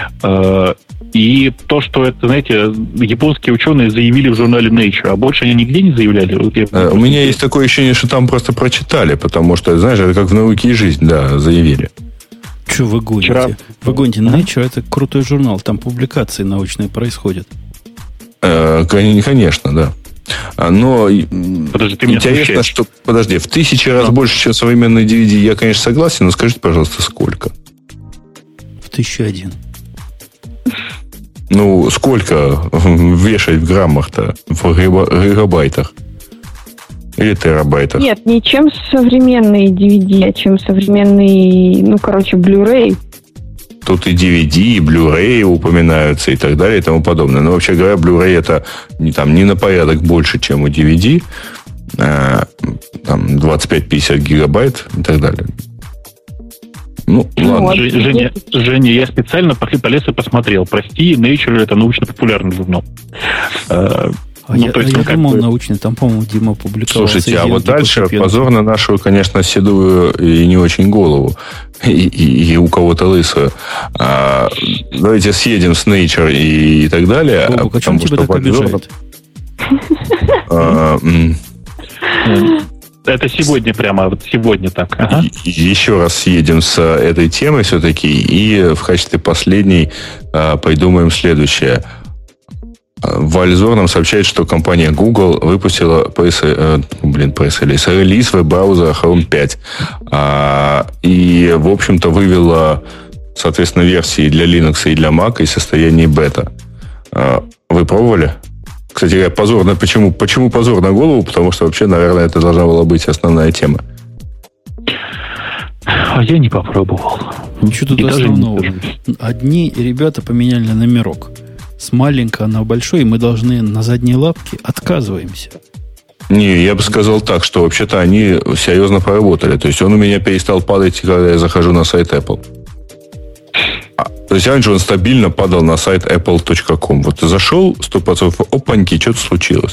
И то, что это, знаете, японские ученые заявили в журнале Nature, а больше они нигде не заявляли. У меня есть такое ощущение, что там просто прочитали, потому что, знаешь, это как в «Науке и жизнь», да, заявили. Что вы гоните? Вы гоните. Nature — это крутой журнал, там публикации научные происходят. Конечно, да. Но подожди, ты интересно, что... Подожди, в 1000 раз больше, чем современный DVD, я, конечно, согласен, но скажите, пожалуйста, сколько? В 1001. Ну, сколько вешать в граммах-то, в гигабайтах? Или терабайтах? Нет, не чем современный DVD, а чем современный, Blu-ray. Тут и DVD, и Blu-ray упоминаются, и так далее, и тому подобное. Но, вообще говоря, Blu-ray это не на порядок больше, чем у DVD. Там 25-50 гигабайт и так далее. Ладно. Женя, я специально полез и посмотрел. Прости, Nature — это научно-популярный журнал. Я думал, научный, там, по-моему, Дима публиковал. Слушайте, а вот дальше позор на нашу, конечно, седую и не очень голову. И у кого-то лысую. Давайте съедем с Nature и так далее. Бобук, о чем тебя так обижает? Это сегодня прямо, вот сегодня так. Ага. Еще раз съедем с этой темой все-таки. И в качестве последней придумаем следующее. Вальзор нам сообщает, что компания Google выпустила пресс-релиз веб-браузера Chrome 5. И, в общем-то, вывела, соответственно, версии для Linux и для Mac из состояния бета. Вы пробовали? Кстати говоря, позорно. Почему позор на голову? Потому что вообще, наверное, это должна была быть основная тема. А я не попробовал. Ничего тут основного. Одни ребята поменяли номерок. С маленького на большой, и мы должны на задние лапки отказываемся. Не, я бы сказал так, что вообще-то они серьезно поработали. То есть он у меня перестал падать, когда я захожу на сайт Apple. То есть раньше он стабильно падал на сайт apple.com. Вот ты зашел, 100%, опаньки, что-то случилось.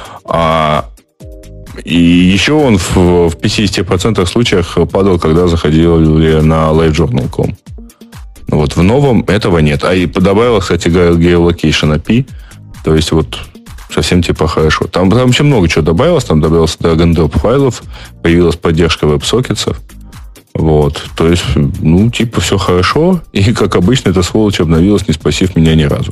И еще он в 50% случаях падал, когда заходили на livejournal.com. Вот в новом этого нет. А и добавилось, кстати, geolocation API. То есть вот совсем типа хорошо. Там вообще много чего добавилось. Там добавился drag and drop файлов. Появилась поддержка веб-сокетсов. Вот. То есть, типа все хорошо. И, как обычно, эта сволочь обновилась, не спасив меня ни разу.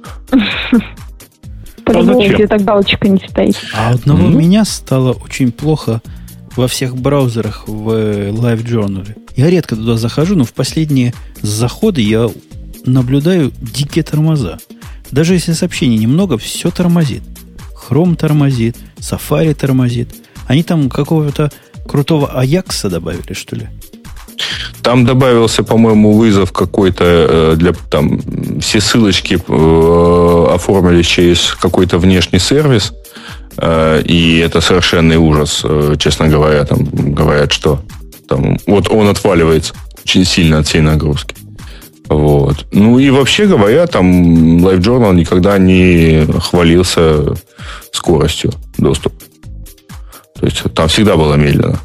По-другому где-то галочка не стоит. А одного меня стало очень плохо во всех браузерах в LiveJournal. Я редко туда захожу, но в последние заходы я наблюдаю дикие тормоза. Даже если сообщений немного, все тормозит. Chrome тормозит, Safari тормозит. Они там какого-то крутого Аякса добавили, что ли? Там добавился, по-моему, вызов какой-то для... Там все ссылочки оформились через какой-то внешний сервис. И это совершенный ужас, честно говоря. Там говорят, что там, вот он отваливается очень сильно от всей нагрузки. Вот. И вообще говоря, там LiveJournal никогда не хвалился скоростью доступа. То есть там всегда было медленно.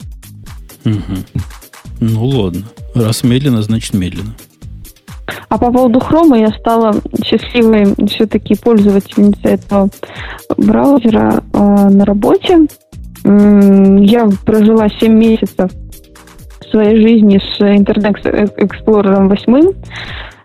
Ладно. Раз медленно, значит медленно. А по поводу Chrome я стала счастливой все-таки пользовательницей этого браузера на работе. Я прожила 7 месяцев своей жизни с Internet Explorer 8.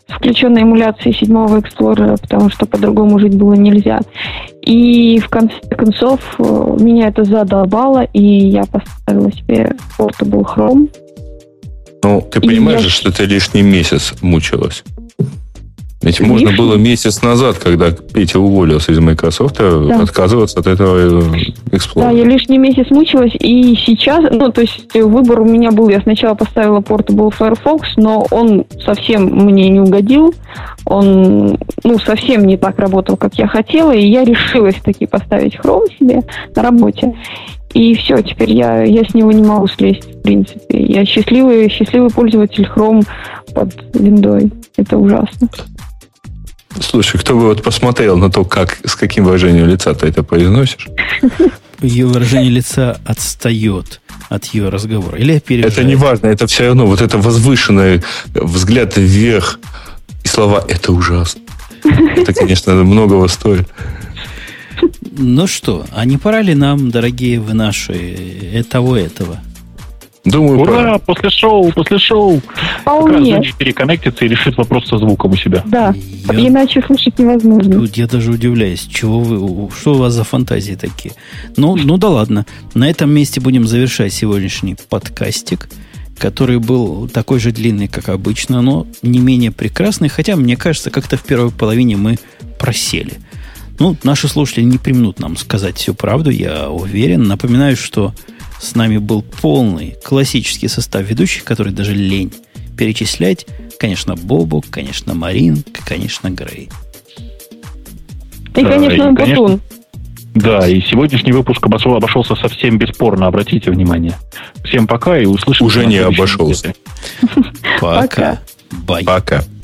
с включенной эмуляцией 7-го Explorer, потому что по-другому жить было нельзя. И в конце концов меня это задолбало, и я поставила себе Portable Chrome. Ну, ты понимаешь же, что ты лишний месяц мучилась? Ведь можно было месяц назад, когда Петя уволился из Microsoft, отказываться от этого Explorer. Да, я лишний месяц мучилась, и сейчас, то есть выбор у меня был, я сначала поставила Portable Firefox, но он совсем мне не угодил, он, совсем не так работал, как я хотела, и я решилась таки поставить Chrome себе на работе. И все, теперь я с него не могу слезть, в принципе. Я счастливый пользователь Chrome под виндой. Это ужасно. Слушай, кто бы вот посмотрел на то, с каким выражением лица ты это произносишь? Ее выражение лица отстает от ее разговора. Или опережает. Это не важно, это все равно вот это возвышенный взгляд вверх и слова «это ужасно». Это, конечно, многого стоит. Ну что, а не пора ли нам, дорогие вы наши, этого? Думаю, ура, пора. после шоу. Как раз Женя переконнектится и решит вопрос со звуком у себя. Да, иначе слушать невозможно. Тут я даже удивляюсь, что у вас за фантазии такие. Ну да ладно, на этом месте будем завершать сегодняшний подкастик, который был такой же длинный, как обычно, но не менее прекрасный, хотя, мне кажется, как-то в первой половине мы просели. Наши слушатели не премнут нам сказать всю правду, я уверен. Напоминаю, что с нами был полный классический состав ведущих, который даже лень перечислять. Конечно, Бобук, конечно, Марин, конечно, Грей. И, конечно, Батун. Да, и сегодняшний выпуск обошелся совсем бесспорно, обратите внимание. Всем пока и услышимся. Уже не обошелся. Пока. Пока.